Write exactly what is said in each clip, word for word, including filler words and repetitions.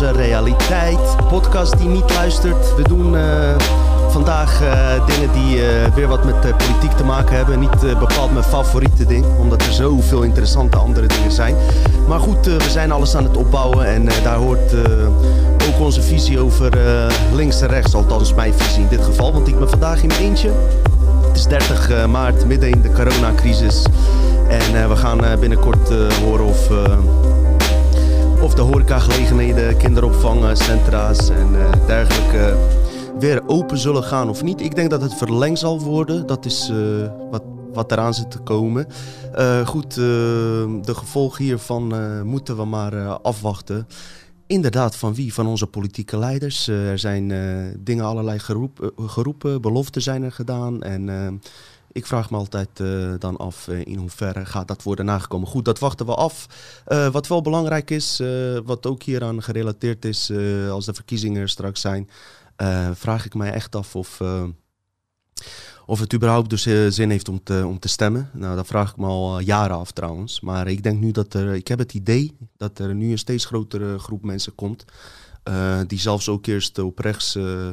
onze realiteit. Podcast die niet luistert. We doen uh, vandaag uh, dingen die uh, weer wat met uh, politiek te maken hebben. Niet uh, bepaald mijn favoriete ding, omdat er zoveel interessante andere dingen zijn. Maar goed, uh, we zijn alles aan het opbouwen en uh, daar hoort uh, ook onze visie over uh, links en rechts. Althans mijn visie in dit geval, want ik ben vandaag in mijn eentje. Het is dertig maart, midden in de coronacrisis. En uh, we gaan uh, binnenkort uh, horen of... Uh, Of de horecagelegenheden, kinderopvangcentra's en uh, dergelijke weer open zullen gaan of niet. Ik denk dat het verlengd zal worden. Dat is uh, wat, wat eraan zit te komen. Uh, goed, uh, de gevolgen hiervan uh, moeten we maar uh, afwachten. Inderdaad, van wie? Van onze politieke leiders. Uh, er zijn uh, dingen allerlei geroep, uh, geroepen, beloften zijn er gedaan en... Uh, Ik vraag me altijd uh, dan af uh, in hoeverre gaat dat worden nagekomen. Goed, dat wachten we af. Uh, wat wel belangrijk is, uh, wat ook hieraan gerelateerd is, uh, als de verkiezingen er straks zijn, uh, vraag ik mij echt af of, uh, of het überhaupt dus uh, zin heeft om te, om te stemmen. Nou, dat vraag ik me al uh, jaren af trouwens. Maar ik denk nu dat er, ik heb het idee dat er nu een steeds grotere groep mensen komt, uh, die zelfs ook eerst op rechts, uh,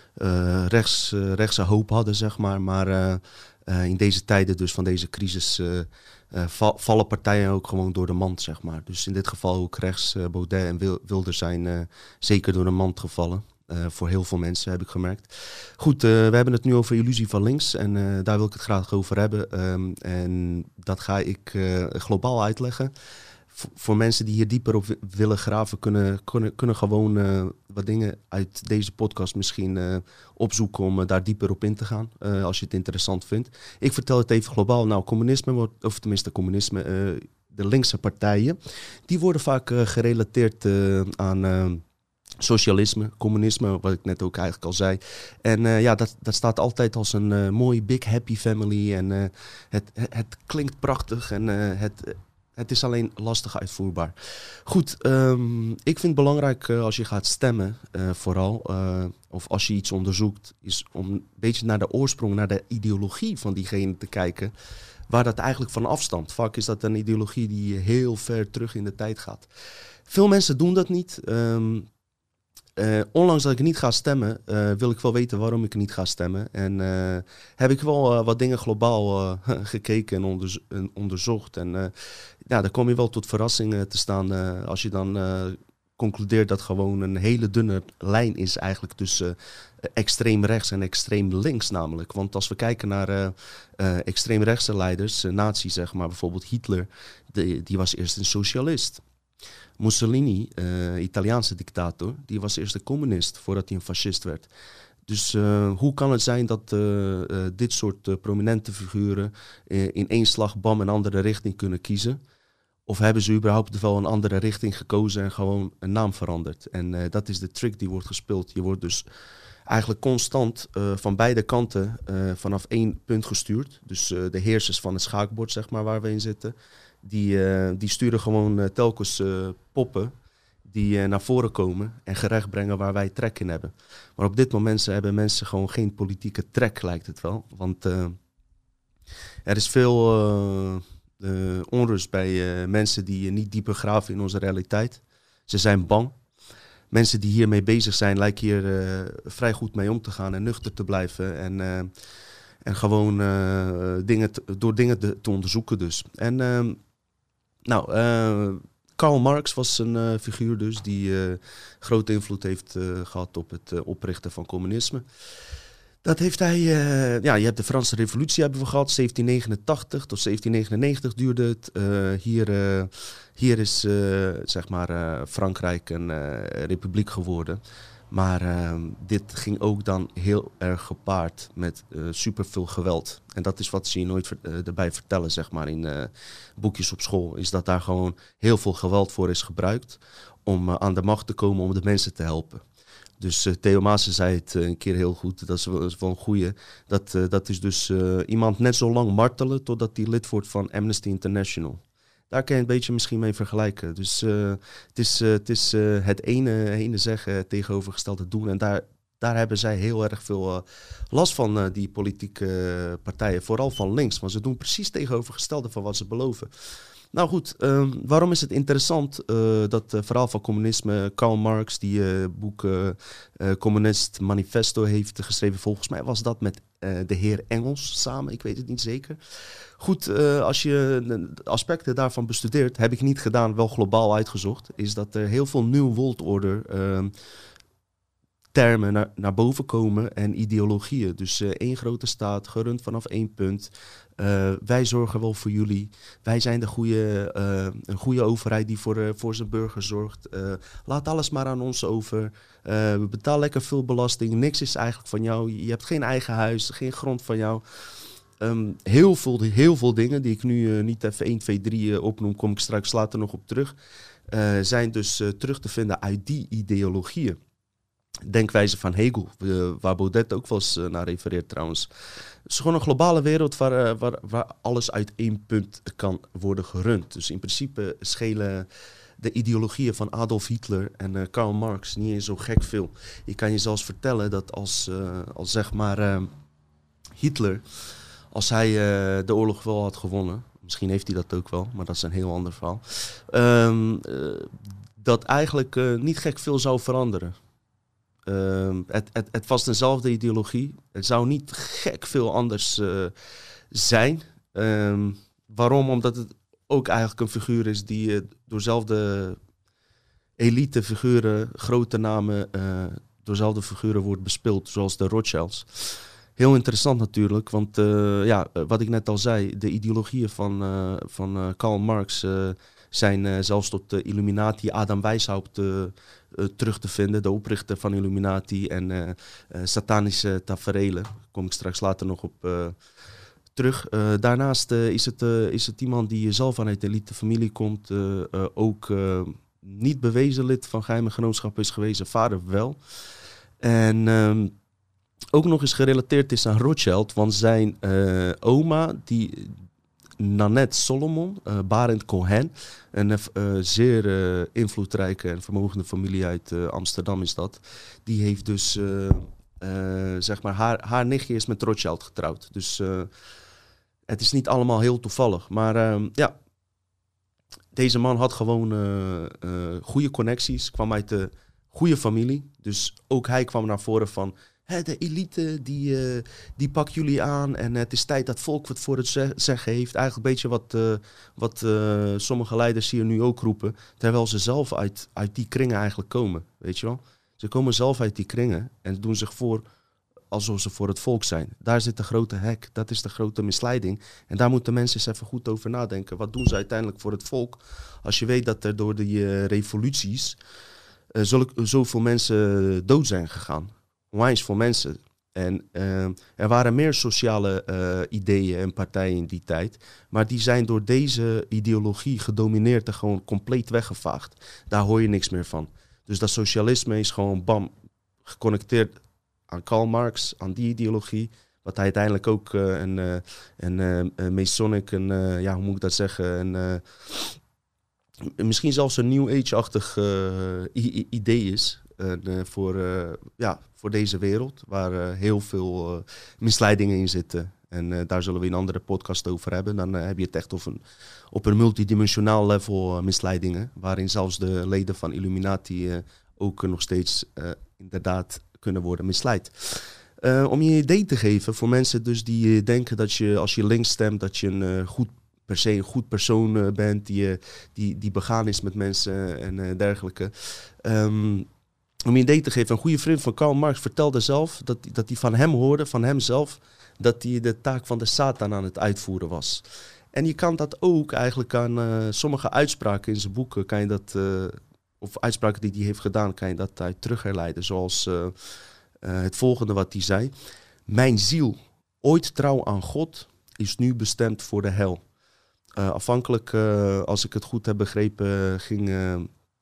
uh, rechts, uh, rechtse hoop hadden, zeg maar, maar... Uh, Uh, in deze tijden dus van deze crisis uh, uh, val, vallen partijen ook gewoon door de mand, zeg maar. Dus in dit geval ook rechts, uh, Baudet en Wil- Wilders zijn uh, zeker door de mand gevallen. Uh, voor heel veel mensen, heb ik gemerkt. Goed, uh, we hebben het nu over illusie van links en uh, daar wil ik het graag over hebben. Um, en dat ga ik uh, globaal uitleggen. V- voor mensen die hier dieper op w- willen graven, kunnen, kunnen, kunnen gewoon uh, wat dingen uit deze podcast misschien uh, opzoeken om uh, daar dieper op in te gaan, uh, als je het interessant vindt. Ik vertel het even globaal. Nou, communisme, wordt, of tenminste communisme, uh, de linkse partijen, die worden vaak uh, gerelateerd uh, aan... Uh, Socialisme, communisme, wat ik net ook eigenlijk al zei. En uh, ja, dat, dat staat altijd als een uh, mooi big happy family. En uh, het, het, het klinkt prachtig en uh, het, het is alleen lastig uitvoerbaar. Goed, um, ik vind het belangrijk uh, als je gaat stemmen, uh, vooral, uh, of als je iets onderzoekt, is om een beetje naar de oorsprong, naar de ideologie van diegene te kijken, waar dat eigenlijk van afstamt. Vaak is dat een ideologie die heel ver terug in de tijd gaat. Veel mensen doen dat niet. Um, Uh, ondanks dat ik niet ga stemmen, uh, wil ik wel weten waarom ik niet ga stemmen. En uh, heb ik wel uh, wat dingen globaal uh, gekeken en, onderzo- en onderzocht. En uh, ja, daar kom je wel tot verrassingen te staan uh, als je dan uh, concludeert dat gewoon een hele dunne lijn is eigenlijk tussen uh, extreem rechts en extreem links namelijk. Want als we kijken naar uh, uh, extreem rechtse leiders, uh, nazi zeg maar, bijvoorbeeld Hitler, de, die was eerst een socialist. Mussolini, uh, Italiaanse dictator, die was eerst een communist voordat hij een fascist werd. Dus uh, hoe kan het zijn dat uh, uh, dit soort uh, prominente figuren uh, in één slag bam een andere richting kunnen kiezen? Of hebben ze überhaupt wel een andere richting gekozen en gewoon een naam veranderd? En uh, dat is de trick die wordt gespeeld. Je wordt dus eigenlijk constant uh, van beide kanten uh, vanaf één punt gestuurd. Dus uh, de heersers van het schaakbord, zeg maar, waar we in zitten. Die, uh, die sturen gewoon uh, telkens uh, poppen die uh, naar voren komen en gerecht brengen waar wij trek in hebben. Maar op dit moment hebben mensen gewoon geen politieke trek, lijkt het wel. Want uh, er is veel uh, uh, onrust bij uh, mensen die uh, niet dieper graven in onze realiteit. Ze zijn bang. Mensen die hiermee bezig zijn lijken hier uh, vrij goed mee om te gaan en nuchter te blijven. En, uh, en gewoon uh, dingen te, door dingen te, te onderzoeken dus. En... Uh, Nou, uh, Karl Marx was een uh, figuur dus die uh, grote invloed heeft uh, gehad op het uh, oprichten van communisme. Dat heeft hij, uh, ja, je hebt de Franse Revolutie hebben we gehad, zeventien negenentachtig tot zeventien negenennegentig duurde het. Uh, hier, uh, hier is uh, zeg maar uh, Frankrijk een uh, republiek geworden. Maar uh, dit ging ook dan heel erg gepaard met uh, superveel geweld. En dat is wat ze je nooit ver- uh, erbij vertellen, zeg maar, in uh, boekjes op school. Is dat daar gewoon heel veel geweld voor is gebruikt om uh, aan de macht te komen om de mensen te helpen. Dus uh, Theo Maassen zei het uh, een keer heel goed, dat is wel, dat is wel een goeie. Dat, uh, dat is dus uh, iemand net zo lang martelen totdat hij lid wordt van Amnesty International. Daar kan je een beetje misschien mee vergelijken. Dus uh, het is, uh, het, is uh, het ene, ene zeggen, het tegenovergestelde doen. En daar, daar hebben zij heel erg veel uh, last van, uh, die politieke uh, partijen. Vooral van links, want ze doen precies tegenovergestelde van wat ze beloven. Nou goed, uh, waarom is het interessant, uh, dat uh, verhaal van communisme? Karl Marx, die uh, boek uh, uh, Communist Manifesto heeft geschreven. Volgens mij was dat met uh, de heer Engels samen, ik weet het niet zeker. Goed, uh, als je de aspecten daarvan bestudeert, heb ik niet gedaan, wel globaal uitgezocht, is dat er heel veel New World Order uh, termen naar, naar boven komen en ideologieën. Dus uh, één grote staat, gerund vanaf één punt. Uh, wij zorgen wel voor jullie. Wij zijn de goede, uh, een goede overheid die voor, uh, voor zijn burgers zorgt. Uh, laat alles maar aan ons over. Uh, we betalen lekker veel belasting. Niks is eigenlijk van jou. Je hebt geen eigen huis, geen grond van jou. Um, heel, veel, heel veel dingen die ik nu uh, niet even één, twee, drie uh, opnoem, kom ik straks later nog op terug. Uh, zijn dus uh, terug te vinden uit die ideologieën. Denkwijze van Hegel, uh, waar Baudet ook wel eens uh, naar refereert trouwens. Het is gewoon een globale wereld waar, uh, waar, waar alles uit één punt kan worden gerund. Dus in principe schelen de ideologieën van Adolf Hitler en uh, Karl Marx niet eens zo gek veel. Je kan je zelfs vertellen dat als, uh, als zeg maar uh, Hitler, als hij uh, de oorlog wel had gewonnen, misschien heeft hij dat ook wel, maar dat is een heel ander verhaal, um, uh, dat eigenlijk uh, niet gek veel zou veranderen. Uh, het, het, het was dezelfde ideologie. Het zou niet gek veel anders uh, zijn. Um, waarom? Omdat het ook eigenlijk een figuur is die uh, door dezelfde elite figuren, grote namen, uh, door dezelfde figuren wordt bespeeld, zoals de Rothschilds. Heel interessant natuurlijk, want uh, ja, wat ik net al zei, de ideologieën van, uh, van uh, Karl Marx uh, zijn uh, zelfs tot de Illuminati, Adam Weishaupt uh, uh, terug te vinden, de oprichter van Illuminati en uh, uh, satanische taferelen. Daar kom ik straks later nog op uh, terug. Uh, daarnaast uh, is, het, uh, is het iemand die zelf vanuit de elite familie komt, uh, uh, ook uh, niet bewezen lid van geheime genootschap is geweest, zijn vader wel. En Um, ook nog eens gerelateerd is aan Rothschild, want zijn uh, oma, die Nanette Solomon, uh, Barend Cohen, een uh, zeer uh, invloedrijke en vermogende familie uit uh, Amsterdam is dat, die heeft dus, uh, uh, zeg maar, haar, haar nichtje is met Rothschild getrouwd. Dus uh, het is niet allemaal heel toevallig. Maar uh, ja, deze man had gewoon uh, uh, goede connecties, kwam uit de goede familie. Dus ook hij kwam naar voren van, He, de elite, die, uh, die pakt jullie aan en het is tijd dat volk wat voor het ze- zeggen heeft. Eigenlijk een beetje wat, uh, wat uh, sommige leiders hier nu ook roepen. Terwijl ze zelf uit, uit die kringen eigenlijk komen, weet je wel. Ze komen zelf uit die kringen en doen zich voor alsof ze voor het volk zijn. Daar zit de grote hek, dat is de grote misleiding. En daar moeten mensen eens even goed over nadenken. Wat doen ze uiteindelijk voor het volk? Als je weet dat er door die uh, revoluties uh, zulk, zoveel mensen dood zijn gegaan. Onwijs voor mensen. En uh, er waren meer sociale uh, ideeën en partijen in die tijd. Maar die zijn door deze ideologie gedomineerd en gewoon compleet weggevaagd. Daar hoor je niks meer van. Dus dat socialisme is gewoon bam, geconnecteerd aan Karl Marx, aan die ideologie. Wat hij uiteindelijk ook uh, een, uh, een uh, Masonic, een, uh, ja, hoe moet ik dat zeggen, een, uh, misschien zelfs een New Age-achtig uh, i- idee is. Uh, voor, uh, ja, voor deze wereld, waar uh, heel veel uh, misleidingen in zitten. En uh, daar zullen we een andere podcast over hebben. Dan uh, heb je het echt op een, op een multidimensionaal level uh, misleidingen, waarin zelfs de leden van Illuminati uh, ook uh, nog steeds uh, inderdaad kunnen worden misleid. Uh, om je een idee te geven voor mensen dus die uh, denken dat je als je links stemt, dat je een uh, goed per se een goed persoon uh, bent, die, uh, die, die begaan is met mensen en uh, dergelijke. Um, Om je een idee te geven, een goede vriend van Karl Marx vertelde zelf dat, dat hij van hem hoorde, van hemzelf, dat hij de taak van de Satan aan het uitvoeren was. En je kan dat ook eigenlijk aan uh, sommige uitspraken in zijn boeken, kan je dat, uh, of uitspraken die hij heeft gedaan, kan je dat uit terugherleiden. Zoals uh, uh, het volgende wat hij zei. Mijn ziel, ooit trouw aan God, is nu bestemd voor de hel. Uh, afhankelijk, uh, als ik het goed heb begrepen, ging Uh,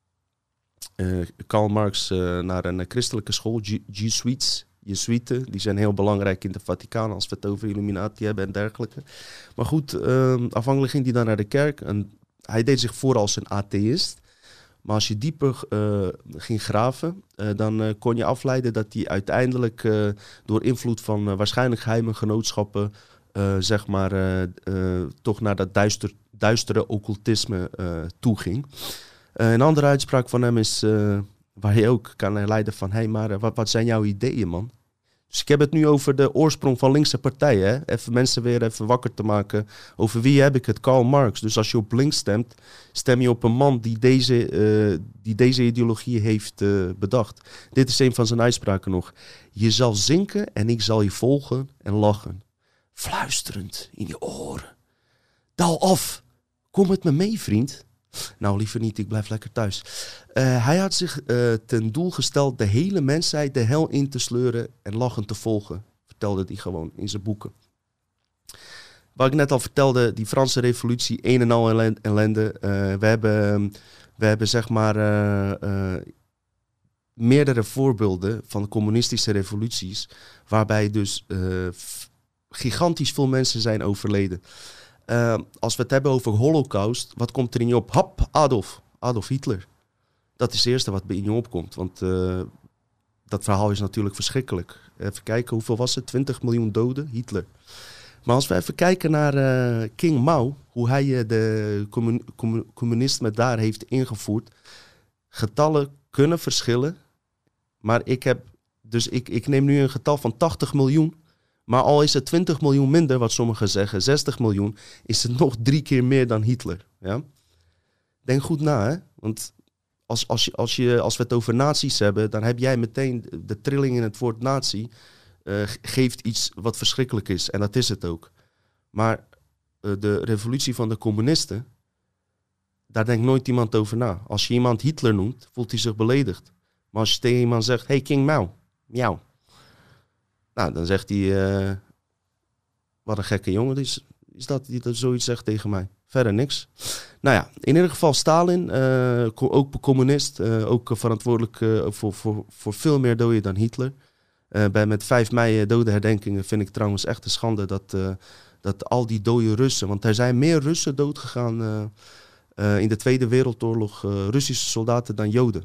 Uh, Karl Marx uh, naar een christelijke school, G- Jesuits, Jesuiten. Die zijn heel belangrijk in de Vaticaan als we het over Illuminati hebben en dergelijke. Maar goed, uh, afhankelijk ging hij dan naar de kerk. En hij deed zich voor als een atheïst. Maar als je dieper uh, ging graven, uh, dan uh, kon je afleiden dat hij uiteindelijk uh, door invloed van uh, waarschijnlijk geheime genootschappen Uh, zeg maar, uh, uh, toch naar dat duister, duistere occultisme uh, toeging. Uh, een andere uitspraak van hem is, uh, waar je ook kan herleiden van, hé, hey, maar uh, wat, wat zijn jouw ideeën, man? Dus ik heb het nu over de oorsprong van linkse partijen. Hè? Even mensen weer even wakker te maken. Over wie heb ik het? Karl Marx. Dus als je op links stemt, stem je op een man die deze, uh, die deze ideologie heeft uh, bedacht. Dit is een van zijn uitspraken nog. Je zal zinken en ik zal je volgen en lachen. Fluisterend in je oren. Daal af. Kom met me mee, vriend. Nou, liever niet, ik blijf lekker thuis. Uh, hij had zich uh, ten doel gesteld de hele mensheid de hel in te sleuren en lachend te volgen. Vertelde hij gewoon in zijn boeken. Wat ik net al vertelde, die Franse revolutie, een en al ellende. Uh, we, hebben, we hebben zeg maar uh, uh, meerdere voorbeelden van communistische revoluties, waarbij dus uh, f- gigantisch veel mensen zijn overleden. Uh, als we het hebben over Holocaust, wat komt er in je op? Hap, Adolf. Adolf Hitler. Dat is het eerste wat in je opkomt. Want uh, dat verhaal is natuurlijk verschrikkelijk. Even kijken, hoeveel was het? twintig miljoen doden? Hitler. Maar als we even kijken naar uh, King Mao, hoe hij uh, de commun- commun- communisme daar heeft ingevoerd. Getallen kunnen verschillen. Maar ik heb, dus ik, ik neem nu een getal van tachtig miljoen. Maar al is het twintig miljoen minder, wat sommigen zeggen, zestig miljoen, is het nog drie keer meer dan Hitler. Ja? Denk goed na, hè? Want als, als, je, als, je, als we het over nazi's hebben, dan heb jij meteen de trilling in het woord nazi, uh, geeft iets wat verschrikkelijk is. En dat is het ook. Maar uh, de revolutie van de communisten, daar denkt nooit iemand over na. Als je iemand Hitler noemt, voelt hij zich beledigd. Maar als je tegen iemand zegt, hey King Mao, miauw. Nou, dan zegt hij, uh, wat een gekke jongen is, is dat die dat zoiets zegt tegen mij. Verder niks. Nou ja, in ieder geval Stalin, uh, ook communist, uh, ook verantwoordelijk uh, voor, voor, voor veel meer doden dan Hitler. Uh, bij met vijf mei dodenherdenkingen vind ik trouwens echt een schande dat, uh, dat al die dode Russen, want er zijn meer Russen doodgegaan uh, uh, in de Tweede Wereldoorlog, uh, Russische soldaten dan Joden.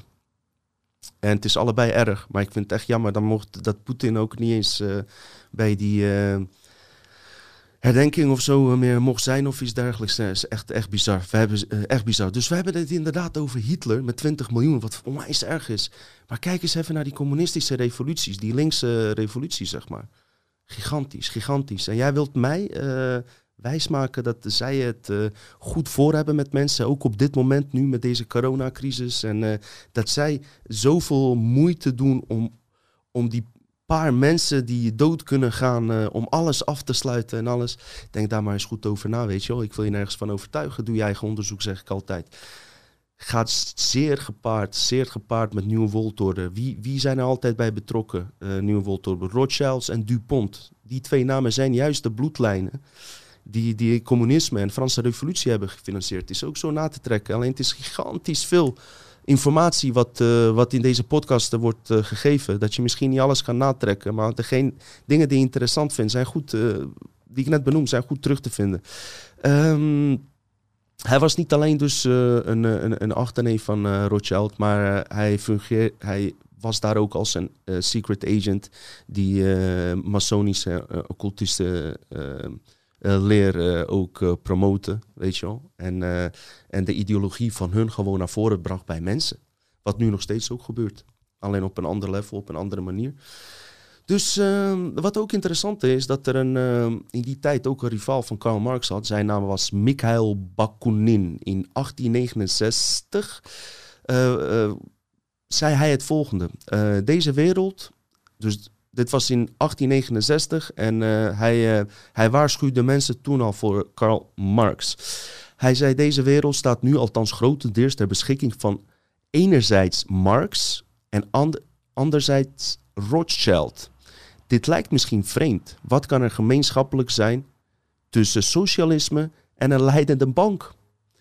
En het is allebei erg, maar ik vind het echt jammer. Dan mocht dat Poetin ook niet eens uh, bij die uh, herdenking of zo meer mocht zijn of iets dergelijks. Dat is echt, echt bizar. We hebben, uh, echt bizar. Dus we hebben het inderdaad over Hitler met twintig miljoen, wat onwijs erg is. Maar kijk eens even naar die communistische revoluties, die linkse revoluties, zeg maar. Gigantisch, gigantisch. En jij wilt mij uh, wijsmaken dat zij het uh, goed voor hebben met mensen, ook op dit moment nu met deze coronacrisis. En uh, dat zij zoveel moeite doen om, om die paar mensen die dood kunnen gaan, uh, om alles af te sluiten en alles. Denk daar maar eens goed over na, weet je wel. Ik wil je nergens van overtuigen. Doe je eigen onderzoek, zeg ik altijd. Gaat zeer gepaard, zeer gepaard met Nieuwe Woltorden. Wie, wie zijn er altijd bij betrokken? Uh, Nieuwe Woltorden, Rothschilds en Dupont. Die twee namen zijn juist de bloedlijnen die, die communisme en Franse revolutie hebben gefinancierd. Het is ook zo na te trekken. Alleen het is gigantisch veel informatie wat, uh, wat in deze podcast wordt uh, gegeven. Dat je misschien niet alles kan natrekken. Maar degene dingen die je interessant vindt, zijn goed, uh, die ik net benoemd, zijn goed terug te vinden. Um, hij was niet alleen dus uh, een, een, een achterneef van uh, Rothschild, maar uh, hij, fungeer, hij was daar ook als een uh, secret agent die uh, masonische, uh, occultische uh, uh, leer uh, ook uh, promoten, weet je wel. En, uh, en de ideologie van hun gewoon naar voren bracht bij mensen. Wat nu nog steeds ook gebeurt. Alleen op een ander level, op een andere manier. Dus uh, wat ook interessant is, dat er een, uh, in die tijd ook een rivaal van Karl Marx had. Zijn naam was Mikhail Bakunin. In achttien negenenzestig uh, uh, zei hij het volgende. Uh, deze wereld, dus dit was in achttien negenenzestig en uh, hij, uh, hij waarschuwde mensen toen al voor Karl Marx. Hij zei, deze wereld staat nu althans grotendeels ter beschikking van enerzijds Marx en and- anderzijds Rothschild. Dit lijkt misschien vreemd. Wat kan er gemeenschappelijk zijn tussen socialisme en een leidende bank?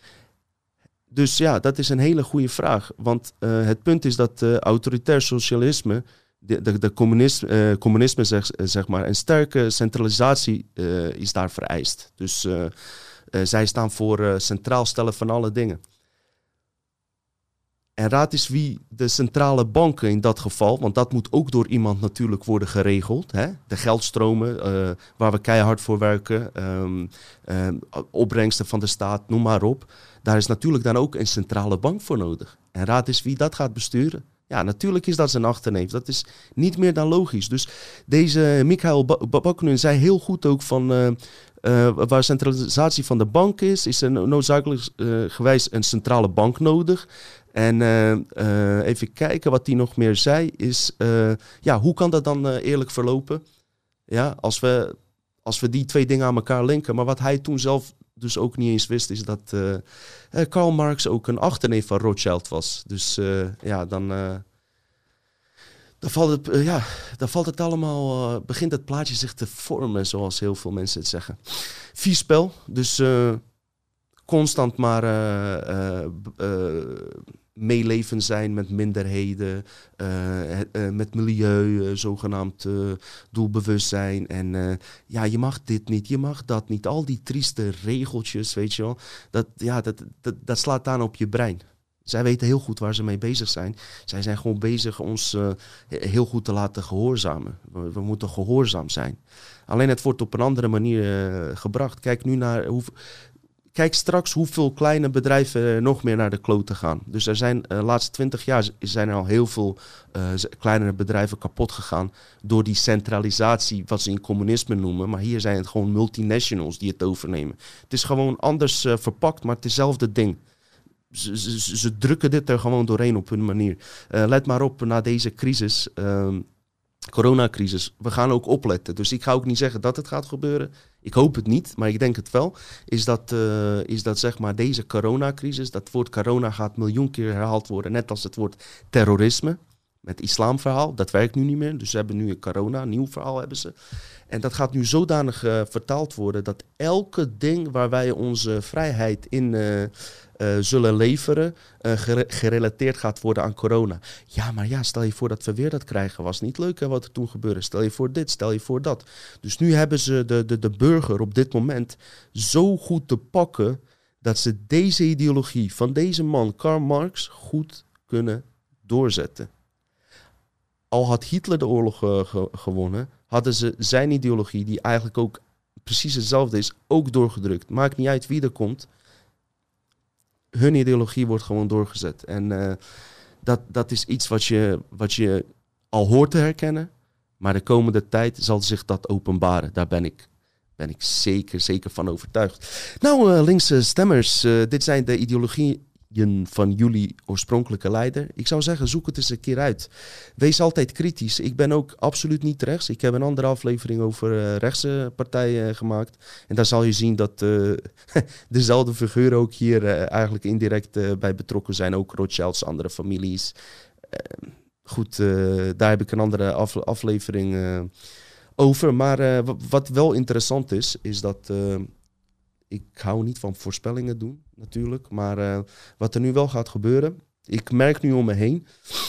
Dus ja, dat is een hele goede vraag. Want uh, het punt is dat uh, autoritair socialisme, de, de, de communisme, uh, communisme zeg, zeg maar, een sterke centralisatie uh, is daar vereist. Dus uh, uh, zij staan voor uh, centraal stellen van alle dingen. En raad eens wie de centrale banken in dat geval, want dat moet ook door iemand natuurlijk worden geregeld. Hè? De geldstromen uh, waar we keihard voor werken, um, um, opbrengsten van de staat, noem maar op. Daar is natuurlijk dan ook een centrale bank voor nodig. En raad eens wie dat gaat besturen. Ja, natuurlijk is dat zijn achterneef. Dat is niet meer dan logisch. Dus deze Mikhail Bakunin zei heel goed ook van Uh, Uh, waar centralisatie van de bank is, is er noodzakelijk uh, gewijs een centrale bank nodig. En uh, uh, even kijken wat hij nog meer zei, is uh, ja, hoe kan dat dan uh, eerlijk verlopen? Ja, als we, als we die twee dingen aan elkaar linken. Maar wat hij toen zelf dus ook niet eens wist, is dat uh, uh, Karl Marx ook een achterneef van Rothschild was. Dus uh, ja, dan Uh, Dan valt het, uh, ja, dan valt het allemaal, uh, begint het plaatje zich te vormen, zoals heel veel mensen het zeggen. Vies spel, dus uh, constant maar uh, uh, uh, meeleven zijn met minderheden, uh, uh, met milieu, uh, zogenaamd uh, doelbewustzijn. En uh, ja, je mag dit niet, je mag dat niet. Al die trieste regeltjes, weet je wel, dat, ja, dat, dat, dat slaat aan op je brein. Zij weten heel goed waar ze mee bezig zijn. Zij zijn gewoon bezig ons uh, heel goed te laten gehoorzamen. We, we moeten gehoorzaam zijn. Alleen het wordt op een andere manier uh, gebracht. Kijk nu naar hoe, kijk straks hoeveel kleine bedrijven uh, nog meer naar de kloten gaan. Dus er zijn de uh, laatste twintig jaar zijn er al heel veel uh, kleinere bedrijven kapot gegaan door die centralisatie, wat ze in communisme noemen. Maar hier zijn het gewoon multinationals die het overnemen. Het is gewoon anders uh, verpakt, maar het is hetzelfde ding. Ze, ze, ze drukken dit er gewoon doorheen op hun manier. Uh, let maar op na deze crisis, uh, coronacrisis. We gaan ook opletten. Dus ik ga ook niet zeggen dat het gaat gebeuren. Ik hoop het niet, maar ik denk het wel. Is dat, uh, is dat zeg maar deze coronacrisis, dat woord corona gaat miljoen keer herhaald worden. Net als het woord terrorisme. Met islamverhaal, dat werkt nu niet meer. Dus ze hebben nu een corona, een nieuw verhaal hebben ze. En dat gaat nu zodanig uh, vertaald worden dat elke ding waar wij onze vrijheid in uh, uh, zullen leveren, uh, gere- gerelateerd gaat worden aan corona. Ja, maar ja, stel je voor dat we weer dat krijgen. Was niet leuk hè, wat er toen gebeurde. Stel je voor dit, stel je voor dat. Dus nu hebben ze de, de, de burger op dit moment zo goed te pakken dat ze deze ideologie van deze man, Karl Marx, goed kunnen doorzetten. Al had Hitler de oorlog uh, ge- gewonnen, hadden ze zijn ideologie, die eigenlijk ook precies hetzelfde is, ook doorgedrukt. Maakt niet uit wie er komt. Hun ideologie wordt gewoon doorgezet. En uh, dat, dat is iets wat je, wat je al hoort te herkennen. Maar de komende tijd zal zich dat openbaren. Daar ben ik, ben ik zeker, zeker van overtuigd. Nou, uh, linkse stemmers, uh, dit zijn de ideologieën van jullie oorspronkelijke leider. Ik zou zeggen, zoek het eens een keer uit. Wees altijd kritisch. Ik ben ook absoluut niet rechts. Ik heb een andere aflevering over uh, rechtse partijen uh, gemaakt. En daar zal je zien dat uh, dezelfde figuren ook hier uh, eigenlijk indirect uh, bij betrokken zijn. Ook Rothschilds, andere families. Uh, goed, uh, daar heb ik een andere af- aflevering uh, over. Maar uh, w- wat wel interessant is, is dat Uh, ik hou niet van voorspellingen doen, natuurlijk. Maar uh, wat er nu wel gaat gebeuren, ik merk nu om me heen,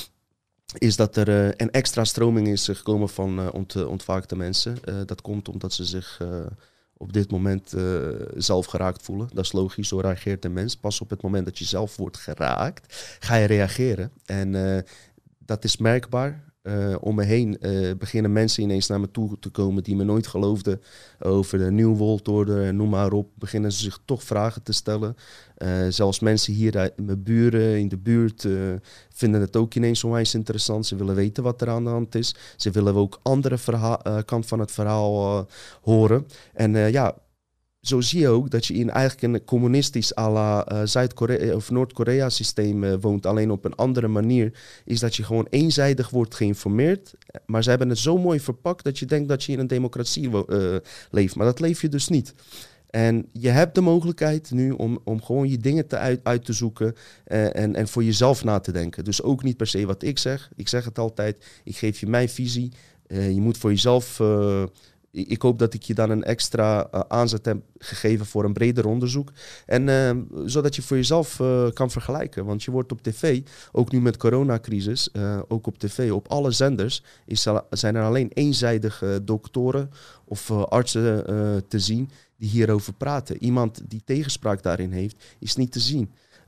is dat er uh, een extra stroming is gekomen van uh, ont- ontwaakte mensen. Uh, dat komt omdat ze zich uh, op dit moment uh, zelf geraakt voelen. Dat is logisch, zo reageert een mens. Pas op het moment dat je zelf wordt geraakt, ga je reageren. En uh, dat is merkbaar. Uh, om me heen uh, beginnen mensen ineens naar me toe te komen die me nooit geloofden over de New World Order en noem maar op. Beginnen ze zich toch vragen te stellen. Uh, zelfs mensen hier uit mijn buren in de buurt uh, vinden het ook ineens onwijs interessant. Ze willen weten wat er aan de hand is. Ze willen ook andere verha- uh, kant van het verhaal uh, horen. En uh, ja, zo zie je ook dat je in eigenlijk een communistisch à la uh, Zuid-Korea of Noord-Korea systeem uh, woont. Alleen op een andere manier is dat je gewoon eenzijdig wordt geïnformeerd. Maar ze hebben het zo mooi verpakt dat je denkt dat je in een democratie wo- uh, leeft. Maar dat leef je dus niet. En je hebt de mogelijkheid nu om, om gewoon je dingen te uit, uit te zoeken uh, en, en voor jezelf na te denken. Dus ook niet per se wat ik zeg. Ik zeg het altijd, ik geef je mijn visie. Uh, je moet voor jezelf Uh, Ik hoop dat ik je dan een extra uh, aanzet heb gegeven voor een breder onderzoek. En uh, zodat je voor jezelf uh, kan vergelijken. Want je wordt op tv, ook nu met coronacrisis, uh, ook op tv, op alle zenders is er, zijn er alleen eenzijdige doktoren of uh, artsen uh, te zien die hierover praten. Iemand die tegenspraak daarin heeft, is niet te zien.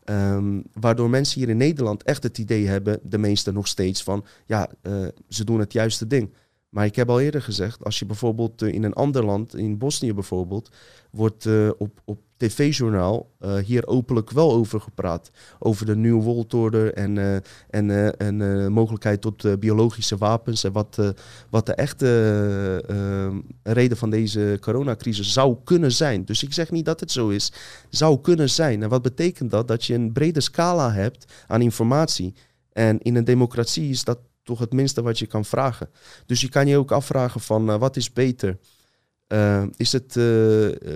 Um, waardoor mensen hier in Nederland echt het idee hebben, de meesten nog steeds, van ja, uh, ze doen het juiste ding. Maar ik heb al eerder gezegd, als je bijvoorbeeld uh, in een ander land, in Bosnië bijvoorbeeld, wordt uh, op, op tv-journaal uh, hier openlijk wel over gepraat. Over de New World Order en, uh, en, uh, en uh, mogelijkheid tot uh, biologische wapens. En wat, uh, wat de echte uh, uh, reden van deze coronacrisis zou kunnen zijn. Dus ik zeg niet dat het zo is. Zou kunnen zijn. En wat betekent dat? Dat je een brede scala hebt aan informatie. En in een democratie is dat toch het minste wat je kan vragen. Dus je kan je ook afvragen van uh, wat is beter? Uh, is het uh, uh,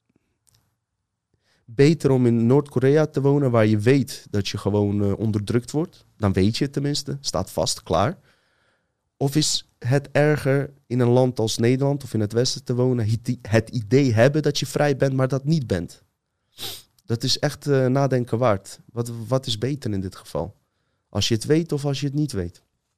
beter om in Noord-Korea te wonen, waar je weet dat je gewoon uh, onderdrukt wordt? Dan weet je het tenminste, staat vast, klaar. Of is het erger in een land als Nederland of in het Westen te wonen, het, het idee hebben dat je vrij bent, maar dat niet bent? Dat is echt uh, nadenken waard. Wat, wat is beter in dit geval? Als je het weet of als je het niet weet?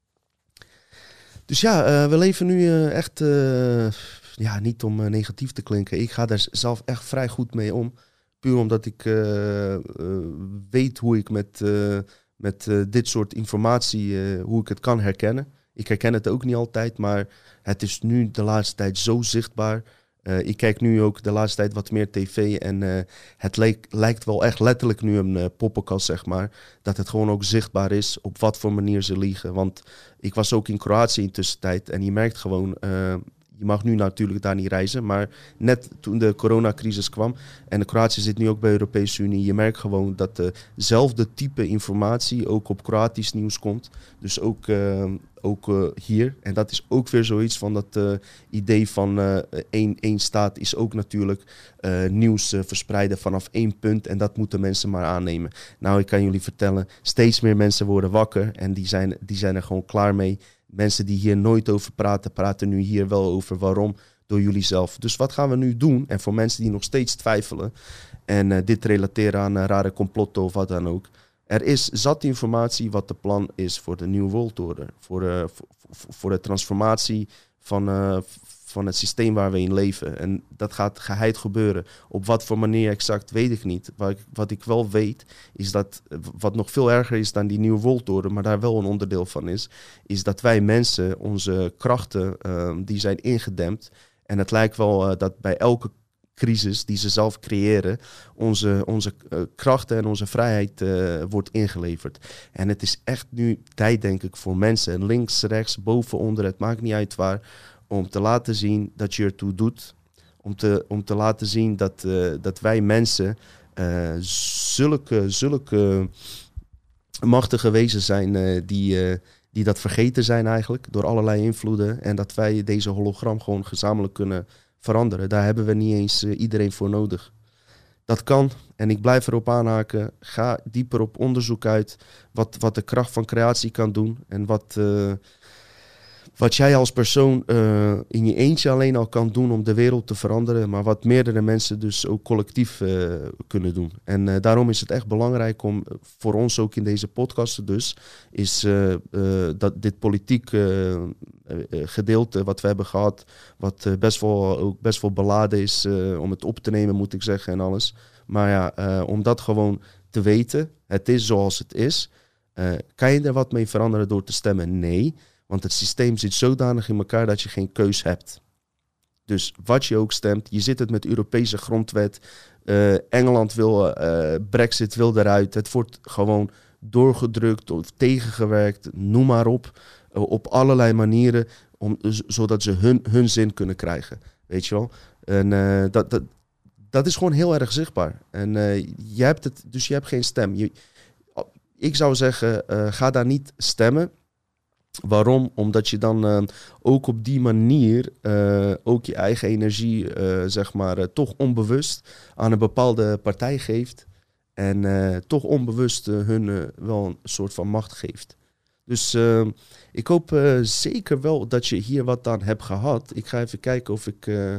Dus ja, uh, we leven nu uh, echt, uh, ja, niet om uh, negatief te klinken. Ik ga daar zelf echt vrij goed mee om. Puur omdat ik uh, uh, weet hoe ik met, uh, met uh, dit soort informatie, uh, hoe ik het kan herkennen. Ik herken het ook niet altijd, maar het is nu de laatste tijd zo zichtbaar. Uh, ik kijk nu ook de laatste tijd wat meer tv en uh, het leek, lijkt wel echt letterlijk nu een uh, poppenkast, zeg maar. Dat het gewoon ook zichtbaar is op wat voor manier ze liegen. Want ik was ook in Kroatië in de tussentijd en je merkt gewoon, uh, je mag nu natuurlijk daar niet reizen, maar net toen de coronacrisis kwam en de Kroatië zit nu ook bij de Europese Unie, je merkt gewoon dat dezelfde type informatie ook op Kroatisch nieuws komt. Dus ook, uh, ook uh, hier. En dat is ook weer zoiets van dat uh, idee van uh, één, één staat is ook natuurlijk uh, nieuws uh, verspreiden vanaf één punt en dat moeten mensen maar aannemen. Nou, ik kan jullie vertellen, steeds meer mensen worden wakker en die zijn, die zijn er gewoon klaar mee. Mensen die hier nooit over praten, praten nu hier wel over. Waarom? Door jullie zelf. Dus wat gaan we nu doen? En voor mensen die nog steeds twijfelen en uh, dit relateren aan uh, rare complotten of wat dan ook. Er is zat informatie wat de plan is voor de New World Order. Voor, uh, voor, voor de transformatie van, uh, van het systeem waar we in leven. En dat gaat geheid gebeuren. Op wat voor manier exact, weet ik niet. Wat ik, wat ik wel weet, is dat, wat nog veel erger is dan die New World Order, maar daar wel een onderdeel van is, is dat wij mensen, onze krachten, uh, die zijn ingedempt. En het lijkt wel uh, dat bij elke crisis die ze zelf creëren, onze, onze uh, krachten en onze vrijheid uh, wordt ingeleverd. En het is echt nu tijd, denk ik, voor mensen, links, rechts, boven, onder, het maakt niet uit waar, om te laten zien dat je ertoe doet. Om te, om te laten zien dat, uh, dat wij mensen uh, zulke, zulke machtige wezens zijn uh, die, uh, die dat vergeten zijn eigenlijk door allerlei invloeden. En dat wij deze hologram gewoon gezamenlijk kunnen veranderen. Daar hebben we niet eens uh, iedereen voor nodig. Dat kan. En ik blijf erop aanhaken. Ga dieper op onderzoek uit wat, wat de kracht van creatie kan doen. En wat, uh, wat jij als persoon uh, in je eentje alleen al kan doen om de wereld te veranderen. Maar wat meerdere mensen dus ook collectief uh, kunnen doen. En uh, daarom is het echt belangrijk om voor ons ook in deze podcast dus, is uh, uh, dat dit politiek uh, uh, gedeelte wat we hebben gehad, wat uh, best wel ook best wel beladen is uh, om het op te nemen, moet ik zeggen, en alles. Maar ja, uh, om dat gewoon te weten, het is zoals het is. Uh, kan je er wat mee veranderen door te stemmen? Nee. Want het systeem zit zodanig in elkaar dat je geen keus hebt. Dus wat je ook stemt, je zit het met Europese grondwet. Uh, Engeland wil, uh, Brexit wil eruit. Het wordt gewoon doorgedrukt of tegengewerkt, noem maar op. Uh, op allerlei manieren, om, z- zodat ze hun, hun zin kunnen krijgen. Weet je wel? En uh, dat, dat, dat is gewoon heel erg zichtbaar. En uh, je hebt het, dus je hebt geen stem. Je, ik zou zeggen, uh, ga daar niet stemmen. Waarom? Omdat je dan uh, ook op die manier uh, ook je eigen energie, uh, zeg maar, uh, toch onbewust aan een bepaalde partij geeft. En uh, toch onbewust uh, hun uh, wel een soort van macht geeft. Dus uh, ik hoop uh, zeker wel dat je hier wat aan hebt gehad. Ik ga even kijken of ik uh,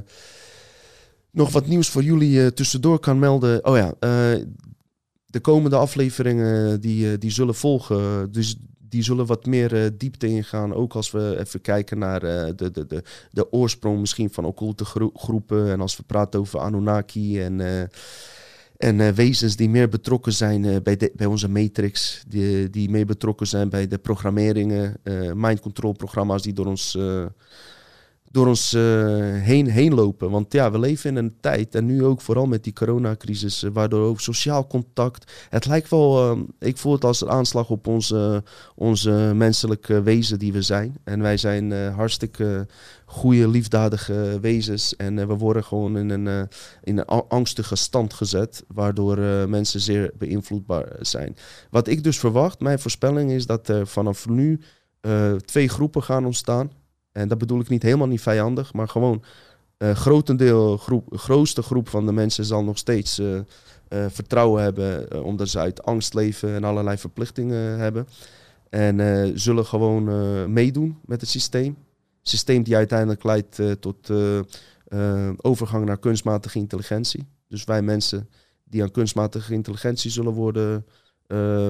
nog wat nieuws voor jullie uh, tussendoor kan melden. Oh ja, uh, de komende afleveringen die, uh, die zullen volgen. Dus die zullen wat meer uh, diepte ingaan. Ook als we even kijken naar uh, de, de, de, de oorsprong misschien van occulte gro- groepen. En als we praten over Anunnaki en, uh, En uh, wezens die meer betrokken zijn uh, bij, de, bij onze matrix, die, die meer betrokken zijn bij de programmeringen, uh, mind control programma's die door ons, uh, door ons uh, heen, heen lopen. Want ja, we leven in een tijd, en nu ook vooral met die coronacrisis, uh, waardoor ook sociaal contact, het lijkt wel, uh, ik voel het als een aanslag op onze, onze menselijke wezen die we zijn. En wij zijn uh, hartstikke goede, liefdadige wezens. En uh, we worden gewoon in een, uh, in een angstige stand gezet, waardoor uh, mensen zeer beïnvloedbaar zijn. Wat ik dus verwacht, mijn voorspelling is dat er vanaf nu uh, twee groepen gaan ontstaan. En dat bedoel ik niet helemaal niet vijandig, maar gewoon uh, grotendeel, groep, grootste groep van de mensen zal nog steeds uh, uh, vertrouwen hebben, uh, omdat ze uit angst leven en allerlei verplichtingen hebben. En uh, zullen gewoon uh, meedoen met het systeem. Systeem die uiteindelijk leidt uh, tot uh, uh, overgang naar kunstmatige intelligentie. Dus wij mensen die aan kunstmatige intelligentie zullen worden uh,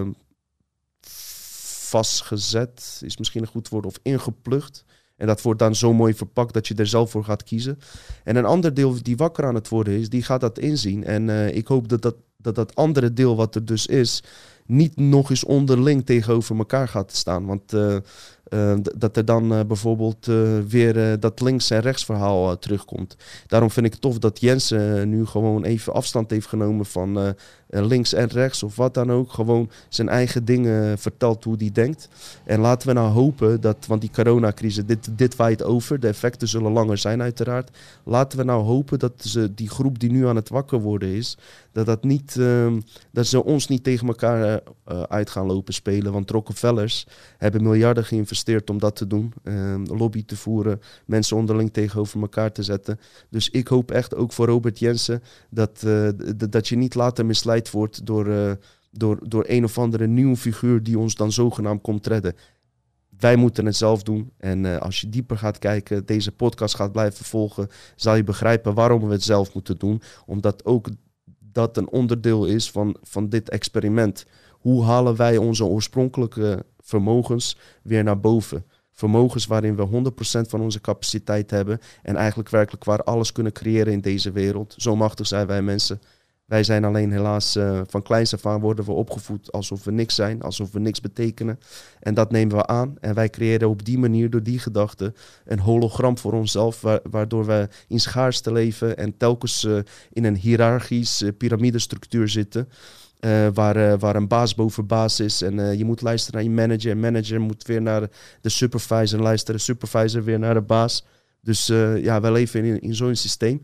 vastgezet, is misschien een goed woord, of ingeplucht. En dat wordt dan zo mooi verpakt dat je er zelf voor gaat kiezen. En een ander deel die wakker aan het worden is, die gaat dat inzien. En uh, ik hoop dat dat, dat dat andere deel wat er dus is, niet nog eens onderling tegenover elkaar gaat staan. Want uh, uh, d- dat er dan uh, bijvoorbeeld uh, weer uh, dat links- en rechtsverhaal uh, terugkomt. Daarom vind ik het tof dat Jensen uh, nu gewoon even afstand heeft genomen van uh, uh, links en rechts of wat dan ook. Gewoon zijn eigen dingen vertelt hoe hij denkt. En laten we nou hopen dat, want die coronacrisis, dit, dit waait over. De effecten zullen langer zijn uiteraard. Laten we nou hopen dat ze, die groep die nu aan het wakker worden is, dat, dat, niet, uh, dat ze ons niet tegen elkaar uh, uit gaan lopen spelen. Want Rockefellers hebben miljarden geïnvesteerd om dat te doen. Uh, lobby te voeren, mensen onderling tegenover elkaar te zetten. Dus ik hoop echt ook voor Robert Jensen dat, uh, d- dat je niet later misleid wordt door, uh, door, door een of andere nieuwe figuur die ons dan zogenaamd komt redden. Wij moeten het zelf doen. En uh, als je dieper gaat kijken, deze podcast gaat blijven volgen, zal je begrijpen waarom we het zelf moeten doen. Omdat ook dat een onderdeel is van, van dit experiment. Hoe halen wij onze oorspronkelijke vermogens weer naar boven? Vermogens waarin we honderd procent van onze capaciteit hebben en eigenlijk werkelijk waar alles kunnen creëren in deze wereld. Zo machtig zijn wij mensen. Wij zijn alleen helaas uh, van kleins af aan worden we opgevoed alsof we niks zijn, alsof we niks betekenen. En dat nemen we aan en wij creëren op die manier, door die gedachte, een hologram voor onszelf, wa- waardoor we in schaarste leven en telkens uh, in een hiërarchisch uh, piramidestructuur zitten. Uh, waar, uh, waar een baas boven baas is en uh, je moet luisteren naar je manager. En manager moet weer naar de supervisor luisteren, supervisor weer naar de baas. Dus uh, ja, wij leven in, in zo'n systeem.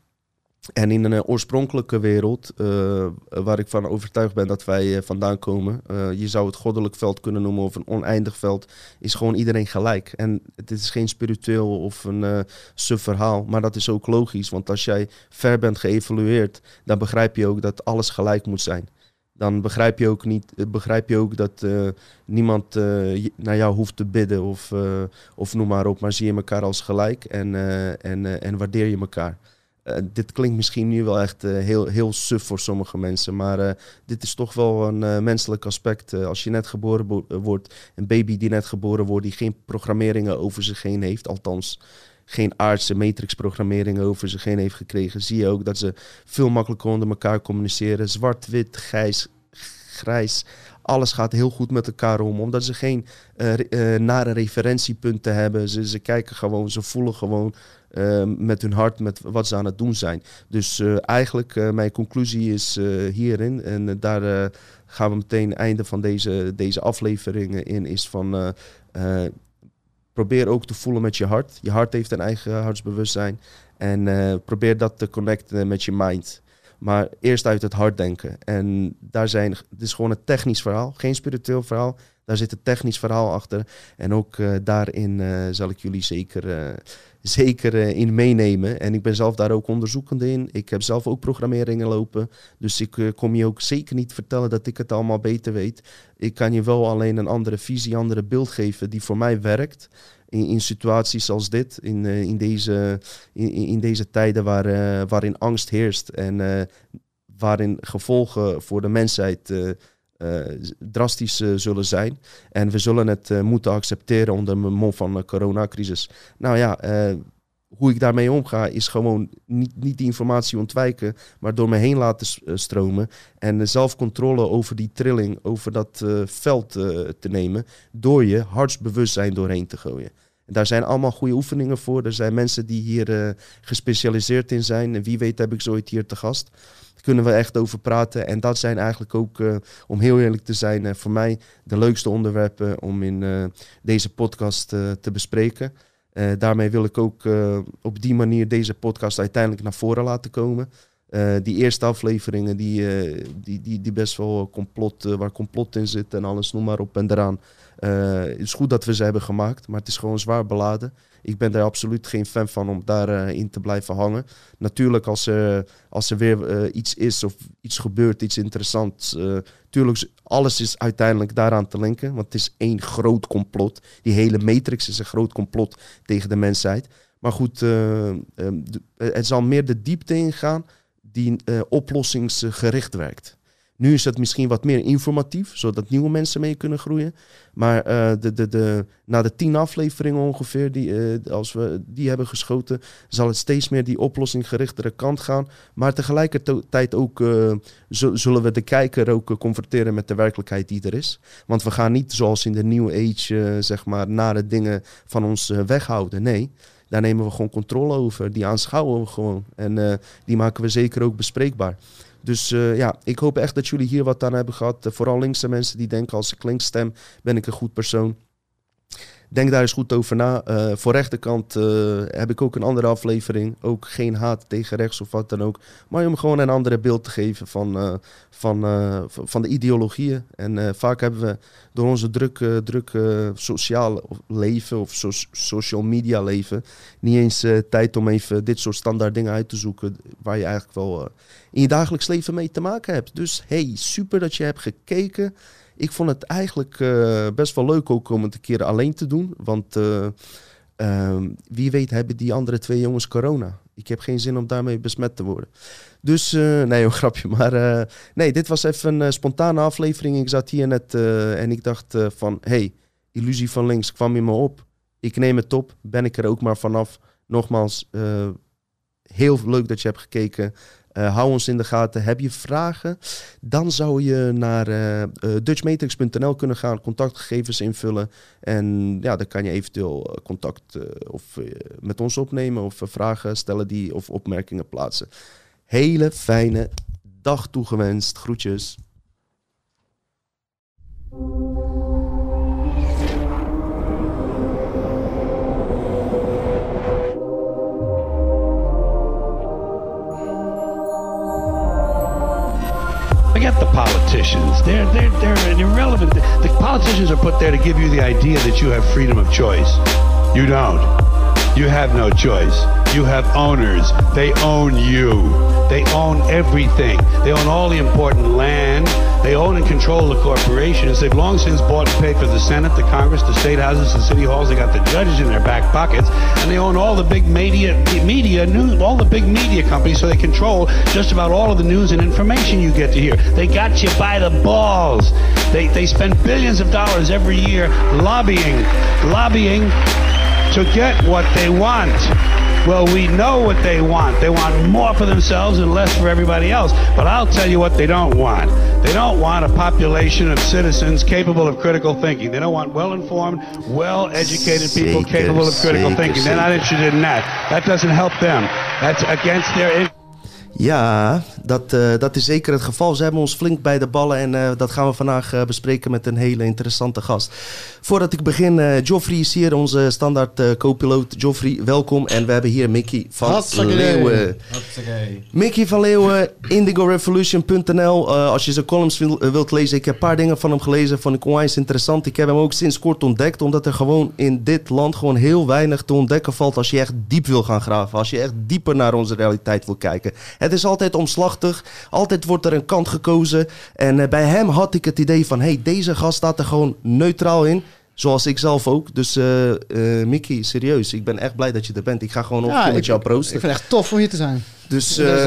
En in een uh, oorspronkelijke wereld, uh, waar ik van overtuigd ben dat wij uh, vandaan komen, uh, je zou het goddelijk veld kunnen noemen of een oneindig veld, is gewoon iedereen gelijk. En het is geen spiritueel of een uh, sub-verhaal, maar dat is ook logisch. Want als jij ver bent geëvolueerd, dan begrijp je ook dat alles gelijk moet zijn. Dan begrijp je ook, niet, begrijp je ook dat uh, niemand uh, naar jou hoeft te bidden of, uh, of noem maar op, maar zie je elkaar als gelijk en, uh, en, uh, en waardeer je elkaar. Uh, dit klinkt misschien nu wel echt uh, heel, heel suf voor sommige mensen, maar uh, dit is toch wel een uh, menselijk aspect. Uh, als je net geboren bo- wordt, een baby die net geboren wordt, die geen programmeringen over zich heen heeft, althans geen aardse matrixprogrammeringen over zich heen heeft gekregen, zie je ook dat ze veel makkelijker onder elkaar communiceren. Zwart, wit, grijs, grijs. Alles gaat heel goed met elkaar om, omdat ze geen uh, uh, nare referentiepunten hebben. Ze, ze kijken gewoon, ze voelen gewoon uh, met hun hart met wat ze aan het doen zijn. Dus uh, eigenlijk, uh, mijn conclusie is uh, hierin, en uh, daar uh, gaan we meteen het einde van deze, deze aflevering in, is van uh, uh, probeer ook te voelen met je hart. Je hart heeft een eigen hartsbewustzijn en uh, probeer dat te connecten met je mind. Maar eerst uit het hart denken. En daar zijn, het is gewoon een technisch verhaal, geen spiritueel verhaal. Daar zit een technisch verhaal achter. En ook uh, daarin uh, zal ik jullie zeker, uh, zeker uh, in meenemen. En ik ben zelf daar ook onderzoekende in. Ik heb zelf ook programmeringen lopen. Dus ik uh, kom je ook zeker niet vertellen dat ik het allemaal beter weet. Ik kan je wel alleen een andere visie, een andere beeld geven die voor mij werkt. In, in situaties als dit, in, uh, in, deze, in, in deze tijden waar, uh, waarin angst heerst en uh, waarin gevolgen voor de mensheid uh, uh, drastisch uh, zullen zijn. En we zullen het uh, moeten accepteren onder de mom van de coronacrisis. Nou ja, uh, hoe ik daarmee omga is gewoon niet, niet die informatie ontwijken, maar door me heen laten stromen. En uh, zelf controle over die trilling, over dat uh, veld uh, te nemen, door je hartsbewustzijn doorheen te gooien. En daar zijn allemaal goede oefeningen voor. Er zijn mensen die hier uh, gespecialiseerd in zijn. En wie weet heb ik ze ooit hier te gast. Daar kunnen we echt over praten. En dat zijn eigenlijk ook, uh, om heel eerlijk te zijn, uh, voor mij de leukste onderwerpen om in uh, deze podcast uh, te bespreken. Uh, daarmee wil ik ook uh, op die manier deze podcast uiteindelijk naar voren laten komen. Uh, die eerste afleveringen die, uh, die, die, die best wel complot, uh, waar complot in zit en alles, noem maar op en eraan. Uh, het is goed dat we ze hebben gemaakt, maar het is gewoon zwaar beladen. Ik ben daar absoluut geen fan van om daarin uh, in te blijven hangen. Natuurlijk als er, als er weer uh, iets is of iets gebeurt, iets interessants. Uh, tuurlijk, alles is uiteindelijk daaraan te linken, want het is één groot complot. Die hele matrix is een groot complot tegen de mensheid. Maar goed, uh, um, de, het zal meer de diepte ingaan die uh, oplossingsgericht werkt. Nu is het misschien wat meer informatief, zodat nieuwe mensen mee kunnen groeien. Maar uh, de, de, de, na de tien afleveringen ongeveer, die, uh, als we die hebben geschoten, zal het steeds meer die oplossingsgerichtere kant gaan. Maar tegelijkertijd ook uh, zullen we de kijker ook uh, confronteren met de werkelijkheid die er is. Want we gaan niet zoals in de New Age, uh, zeg maar, nare dingen van ons uh, weghouden. Nee. Daar nemen we gewoon controle over. Die aanschouwen we gewoon. En uh, die maken we zeker ook bespreekbaar. Dus uh, ja, ik hoop echt dat jullie hier wat aan hebben gehad. Uh, vooral linkse mensen die denken als ik links stem, ben ik een goed persoon. Denk daar eens goed over na. Uh, voor rechterkant uh, heb ik ook een andere aflevering. Ook geen haat tegen rechts of wat dan ook. Maar om gewoon een andere beeld te geven van, uh, van, uh, van de ideologieën. En uh, vaak hebben we door onze drukke, drukke sociaal leven of so- social media leven niet eens uh, tijd om even dit soort standaard dingen uit te zoeken waar je eigenlijk wel uh, in je dagelijks leven mee te maken hebt. Dus hey, super dat je hebt gekeken. Ik vond het eigenlijk uh, best wel leuk ook om het een keer alleen te doen. Want uh, uh, wie weet hebben die andere twee jongens corona. Ik heb geen zin om daarmee besmet te worden. Dus, uh, nee, een grapje. Maar uh, nee, dit was even een uh, spontane aflevering. Ik zat hier net uh, en ik dacht uh, van... hey, illusie van links kwam in me op. Ik neem het op. Ben ik er ook maar vanaf. Nogmaals, uh, heel leuk dat je hebt gekeken. Uh, hou ons in de gaten. Heb je vragen? Dan zou je naar uh, uh, dutch matrix punt n l kunnen gaan. Contactgegevens invullen. En ja, dan kan je eventueel uh, contact uh, of, uh, met ons opnemen. Of uh, vragen stellen die, of opmerkingen plaatsen. Hele fijne dag toegewenst. Groetjes. Forget the politicians. They're, they're, they're irrelevant. The politicians are put there to give you the idea that you have freedom of choice. You don't. You have no choice. You have owners. They own you. They own everything. They own all the important land. They own and control the corporations. They've long since bought and paid for the Senate, the Congress, the state houses, the city halls. They got the judges in their back pockets. And they own all the big media, media news, all the big media companies, so they control just about all of the news and information you get to hear. They got you by the balls. They, they spend billions of dollars every year lobbying, lobbying to get what they want. Well, we know what they want. They want more for themselves and less for everybody else. But I'll tell you what they don't want. They don't want a population of citizens capable of critical thinking. They don't want well-informed, well-educated people Zeker, capable of critical zeker, thinking. They're not zeker. interested in that. That doesn't help them. That's against their interest. Ja, dat, uh, dat is zeker het geval. Ze hebben ons flink bij de ballen en uh, dat gaan we vandaag uh, bespreken met een hele interessante gast. Voordat ik begin, uh, Joffrey is hier, onze standaard uh, co-piloot. Joffrey, welkom. En we hebben hier Mickey van Hartstikke Leeuwen. Hartstikke. Mickey van Leeuwen, indigo revolution punt n l. Uh, als je zijn columns wil, uh, wilt lezen, ik heb een paar dingen van hem gelezen, vond ik onwijs interessant. Ik heb hem ook sinds kort ontdekt, omdat er gewoon in dit land gewoon heel weinig te ontdekken valt als je echt diep wil gaan graven. Als je echt dieper naar onze realiteit wil kijken. Het is altijd omslachtig, altijd wordt er een kant gekozen. En uh, bij hem had ik het idee van, hey, deze gast staat er gewoon neutraal in. Zoals ik zelf ook. Dus uh, uh, Mickey, serieus, ik ben echt blij dat je er bent. Ik ga gewoon nog Ja, met ik, jou proosten. Ik vind het echt tof om hier te zijn. Dus Uh, uh,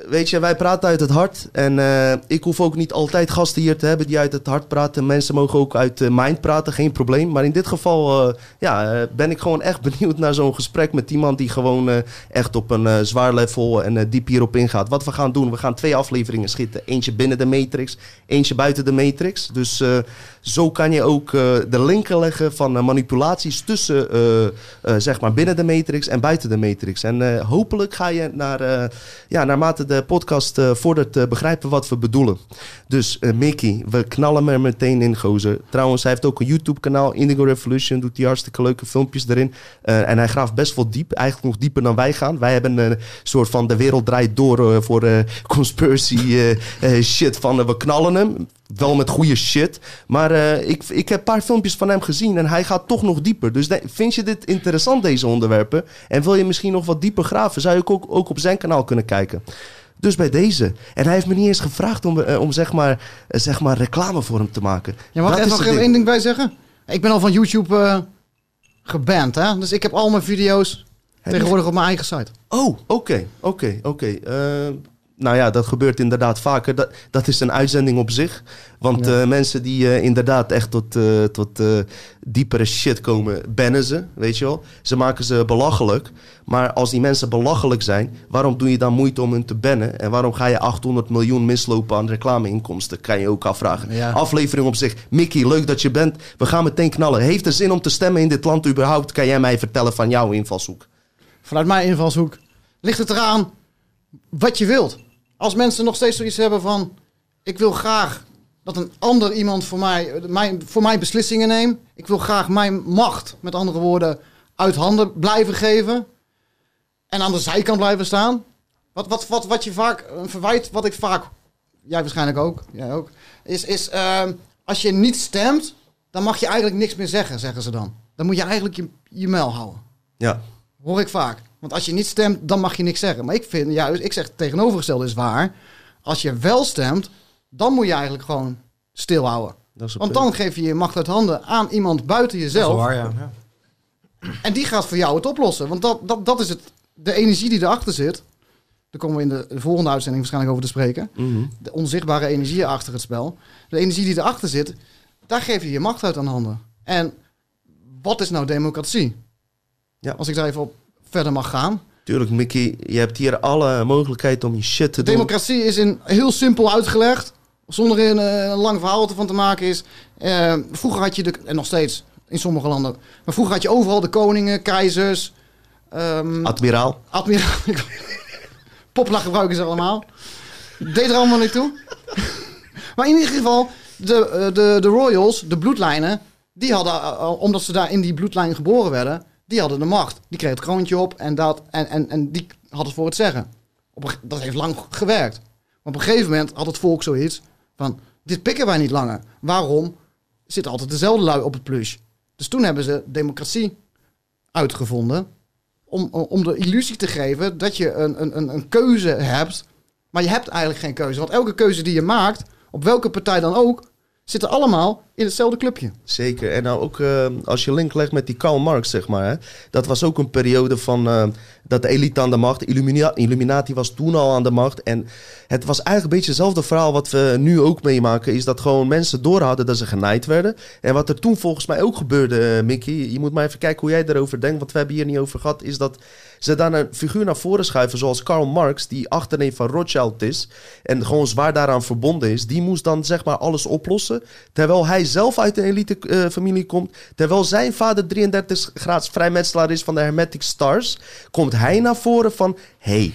weet je, wij praten uit het hart. En uh, ik hoef ook niet altijd gasten hier te hebben die uit het hart praten. Mensen mogen ook uit de mind praten, geen probleem. Maar in dit geval uh, ja, uh, ben ik gewoon echt benieuwd naar zo'n gesprek met iemand die gewoon uh, echt op een uh, zwaar level en uh, diep hierop ingaat. Wat we gaan doen, we gaan twee afleveringen schieten. Eentje binnen de Matrix, eentje buiten de Matrix. Dus uh, zo kan je ook uh, de linken leggen van uh, manipulaties tussen uh, uh, zeg maar binnen de Matrix en buiten de Matrix. En uh, hopelijk ga je naar, uh, ja, naarmate de podcast uh, vordert uh, begrijpen wat we bedoelen. Dus uh, Mickey, we knallen er meteen in, gozer. Trouwens, hij heeft ook een YouTube kanaal, Indigo Revolution, doet hij hartstikke leuke filmpjes erin. Uh, en hij graaft best wel diep, eigenlijk nog dieper dan wij gaan. Wij hebben een soort van de wereld draait door uh, voor uh, conspiracy uh, uh, shit van uh, we knallen hem. Wel met goede shit. Maar uh, ik, ik heb een paar filmpjes van hem gezien en hij gaat toch nog dieper. Dus de, vind je dit interessant, deze onderwerpen? En wil je misschien nog wat dieper graven? Zou je ook, ook op zijn kanaal kunnen kijken. Dus bij deze. En hij heeft me niet eens gevraagd om, uh, om zeg, maar, uh, zeg maar reclame voor hem te maken. Ja, mag ik even nog even één ding bij zeggen? Ik ben al van YouTube uh, geband, hè? Dus ik heb al mijn video's heb tegenwoordig je... op mijn eigen site. Oh, oké, okay, oké, okay, oké. Okay. Uh... Nou ja, dat gebeurt inderdaad vaker. Dat, dat is een uitzending op zich. Want ja. uh, mensen die uh, inderdaad echt tot, uh, tot uh, diepere shit komen, bannen ze, weet je wel. Ze maken ze belachelijk. Maar als die mensen belachelijk zijn, waarom doe je dan moeite om hun te bannen? En waarom ga je achthonderd miljoen mislopen aan reclameinkomsten? Kan je ook afvragen. Ja. Aflevering op zich. Mickey, leuk dat je bent. We gaan meteen knallen. Heeft er zin om te stemmen in dit land überhaupt? Kan jij mij vertellen van jouw invalshoek? Vanuit mijn invalshoek ligt het eraan wat je wilt. Als mensen nog steeds zoiets hebben van... ik wil graag dat een ander iemand voor mij, mijn, voor mij beslissingen neemt. Ik wil graag mijn macht, met andere woorden, uit handen blijven geven. En aan de zijkant blijven staan. Wat, wat, wat, wat je vaak, een verwijt wat ik vaak... Jij waarschijnlijk ook. Jij ook. Is, is uh, als je niet stemt, dan mag je eigenlijk niks meer zeggen, zeggen ze dan. Dan moet je eigenlijk je, je muil houden. Ja. Hoor ik vaak. Want als je niet stemt, dan mag je niks zeggen. Maar ik vind juist, ik zeg het tegenovergestelde is waar. Als je wel stemt, dan moet je eigenlijk gewoon stilhouden. Want punt. Dan geef je je macht uit handen aan iemand buiten jezelf. Dat is waar, ja. Ja. En die gaat voor jou het oplossen. Want dat, dat, dat is het, de energie die erachter zit. Daar komen we in de, de volgende uitzending waarschijnlijk over te spreken. Mm-hmm. De onzichtbare energie achter het spel. De energie die erachter zit, daar geef je je macht uit aan handen. En wat is nou democratie? Ja. Als ik daar even op verder mag gaan. Tuurlijk, Mickey, je hebt hier alle mogelijkheid om je shit te Democratie doen. Democratie is in heel simpel uitgelegd. Zonder er een, een lang verhaal ervan te maken is. Uh, vroeger had je, de, en nog steeds in sommige landen. Maar vroeger had je overal de koningen, keizers. Um, admiraal. Admiraal. Poplar gebruiken ze allemaal. Deed er allemaal niet toe. Maar in ieder geval, de, de, de royals, de bloedlijnen. Die hadden, uh, omdat ze daar in die bloedlijn geboren werden. Die hadden de macht. Die kreeg het kroontje op en, dat, en, en, en die had het voor het zeggen. Op een, dat heeft lang gewerkt. Maar op een gegeven moment had het volk zoiets van... dit pikken wij niet langer. Waarom zit altijd dezelfde lui op het plush? Dus toen hebben ze democratie uitgevonden... om, om de illusie te geven dat je een, een, een keuze hebt... maar je hebt eigenlijk geen keuze. Want elke keuze die je maakt, op welke partij dan ook... zitten allemaal in hetzelfde clubje. Zeker. En nou ook uh, als je link legt met die Karl Marx, zeg maar. Hè, dat was ook een periode van uh, dat de elite aan de macht. Illumina- Illuminati was toen al aan de macht. En het was eigenlijk een beetje hetzelfde verhaal wat we nu ook meemaken. Is dat gewoon mensen door hadden dat ze genaaid werden. En wat er toen volgens mij ook gebeurde, uh, Mickey. Je moet maar even kijken hoe jij erover denkt. Want we hebben hier niet over gehad. Is dat ze dan een figuur naar voren schuiven zoals Karl Marx. Die achterneef van Rothschild is. En gewoon zwaar daaraan verbonden is. Die moest dan zeg maar alles oplossen. Terwijl hij zelf uit een elite uh, familie komt. Terwijl zijn vader drieëndertig graads vrijmetselaar is van de Hermetic Stars. Komt hij naar voren van... hey,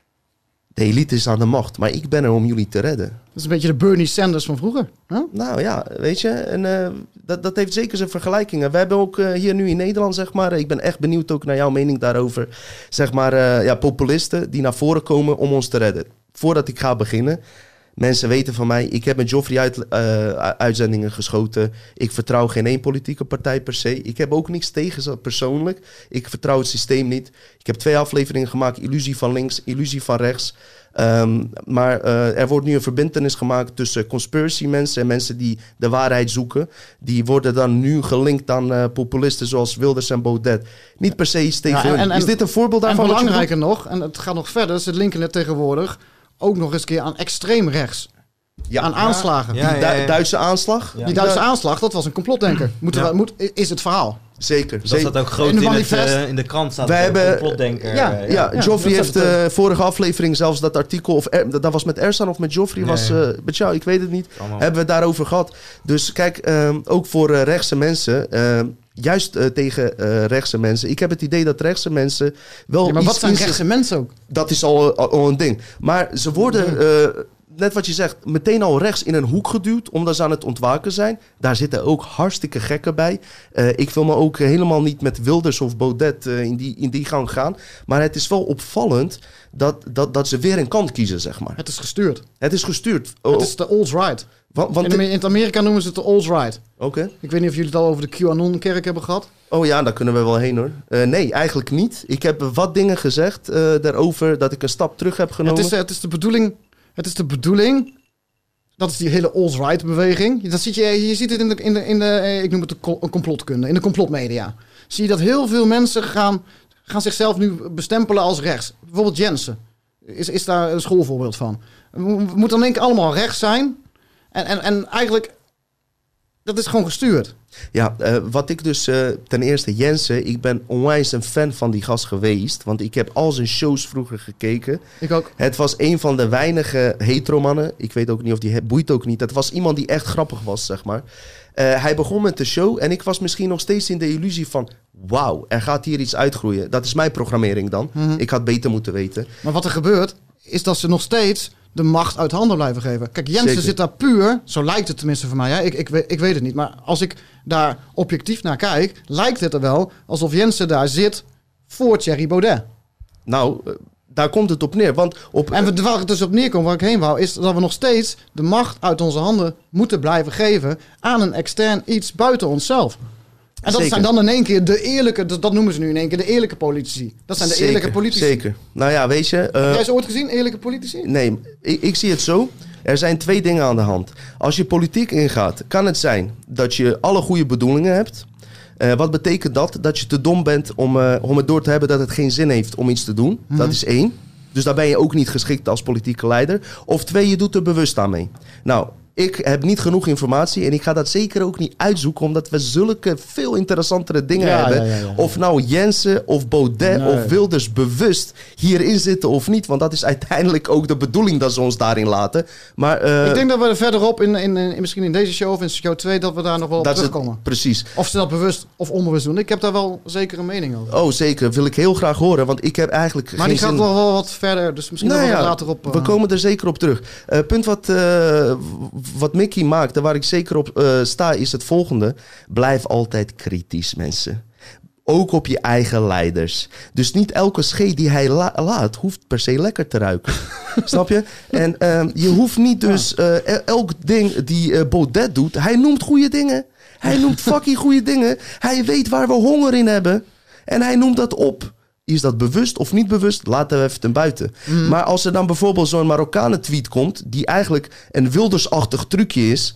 de elite is aan de macht. Maar ik ben er om jullie te redden. Dat is een beetje de Bernie Sanders van vroeger. Huh? Nou ja, weet je. En, uh, dat, dat heeft zeker zijn vergelijkingen. We hebben ook uh, hier nu in Nederland, zeg maar... ik ben echt benieuwd ook naar jouw mening daarover. Zeg maar, uh, ja, populisten die naar voren komen om ons te redden. Voordat ik ga beginnen... Mensen weten van mij, ik heb met Joffrey uit, uh, uitzendingen geschoten. Ik vertrouw geen één politieke partij per se. Ik heb ook niks tegen ze persoonlijk. Ik vertrouw het systeem niet. Ik heb twee afleveringen gemaakt. Illusie van links, illusie van rechts. Um, maar uh, er wordt nu een verbintenis gemaakt tussen conspiracy mensen en mensen die de waarheid zoeken. Die worden dan nu gelinkt aan uh, populisten zoals Wilders en Baudet. Niet per se iets tegen ja, en, hun. en, Is dit een voorbeeld daarvan? En belangrijker nog, en het gaat nog verder, ze linken het tegenwoordig... ook nog eens een keer aan extreem rechts. Ja. Aan aanslagen. Ja, Die ja, ja. Du- Duitse aanslag? Ja. Die Duitse aanslag, dat was een complotdenker. Moeten Ja. we, moet, is het verhaal. Zeker. Dat zeker. staat ook groot In de in, het, manifest. uh, in de krant. Staat Wij er hebben- een complotdenker. Ja, uh, Ja, Ja, Joffrey dat heeft zegt het uh, vorige aflevering zelfs dat artikel... of er, dat was met Ersan of met Joffrey, Nee. was uh, met jou, ik weet het niet. Allemaal. Hebben we het daarover gehad. Dus kijk, um, ook voor uh, rechtse mensen... Um, juist uh, tegen uh, rechtse mensen. Ik heb het idee dat rechtse mensen wel Ja, maar iets wat zijn in zich- rechtse mensen ook? Dat is al, al, al een ding. Maar ze worden, uh, net wat je zegt, meteen al rechts in een hoek geduwd. Omdat ze aan het ontwaken zijn. Daar zitten ook hartstikke gekken bij. Uh, ik wil me ook helemaal niet met Wilders of Baudet uh, in, die, in die gang gaan. Maar het is wel opvallend dat, dat, dat ze weer een kant kiezen, zeg maar. Het is gestuurd. Het is gestuurd. Oh, Het is de alt-right. want, want In, Amer- in het Amerika noemen ze het de alt-right. Oké. Ik weet niet of jullie het al over de QAnon-kerk hebben gehad. Oh ja, daar kunnen we wel heen hoor. Uh, nee, eigenlijk niet. Ik heb wat dingen gezegd uh, daarover dat ik een stap terug heb genomen. Het is, het is de bedoeling... Het is de bedoeling... Dat is die hele alt-right beweging. Dat ziet je, je ziet het in de, in de, in de eh, ik noem het de co- complotkunde, in de complotmedia. Zie je dat heel veel mensen gaan, gaan zichzelf nu bestempelen als rechts. Bijvoorbeeld Jensen is, is daar een schoolvoorbeeld van. We we moeten dan in één keer allemaal rechts zijn. En, en, en eigenlijk, dat is gewoon gestuurd. Ja, uh, wat ik dus uh, ten eerste Jensen, ik ben onwijs een fan van die gast geweest. Want ik heb al zijn shows vroeger gekeken. Ik ook. Het was een van de weinige heteromannen. Ik weet ook niet of die he- boeit ook niet. Het was iemand die echt grappig was, zeg maar. Uh, hij begon met de show en ik was misschien nog steeds in de illusie van... Wauw, er gaat hier iets uitgroeien. Dat is mijn programmering dan. Mhm. Ik had beter moeten weten. Maar wat er gebeurt, is dat ze nog steeds de macht uit handen blijven geven. Kijk, Jensen Zeker. zit daar puur, zo lijkt het tenminste voor mij. Hè? Ik, ik, weet, ik weet het niet, maar als ik daar objectief naar kijk, lijkt het er wel alsof Jensen daar zit voor Thierry Baudet. Nou, uh, daar komt het op neer. Want op, En we- waar het dus op neerkomt, waar ik heen wou, is dat we nog steeds de macht uit onze handen moeten blijven geven aan een extern iets buiten onszelf. En dat Zeker. zijn dan in één keer de eerlijke, dat, dat noemen ze nu in één keer de eerlijke politici. Dat zijn de zeker, eerlijke politici. Zeker. Nou ja, weet je... uh, Heb jij ze ooit gezien, eerlijke politici? Nee, ik, ik zie het zo. Er zijn twee dingen aan de hand. Als je politiek ingaat, kan het zijn dat je alle goede bedoelingen hebt. Uh, wat betekent dat? Dat je te dom bent om, uh, om het door te hebben dat het geen zin heeft om iets te doen. Mhm. Dat is één. Dus daar ben je ook niet geschikt als politieke leider. Of twee, je doet er bewust aan mee. Nou, ik heb niet genoeg informatie en ik ga dat zeker ook niet uitzoeken, omdat we zulke veel interessantere dingen Ja, hebben. ja, ja, ja. Of nou Jensen of Baudet Nee. of Wilders bewust hierin zitten of niet. Want dat is uiteindelijk ook de bedoeling dat ze ons daarin laten. Maar uh, Ik denk dat we er verderop, in, in, in, misschien in deze show of in show twee, dat we daar nog wel op dat is het- terugkomen. precies. Of ze dat bewust of onbewust doen. Ik heb daar wel zeker een mening over. Oh, zeker. Wil ik heel graag horen, want ik heb eigenlijk maar geen die gaat zin... wel, wel wat verder, dus misschien Nou dat we ja, er later op... uh, we komen er zeker op terug. Uh, punt wat, uh, wat Mickey maakt en waar ik zeker op uh, sta, is het volgende. Blijf altijd kritisch, mensen. Ook op je eigen leiders. Dus niet elke scheet die hij la- laat, hoeft per se lekker te ruiken. Snap je? En um, je hoeft niet dus uh, el- elk ding die uh, Baudet doet. Hij noemt goede dingen. Hij noemt fucking goede dingen. Hij weet waar we honger in hebben. En hij noemt dat op. Is dat bewust of niet bewust? Laten we even ten buiten. Mm. Maar als er dan bijvoorbeeld zo'n Marokkanen tweet komt, die eigenlijk een Wildersachtig trucje is,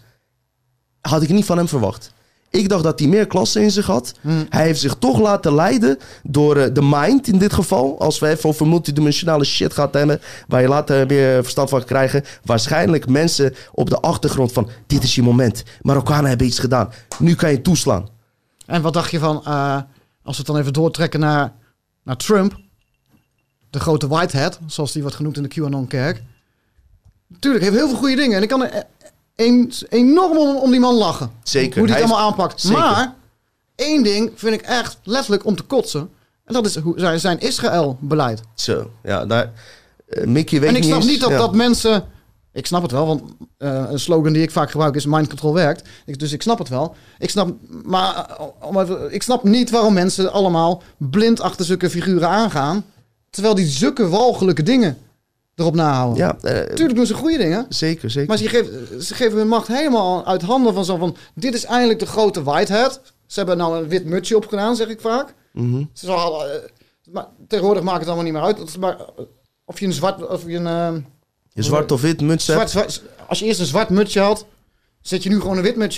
had ik niet van hem verwacht. Ik dacht dat hij meer klasse in zich had. Mm. Hij heeft zich toch laten leiden door uh, de mind in dit geval. Als we even over multidimensionale shit gaan hebben, waar je later weer verstand van krijgen. Waarschijnlijk mensen op de achtergrond van, dit is je moment. Marokkanen hebben iets gedaan. Nu kan je toeslaan. En wat dacht je van, uh, als we het dan even doortrekken naar, naar Trump, de grote whitehead, zoals die wordt genoemd in de QAnon-kerk. Tuurlijk, heeft heel veel goede dingen. En ik kan er een, enorm om, om die man lachen. Zeker. Hoe die het Hij allemaal is- aanpakt. Zeker. Maar één ding vind ik echt letterlijk om te kotsen. En dat is hoe, zijn, zijn Israël-beleid. Zo, ja, daar... Uh, Mickey weet En ik niet snap eens- niet dat, ja. dat mensen... Ik snap het wel, want uh, een slogan die ik vaak gebruik is mind control werkt. Ik, dus ik snap het wel. Ik snap, maar, uh, om even, ik snap niet waarom mensen allemaal blind achter zulke figuren aangaan. Terwijl die zulke walgelijke dingen erop nahouden. Ja, uh, Tuurlijk doen ze goede dingen. zeker, zeker. Maar ze geven, ze geven hun macht helemaal uit handen van zo van... Dit is eindelijk de grote whitehead. Ze hebben nou een wit mutsje opgedaan, zeg ik vaak. Mhm. Ze zal, uh, maar tegenwoordig maakt het allemaal niet meer uit. Het is maar, uh, of je een zwart... Of je een, uh, Je zwart of wit muts hebt. zwart, zwart, als je eerst een zwart mutsje had, zet je nu gewoon een wit mutsje op.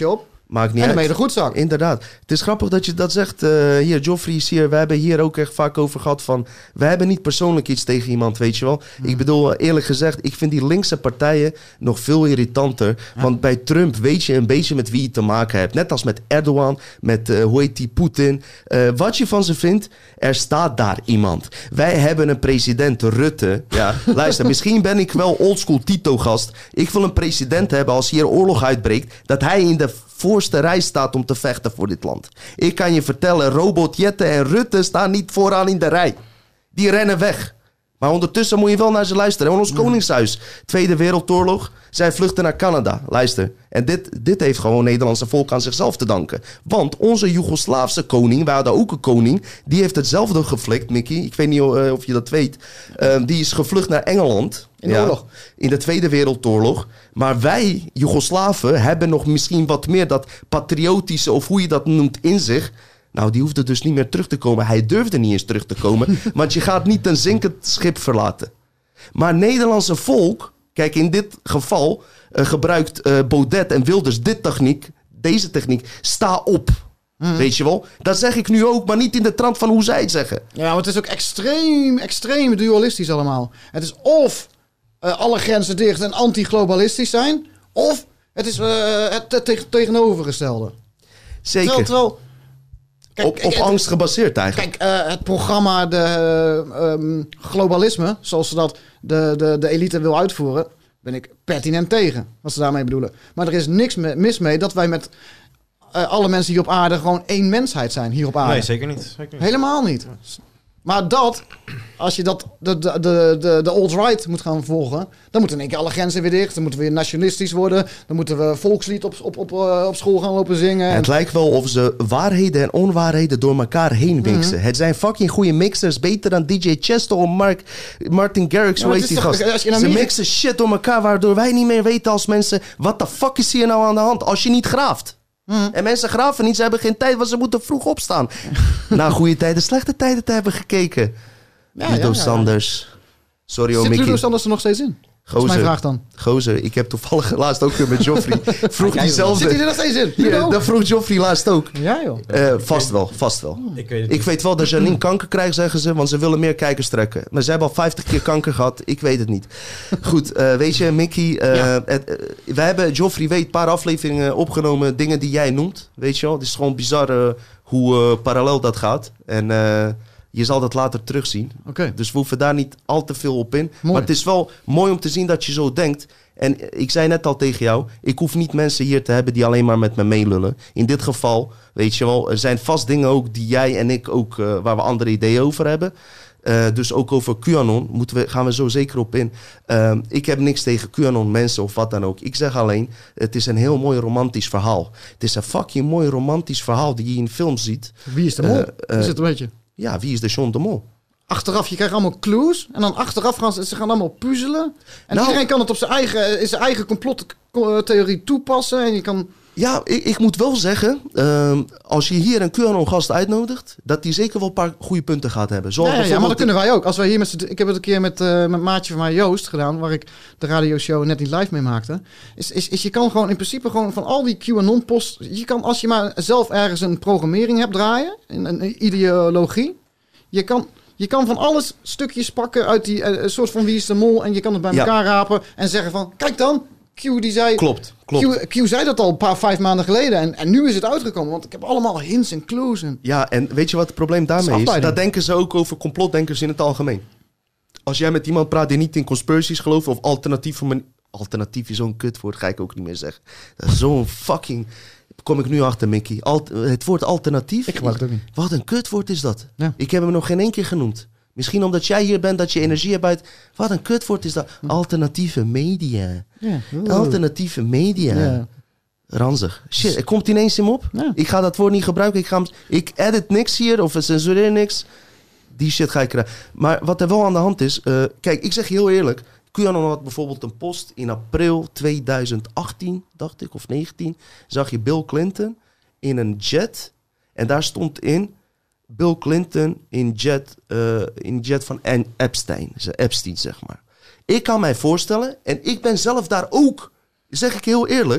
Maakt niet En dan uit. ben je de goedzak. Inderdaad. Het is grappig dat je dat zegt. Uh, hier, Joffrey is hier. We hebben hier ook echt vaak over gehad van... We hebben niet persoonlijk iets tegen iemand, weet je wel. Hmm. Ik bedoel, eerlijk gezegd... Ik vind die linkse partijen nog veel irritanter. Ja. Want bij Trump weet je een beetje met wie je te maken hebt. Net als met Erdogan, met, uh, hoe heet die, Poetin. Uh, wat je van ze vindt, er staat daar iemand. Wij hebben een president, Rutte. Ja, luister, misschien ben ik wel oldschool Tito-gast. Ik wil een president hebben als hier oorlog uitbreekt... dat hij in de voorste rij staat om te vechten voor dit land. Ik kan je vertellen, Robot Jette en Rutte staan niet vooraan in de rij. Die rennen weg. Maar ondertussen moet je wel naar ze luisteren. En ons mm. koningshuis, Tweede Wereldoorlog, zij vluchten naar Canada. Luister. En dit, dit heeft gewoon het Nederlandse volk aan zichzelf te danken. Want onze Joegoslaafse koning, wij hadden ook een koning, die heeft hetzelfde geflikt, Mickey. Ik weet niet uh, of je dat weet. Uh, die is gevlucht naar Engeland. In de ja, oorlog. In de Tweede Wereldoorlog. Maar wij, Joegoslaven, hebben nog misschien wat meer dat patriotische, of hoe je dat noemt, in zich. Nou, die hoefde dus niet meer terug te komen. Hij durfde niet eens terug te komen. Want je gaat niet een zinkend schip verlaten. Maar Nederlandse volk, kijk, in dit geval uh, gebruikt uh, Baudet en Wilders dit techniek, deze techniek, sta op. Hmm. Weet je wel? Dat zeg ik nu ook, maar niet in de trant van hoe zij het zeggen. Ja, maar het is ook extreem, extreem dualistisch allemaal. Het is of uh, alle grenzen dicht en anti-globalistisch zijn, of het is uh, het, het tegen, tegenovergestelde. Zeker. Terwijl, terwijl, kijk, op op het, angst gebaseerd eigenlijk. Kijk, uh, het programma de uh, um, globalisme, zoals ze dat de, de, de elite wil uitvoeren, ben ik pertinent tegen, wat ze daarmee bedoelen. Maar er is niks me, mis mee dat wij met uh, alle mensen hier op aarde gewoon één mensheid zijn hier op aarde. Nee, zeker niet. Zeker niet. Helemaal niet. Maar dat, als je dat de, de, de, de, de alt-right moet gaan volgen, dan moeten in één keer alle grenzen weer dicht. Dan moeten we weer nationalistisch worden. Dan moeten we volkslied op, op, op, op school gaan lopen zingen. Het lijkt wel of ze waarheden en onwaarheden door elkaar heen mixen. Mm-hmm. Het zijn fucking goede mixers. Beter dan D J Chesto of Mark, Martin Garrix. Hoe heet die gast? Ze Amerika... mixen shit door elkaar waardoor wij niet meer weten als mensen, wat de fuck is hier nou aan de hand? Als je niet graaft. Hmm. En mensen graven niet, ze hebben geen tijd, want ze moeten vroeg opstaan. Na goede tijden, slechte tijden te hebben gekeken. Ja, Ludo ja, ja, Sanders. Sorry, Zit oh, Mickey. Ludo Sanders er nog steeds in? Dat is mijn vraag dan. Gozer, ik heb toevallig laatst ook weer met Joffrey. Vroeg ja, diezelfde. Zit hij er nog steeds in? Ja, dat vroeg Joffrey laatst ook. Ja, joh. Uh, vast wel, vast wel. Ik weet, ik weet wel dat Janine kanker krijgt, zeggen ze, want ze willen meer kijkers trekken. Maar ze hebben al vijftig keer kanker gehad. Ik weet het niet. Goed, uh, weet je, Mickey, uh, ja. het, uh, we hebben, Joffrey weet, een paar afleveringen opgenomen, dingen die jij noemt. Weet je wel, het is gewoon bizar uh, hoe uh, parallel dat gaat. En uh, je zal dat later terugzien. Okay. Dus we hoeven daar niet al te veel op in. Mooi. Maar het is wel mooi om te zien dat je zo denkt. En ik zei net al tegen jou, ik hoef niet mensen hier te hebben die alleen maar met me meelullen. In dit geval, weet je wel, er zijn vast dingen ook die jij en ik ook, uh, waar we andere ideeën over hebben. Uh, dus ook over QAnon moeten we, gaan we zo zeker op in. Uh, ik heb niks tegen QAnon mensen of wat dan ook. Ik zeg alleen, het is een heel mooi romantisch verhaal. Het is een fucking mooi romantisch verhaal die je in films ziet. Wie is de mol? Uh, uh, is het een beetje? Ja, wie is de John de Mol? Achteraf, je krijgt allemaal clues. En dan achteraf gaan ze, ze gaan allemaal puzzelen. En nou, iedereen kan het op zijn eigen, zijn eigen complottheorie toepassen. En je kan... Ja, ik, ik moet wel zeggen, uh, als je hier een QAnon-gast uitnodigt, dat die zeker wel een paar goede punten gaat hebben. Zoals ja, ja, ja, maar dat kunnen wij ook. Als wij hier met z'n, ik heb het een keer met, uh, met maatje van mij, Joost, gedaan, waar ik de radioshow net niet live mee maakte. Is, is, is je kan gewoon in principe gewoon van al die QAnon-posts, je kan als je maar zelf ergens een programmering hebt draaien, een, een ideologie, je kan... Je kan van alles stukjes pakken uit die uh, soort van Wie is de Mol. En je kan het bij elkaar ja. rapen en zeggen van... Kijk dan, Q die zei... Klopt, klopt. Q, Q zei dat al een paar, vijf maanden geleden. En, en nu is het uitgekomen. Want ik heb allemaal hints en clues. En... Ja, en weet je wat het probleem daarmee is? is? Dat denken ze ook over complotdenkers in het algemeen. Als jij met iemand praat die niet in conspiracies gelooft... of alternatief voor mijn... Alternatief is zo'n kutwoord, ga ik ook niet meer zeggen. Dat is zo'n fucking... Kom ik nu achter, Mickey. Alt, het woord alternatief. Ik gebruik het ook niet. Wat een kutwoord is dat. Ja. Ik heb hem nog geen één keer genoemd. Misschien omdat jij hier bent, dat je energie hebt uit... Wat een kutwoord is dat. Alternatieve media. Ja. Alternatieve media. Ja. Ranzig. Shit, er komt ineens in me op. Ja. Ik ga dat woord niet gebruiken. Ik, ga hem, ik edit niks hier of censureer niks. Die shit ga ik krijgen. Maar wat er wel aan de hand is... Uh, kijk, ik zeg je heel eerlijk... QAnon had bijvoorbeeld een post in april tweeduizend achttien, dacht ik, of negentien. Zag je Bill Clinton in een jet. En daar stond in Bill Clinton in jet, uh, in jet van Epstein. Epstein, zeg maar. Ik kan mij voorstellen, en ik ben zelf daar ook, zeg ik heel eerlijk,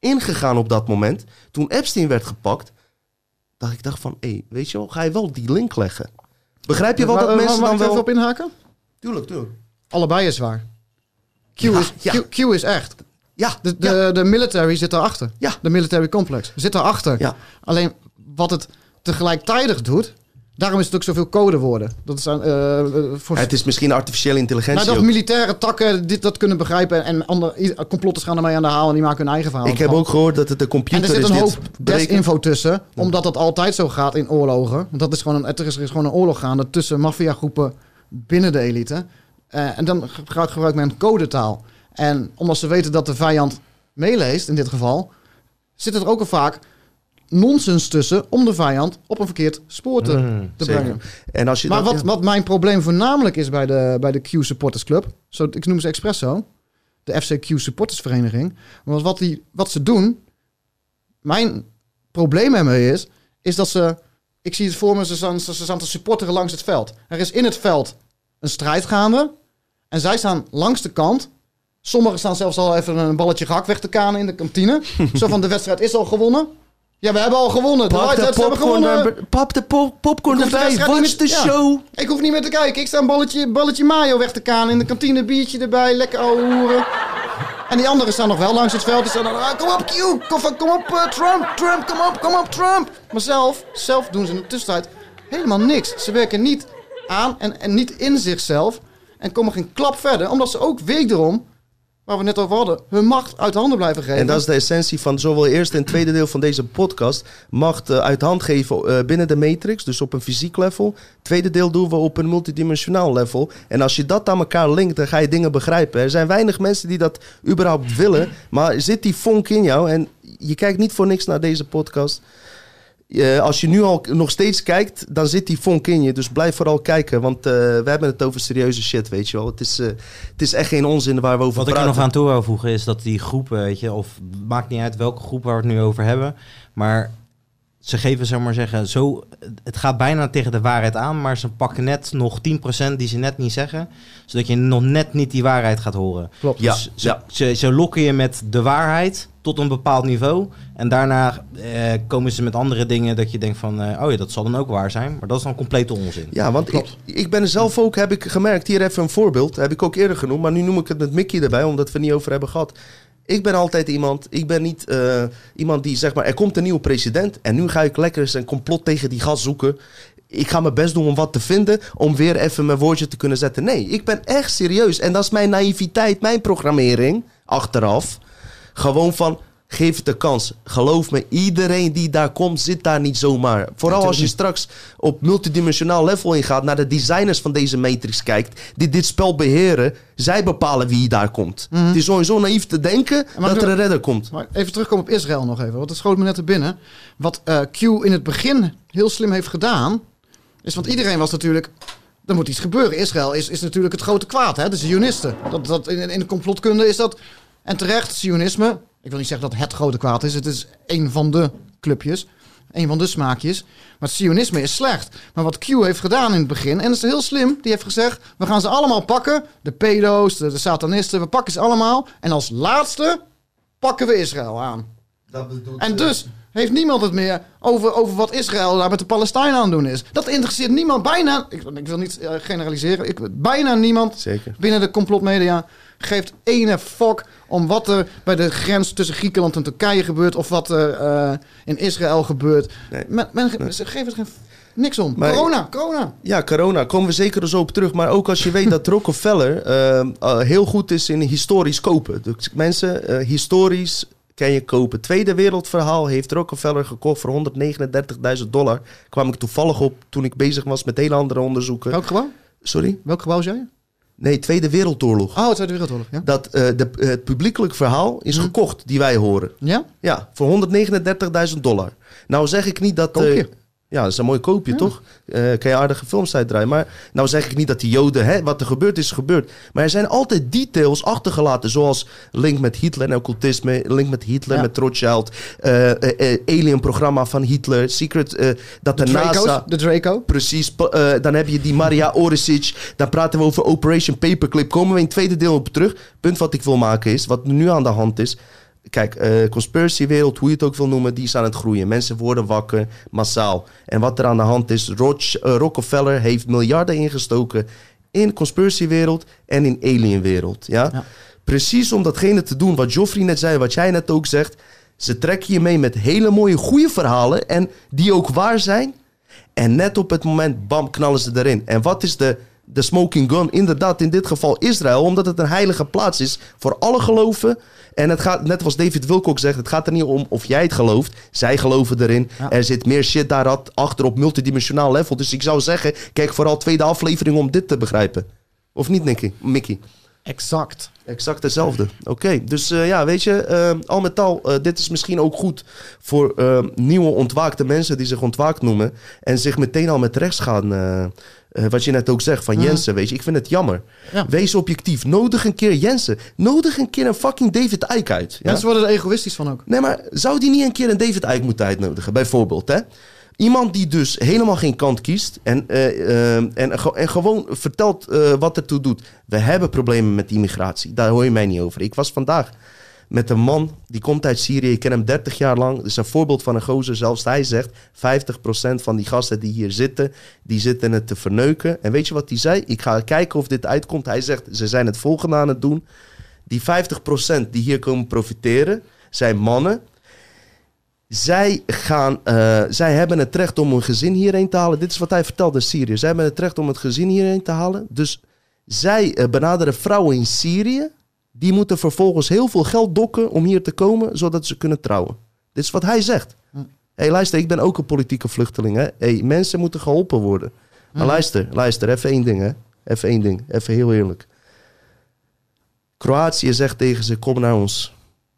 ingegaan op dat moment. Toen Epstein werd gepakt, dat ik dacht van, hé, hey, weet je wel, ga je wel die link leggen? Begrijp je wel dat maar, mensen mag dan ik wel... even op inhaken? Tuurlijk, tuurlijk. Allebei is waar. Q, Ja, is, ja. Q, Q is echt. Ja, De, de, ja. de military zit daarachter. Ja. De military complex zit daarachter. Ja. Alleen wat het tegelijkertijd doet, daarom is het ook zoveel codewoorden. Dat is, uh, uh, voor... Het is misschien artificiële intelligentie Nou, dat ook. militaire takken dit, dat kunnen begrijpen en andere complotters gaan ermee aan de haal en die maken hun eigen verhaal. Ik heb van. ook gehoord dat het een En computer er zit is een die hoop het berekent. desinfo tussen, omdat dat altijd zo gaat in oorlogen. Want dat is gewoon een, er is gewoon een oorlog gaande tussen maffiagroepen binnen de elite. Uh, en dan gebruikt gebruikt men codetaal. En omdat ze weten dat de vijand meeleest, in dit geval, zit er ook al vaak nonsens tussen om de vijand op een verkeerd spoor te, Mm, te zeker. brengen. En als je Maar dat, wat, ja. wat mijn probleem voornamelijk is bij de, bij de Q Supporters Club, zo, ik noem ze expres zo, de F C Q Supporters Vereniging, want wat, die, wat ze doen, mijn probleem ermee is, is dat ze, ik zie het voor me, ze staan, ze staan te supporteren langs het veld. Er is in het veld een strijd gaande en zij staan langs de kant. Sommigen staan zelfs al even een balletje gehakt weg te kanen in de kantine. Zo van, de wedstrijd is al gewonnen. Ja, we hebben al gewonnen. De Pap White de Hats hebben popcorn, gewonnen. er- pap de pop, popcorn Ik hoef de erbij, wedstrijd watch niet the meer- ja. show. Ik hoef niet meer te kijken. Ik sta een balletje, balletje mayo weg te kanen in de kantine. Biertje erbij, lekker ouwe hoeren. En die anderen staan nog wel langs het veld. Die staan dan, ah, kom op Q, kom, kom op uh, Trump, Trump, kom op, kom op Trump. Maar zelf, zelf doen ze in de tussentijd helemaal niks. Ze werken niet aan en, en niet in zichzelf. En komen geen klap verder. Omdat ze ook wederom, waar we net over hadden, hun macht uit de handen blijven geven. En dat is de essentie van zowel eerste en tweede deel van deze podcast. Macht uh, uit de hand geven uh, binnen de matrix, dus op een fysiek level. Tweede deel doen we op een multidimensionaal level. En als je dat aan elkaar linkt, dan ga je dingen begrijpen. Er zijn weinig mensen die dat überhaupt willen. Maar zit die vonk in jou en je kijkt niet voor niks naar deze podcast. Uh, als je nu al nog steeds kijkt, dan zit die vonk in je. Dus blijf vooral kijken, want uh, we hebben het over serieuze shit, weet je wel. Het is, uh, het is echt geen onzin waar we over Wat praten. ik er nog aan toe wil voegen is dat die groepen, weet je, of maakt niet uit welke groep waar we het nu over hebben, maar ze geven, zeg maar zeggen, zo, het gaat bijna tegen de waarheid aan, maar ze pakken net nog tien procent die ze net niet zeggen, zodat je nog net niet die waarheid gaat horen. Klopt. Ja, Dus ze, ja. ze, ze lokken je met de waarheid tot een bepaald niveau en daarna eh, komen ze met andere dingen dat je denkt van, eh, oh ja, dat zal dan ook waar zijn, maar dat is dan complete onzin. Ja, want ik, ik ben er zelf ook, heb ik gemerkt, hier even een voorbeeld, heb ik ook eerder genoemd, maar nu noem ik het met Mickey erbij, omdat we het niet over hebben gehad. Ik ben altijd iemand, ik ben niet uh, iemand die zeg maar, er komt een nieuwe president en nu ga ik lekker eens een complot tegen die gast zoeken. Ik ga mijn best doen om wat te vinden, om weer even mijn woordje te kunnen zetten. Nee, ik ben echt serieus en dat is mijn naïviteit, mijn programmering, achteraf. Gewoon van, geef het de kans. Geloof me, iedereen die daar komt, zit daar niet zomaar. Vooral als je straks op multidimensionaal level ingaat, naar de designers van deze matrix kijkt, die dit spel beheren, zij bepalen wie daar komt. Mm-hmm. Het is sowieso naïef te denken Maar dat er een redder komt. Maar even terugkomen op Israël nog even, want het schoot me net er binnen. Wat uh, Q in het begin heel slim heeft gedaan, is, want iedereen was natuurlijk, er moet iets gebeuren. Israël is, is natuurlijk het grote kwaad, hè? De Zionisten. Dat, dat, in, in de complotkunde is dat, en terecht, Zionisme, ik wil niet zeggen dat het grote kwaad is, het is een van de clubjes, een van de smaakjes. Maar het Zionisme is slecht. Maar wat Q heeft gedaan in het begin, en dat is heel slim, die heeft gezegd, we gaan ze allemaal pakken, de pedo's, de, de satanisten, we pakken ze allemaal. En als laatste pakken we Israël aan. Dat bedoelt, En dus heeft niemand het meer over, over wat Israël daar met de Palestijnen aan doen is. Dat interesseert niemand, bijna, ik, ik wil niet uh, generaliseren, ik, bijna niemand Zeker. binnen de complotmedia geeft ene fok om wat er bij de grens tussen Griekenland en Turkije gebeurt of wat er uh, in Israël gebeurt. Nee. Men, men, nee. Ze geven er geen, niks om. Maar, corona, corona. Ja, corona. Komen we zeker zo op terug. Maar ook als je weet dat Rockefeller uh, uh, heel goed is in historisch kopen. Dus mensen, uh, historisch kan je kopen. Tweede Wereldverhaal heeft Rockefeller gekocht voor honderdnegenendertigduizend dollar. Kwam ik toevallig op toen ik bezig was met hele andere onderzoeken. Welk gebouw? Sorry? Welk gebouw zei je? Nee, Tweede Wereldoorlog. Oh, Tweede Wereldoorlog, ja. Dat uh, de, uh, het publiekelijk verhaal is Hmm. gekocht, die wij horen. Ja? Ja, voor honderdnegenendertigduizend dollar. Nou zeg ik niet dat... Koopje. Uh, ja, dat is een mooi koopje, Ja. toch? Uh, kan je aardige films uitdraaien. Maar nou zeg ik niet dat die Joden... Hè, wat er gebeurd is, gebeurd. Maar er zijn altijd details achtergelaten. Zoals link met Hitler en occultisme. Link met Hitler, Ja. met Rothschild. Uh, uh, uh, Alien-programma van Hitler. Secret, uh, dat de, De Draco's, NASA... de Draco. Precies, uh, dan heb je die Maria Oresic. Dan praten we over Operation Paperclip. Komen we in het tweede deel op terug. Punt wat ik wil maken is, wat nu aan de hand is. kijk, uh, conspiracy-wereld, hoe je het ook wil noemen, die is aan het groeien. Mensen worden wakker, massaal. En wat er aan de hand is, Roch, uh, Rockefeller heeft miljarden ingestoken in conspiracy-wereld en in alien-wereld. Ja? Ja. Precies om datgene te doen wat Joffrey net zei, wat jij net ook zegt. Ze trekken je mee met hele mooie, goede verhalen en die ook waar zijn. En net op het moment, bam, knallen ze erin. En wat is de, de smoking gun? Inderdaad, in dit geval Israël, omdat het een heilige plaats is voor alle geloven. En het gaat, net als David Wilcock zegt, het gaat er niet om of jij het gelooft. Zij geloven erin. Ja. Er zit meer shit daar achter op multidimensionaal level. Dus ik zou zeggen, kijk vooral tweede aflevering om dit te begrijpen. Of niet, Nicky? Mickey? Exact. Exact hetzelfde. Oké, okay. dus uh, ja, weet je, uh, al met al, uh, dit is misschien ook goed voor uh, nieuwe ontwaakte mensen die zich ontwaakt noemen en zich meteen al met rechts gaan, uh, uh, wat je net ook zegt, van Jensen, mm. weet je, ik vind het jammer. Ja. Wees objectief. Nodig een keer Jensen. Nodig een keer een fucking David Icke uit. Ja? Mensen worden er egoïstisch van ook. Nee, maar zou die niet een keer een David Icke moeten uitnodigen, bijvoorbeeld, hè? Iemand die dus helemaal geen kant kiest en, uh, uh, en, en gewoon vertelt uh, wat ertoe doet. We hebben problemen met immigratie. Daar hoor je mij niet over. Ik was vandaag met een man, die komt uit Syrië. Ik ken hem dertig jaar lang. Dat is een voorbeeld van een gozer. Zelfs hij zegt, vijftig procent van die gasten die hier zitten, die zitten het te verneuken. En weet je wat hij zei? Ik ga kijken of dit uitkomt. Hij zegt, ze zijn het volgende aan het doen. Die vijftig procent die hier komen profiteren, zijn mannen. Zij, gaan, uh, zij hebben het recht om een gezin hierheen te halen. Dit is wat hij vertelde in Syrië. Zij hebben het recht om het gezin hierheen te halen. Dus zij uh, benaderen vrouwen in Syrië. Die moeten vervolgens heel veel geld dokken om hier te komen, zodat ze kunnen trouwen. Dit is wat hij zegt. Hé, hm. hey, luister, ik ben ook een politieke vluchteling. Hè? Hey, mensen moeten geholpen worden. Hm. Maar luister, luister, even één ding. Hè? Even één ding, even heel eerlijk. Kroatië zegt tegen ze, kom naar ons.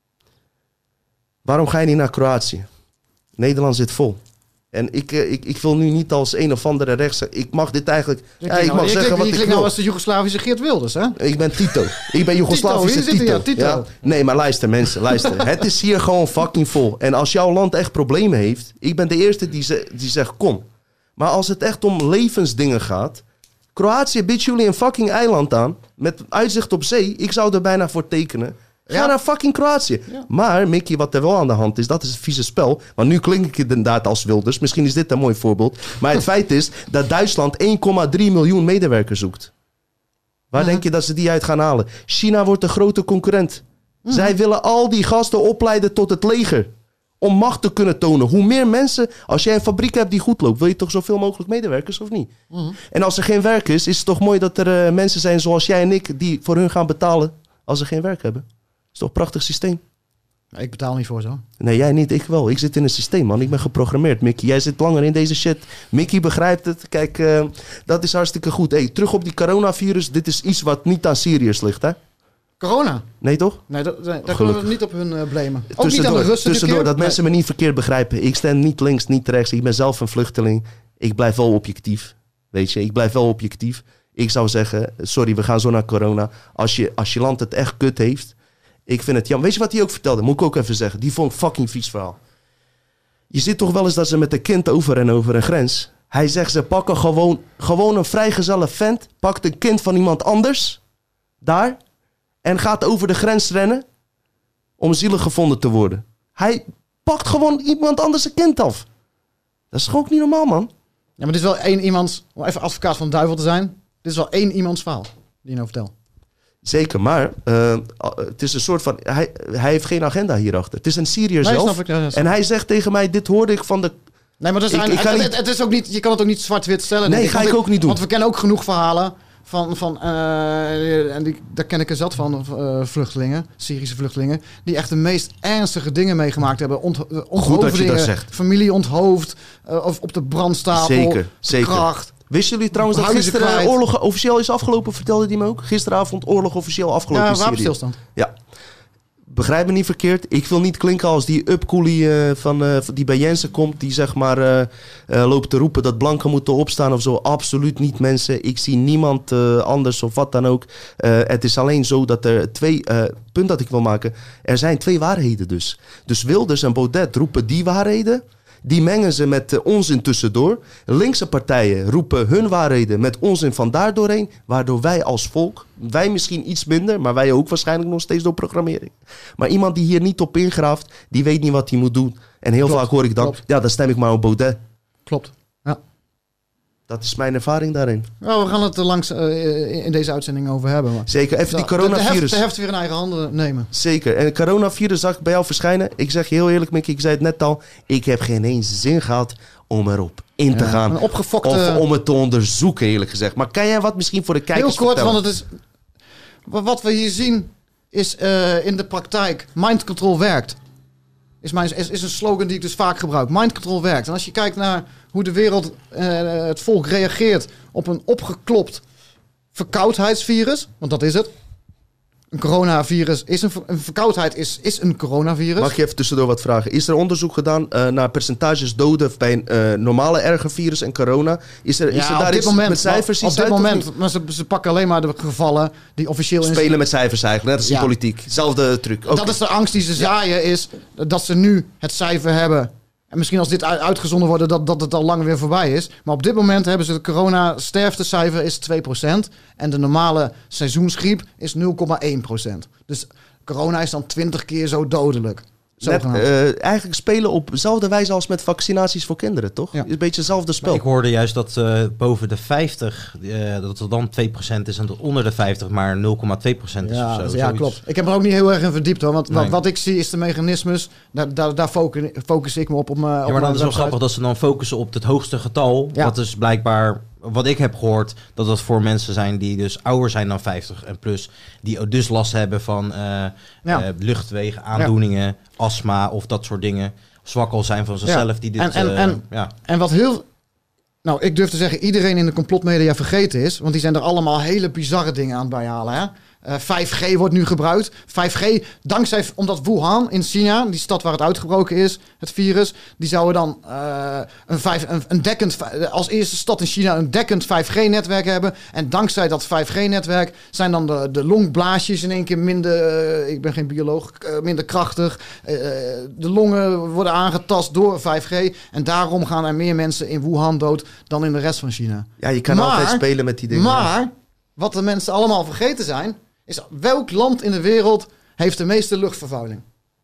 Waarom ga je niet naar Kroatië? Nederland zit vol. En ik, ik, ik wil nu niet als een of andere rechts... Ik mag dit eigenlijk... Ja, ik mag nou, zeggen wat ik wil. Nou als de Joegoslavische Geert Wilders, hè? Ik ben Tito. Ik ben Joegoslavische Tito. Tito. Ja, Tito. Ja? Nee, maar luister mensen, luister. Het is hier gewoon fucking vol. En als jouw land echt problemen heeft... Ik ben de eerste die, ze, die zegt kom. Maar als het echt om levensdingen gaat... Kroatië biedt jullie een fucking eiland aan... Met uitzicht op zee. Ik zou er bijna voor tekenen... Ga ja. naar fucking Kroatië. Ja. Maar, Mickey, wat er wel aan de hand is, dat is een vieze spel. Want nu klink ik inderdaad als Wilders. Misschien is dit een mooi voorbeeld. Maar het feit is dat Duitsland één komma drie miljoen medewerkers zoekt. Waar uh-huh. denk je dat ze die uit gaan halen? China wordt een grote concurrent. Uh-huh. Zij willen al die gasten opleiden tot het leger. Om macht te kunnen tonen. Hoe meer mensen, als jij een fabriek hebt die goed loopt, wil je toch zoveel mogelijk medewerkers, of niet? Uh-huh. En als er geen werk is, is het toch mooi dat er uh, mensen zijn zoals jij en ik, die voor hun gaan betalen als ze geen werk hebben. Is toch een prachtig systeem? Ik betaal niet voor zo. Nee, jij niet. Ik wel. Ik zit in een systeem, man. Ik ben geprogrammeerd. Mickey, jij zit langer in deze shit. Mickey begrijpt het. Kijk, uh, dat is hartstikke goed. Hey, terug op die coronavirus. Dit is iets wat niet aan Syriërs ligt, hè? Corona? Nee, toch? Nee, dat, nee daar kunnen we niet op hun uh, blamen. Ook tussendoor, niet aan de Russen. Tussendoor, dat nee. mensen me niet verkeerd begrijpen. Ik sta niet links, niet rechts. Ik ben zelf een vluchteling. Ik blijf wel objectief. Weet je, ik blijf wel objectief. Ik zou zeggen, sorry, we gaan zo naar corona. Als je, als je land het echt kut heeft... Ik vind het jammer. Weet je wat hij ook vertelde? Moet ik ook even zeggen. Die vond ik fucking vies verhaal. Je ziet toch wel eens dat ze met een kind over en over een grens. Hij zegt, ze pakken gewoon, gewoon een vrijgezelle vent. Pakt een kind van iemand anders. Daar. En gaat over de grens rennen. Om zielig gevonden te worden. Hij pakt gewoon iemand anders een kind af. Dat is gewoon ook niet normaal, man. Ja, maar dit is wel één iemands... Om even advocaat van de duivel te zijn. Dit is wel één iemands verhaal. Die je nou vertelt. Zeker, maar uh, het is een soort van... Hij, hij heeft geen agenda hierachter. Het is een Syriër nee, zelf. Ik, ja, ja, en hij zegt tegen mij, dit hoorde ik van de... Nee, maar dat is ik, een, ik het, niet... het, het is ook niet, je kan het ook niet zwart-wit stellen. Nee, ga ik, ik ook niet doen. Want we kennen ook genoeg verhalen van... van uh, en die, daar ken ik er zat van, uh, vluchtelingen, Syrische vluchtelingen... die echt de meest ernstige dingen meegemaakt hebben. Ont, uh, Goed dat je dat zegt. Familie onthoofd, uh, of op de brandstapel, zeker, zeker. kracht... Wisten jullie trouwens dat gisteren oorlog officieel is afgelopen? Vertelde die me ook. Gisteravond oorlog officieel afgelopen. Ja, wapenstilstand. Ja. Begrijp me niet verkeerd. Ik wil niet klinken als die upcoolie uh, van, uh, die bij Jensen komt. Die zeg maar uh, uh, loopt te roepen dat blanken moeten opstaan of zo. Absoluut niet, mensen. Ik zie niemand uh, anders of wat dan ook. Uh, het is alleen zo dat er twee... Uh, punt dat ik wil maken. Er zijn twee waarheden dus. Dus Wilders en Baudet roepen die waarheden. Die mengen ze met uh, onzin tussendoor. Linkse partijen roepen hun waarheden met onzin van daar doorheen. Waardoor wij als volk, wij misschien iets minder, maar wij ook waarschijnlijk nog steeds door programmering. Maar iemand die hier niet op ingraaft, die weet niet wat hij moet doen. En heel Klopt, vaak hoor ik dan, klopt. ja, dan stem ik maar op Baudet. Klopt. Ja. Dat is mijn ervaring daarin. Nou, we gaan het er langs uh, in deze uitzending over hebben. Maar. Zeker, even die De, de, heft, coronavirus. de heft weer in eigen handen nemen. Zeker. En het coronavirus zag ik bij jou verschijnen. Ik zeg je heel eerlijk, Mickey, ik zei het net al. Ik heb geen eens zin gehad om erop in te Ja, gaan. een opgefokte... Of om het te onderzoeken, eerlijk gezegd. Maar kan jij wat misschien voor de kijkers Heel kort, vertellen? want het is... Wat we hier zien is uh, in de praktijk... Mind control werkt. Is, mijn, is, is een slogan die ik dus vaak gebruik. Mind control werkt. En als je kijkt naar hoe de wereld, uh, het volk reageert... op een opgeklopt verkoudheidsvirus... want dat is het. Een coronavirus is een, een verkoudheid is, is een coronavirus. Mag je even tussendoor wat vragen? Is er onderzoek gedaan uh, naar percentages doden bij een uh, normale erge virus en corona? Is er, Ja, is er op daar dit iets moment, met cijfers op iets dit uit, of moment, niet? maar ze, ze pakken alleen maar de gevallen die officieel... in- Spelen met cijfers eigenlijk, net als in Ja. politiek. Zelfde truc. Okay. Dat is de angst die ze zaaien, is dat ze nu het cijfer hebben. En misschien als dit uit- uitgezonden wordt, dat, dat het al lang weer voorbij is. Maar op dit moment hebben ze het corona-sterftecijfer is twee procent. En de normale seizoensgriep is nul komma één procent. Dus corona is dan twintig keer zo dodelijk. Net, Zogenaamd. uh, eigenlijk spelen op dezelfde wijze als met vaccinaties voor kinderen, toch? Ja. Is een beetje hetzelfde spel. Ik hoorde juist dat uh, boven de vijftig, uh, dat het dan twee procent is en dat onder de vijftig maar nul komma twee procent is Ja, of zo. dus ja, zoiets. klopt. Ik heb er ook niet heel erg in verdiept hoor. Want Nee. wat, wat ik zie is de mechanismes. Daar, daar, daar focus, focus ik me op. op mijn, Ja, op maar mijn dan is het wel website. grappig dat ze dan focussen op het hoogste getal. Ja. Dat is blijkbaar, wat ik heb gehoord, dat dat voor mensen zijn die dus ouder zijn dan vijftig en plus. Die dus last hebben van uh, Ja. uh, luchtwegen, aandoeningen, astma of dat soort dingen. Zwak al zijn van zichzelf. Ja. Die dit, En- en- uh, en- ja. En wat heel... Nou, ik durf te zeggen, iedereen in de complotmedia vergeten is. Want die zijn er allemaal hele bizarre dingen aan het bijhalen. Hè? Uh, vijf G wordt nu gebruikt. vijf G, dankzij, omdat Wuhan in China, die stad waar het uitgebroken is, het virus, die zouden dan uh, een, vijf, een, een dekkend, als eerste stad in China een dekkend vijf G netwerk hebben. En dankzij dat vijf G netwerk zijn dan de, de longblaasjes in één keer minder, uh, ik ben geen bioloog, uh, minder krachtig. Uh, de longen worden aangetast door vijf G. En daarom gaan er meer mensen in Wuhan dood dan in de rest van China. Ja, je kan Maar- altijd spelen met die dingen. Maar, wat de mensen allemaal vergeten zijn, is welk land in de wereld heeft de meeste luchtvervuiling?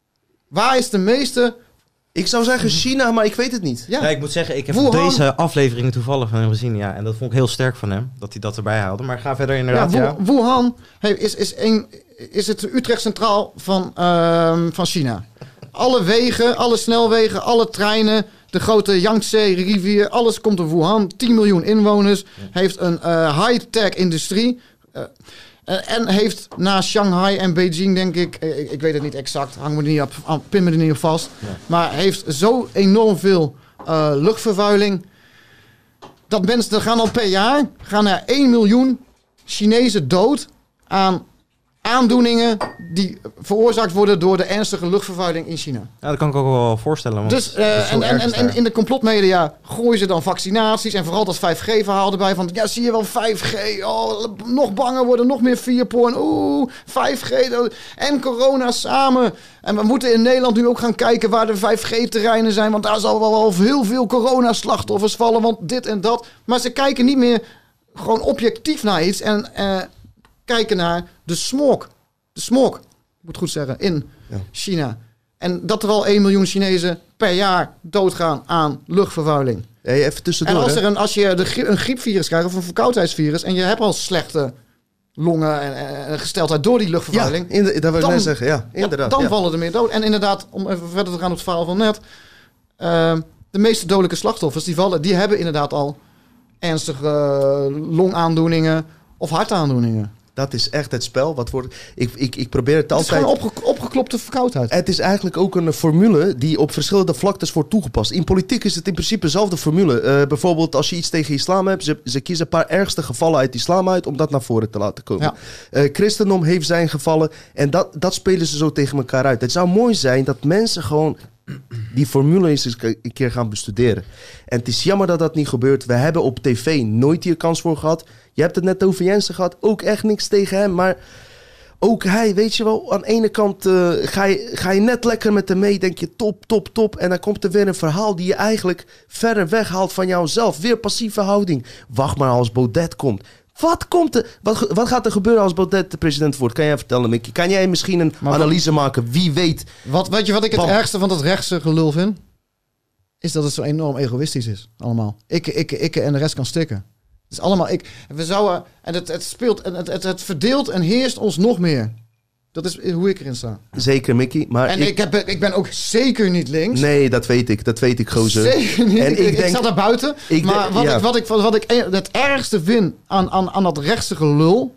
Waar is de meeste... Ik zou zeggen China, maar ik weet het niet. Ja, Ja, ik moet zeggen, ik heb Wuhan- deze afleveringen toevallig van hem gezien. Ja, en dat vond ik heel sterk van hem, dat hij dat erbij haalde. Maar ga verder ja, inderdaad. Ja, Wu- Wuhan hey, is, is, een, is het Utrecht Centraal van, ehm, van China. Alle wegen, alle snelwegen, alle treinen, de grote Yangtze-rivier, alles komt door Wuhan. tien miljoen inwoners, heeft een uh, high-tech industrie. Uh, uh, en heeft na Shanghai en Beijing, denk ik, uh, ik, ik weet het niet exact, hang me er niet op, pin me er niet op vast. Ja. Maar heeft zo enorm veel uh, luchtvervuiling. Dat mensen, er gaan al per jaar, gaan er één miljoen Chinezen dood aan aandoeningen die veroorzaakt worden door de ernstige luchtvervuiling in China. Ja, dat kan ik ook wel voorstellen. Want Dus uh, dat is zo en, en, erg en, is en daar. in de complotmedia gooien ze dan vaccinaties en vooral dat vijf G-verhaal erbij van ja, zie je wel vijf G, oh, nog banger worden, nog meer vierporn, oeh, vijf G en corona samen. En we moeten in Nederland nu ook gaan kijken waar de vijf G-terreinen zijn, want daar zal wel heel veel corona-slachtoffers vallen, want dit en dat. Maar ze kijken niet meer gewoon objectief naar iets en uh, kijken naar de smog. De smog, ik moet het goed zeggen, in Ja. China. En dat er al één miljoen Chinezen per jaar doodgaan aan luchtvervuiling. Hey, even tussendoor. En als, hè. er een, als je de, grie- een griepvirus krijgt of een verkoudheidsvirus en je hebt al slechte longen en, en, en gesteldheid door die Ja, luchtvervuiling, in dat wil ik Dan- net zeggen. Ja, ja, inderdaad. dan ja. vallen er meer dood. En inderdaad, om even verder te gaan op het verhaal van net, uh, de meeste dodelijke slachtoffers die vallen, die hebben inderdaad al ernstige uh, longaandoeningen of hartaandoeningen. Dat is echt het spel. Wat wordt, ik, ik, ik probeer het Het is altijd... gewoon opge- opgeklopte verkoudheid. Het is eigenlijk ook een formule die op verschillende vlaktes wordt toegepast. In politiek is het in principe dezelfde formule. Uh, bijvoorbeeld als je iets tegen islam hebt, ze, ze kiezen een paar ergste gevallen uit islam uit om dat naar voren te laten komen. Ja. Uh, christendom heeft zijn gevallen en dat, dat spelen ze zo tegen elkaar uit. Het zou mooi zijn dat mensen gewoon die formule eens een keer gaan bestuderen. En het is jammer dat dat niet gebeurt. We hebben op tv nooit hier kans voor gehad. Je hebt het net over Jensen gehad. Ook echt niks tegen hem. Maar ook hij, weet je wel, aan de ene kant uh, ga, je, ga je net lekker met hem mee, denk je top, top, top. En dan komt er weer een verhaal die je eigenlijk verder weghaalt van jouzelf. Weer passieve houding. Wacht maar als Baudet komt. Wat komt er? Wat, wat gaat er gebeuren als Baudet de president wordt? Kan jij vertellen, Mickey? Kan jij misschien een maar analyse wat, maken? Wie weet? Wat, weet je wat ik het wat, ergste van dat rechtse gelul vind? Is dat het zo enorm egoïstisch is. Allemaal. Ikke, ikke, ikke en de rest kan stikken. Het is allemaal ik. We zouden, en het, het speelt, en het, het, het verdeelt en heerst ons nog meer. Dat is hoe ik erin sta. Zeker, Mickey. Maar en ik, ik, heb, ik ben ook zeker niet links. Nee, dat weet ik. Dat weet ik, gozer. Zeker niet. En ik, ik, ik, denk, ik sta daar buiten. Ik maar denk, wat, ja. ik, wat, ik, wat ik het ergste vind aan, aan, aan dat rechtse gelul...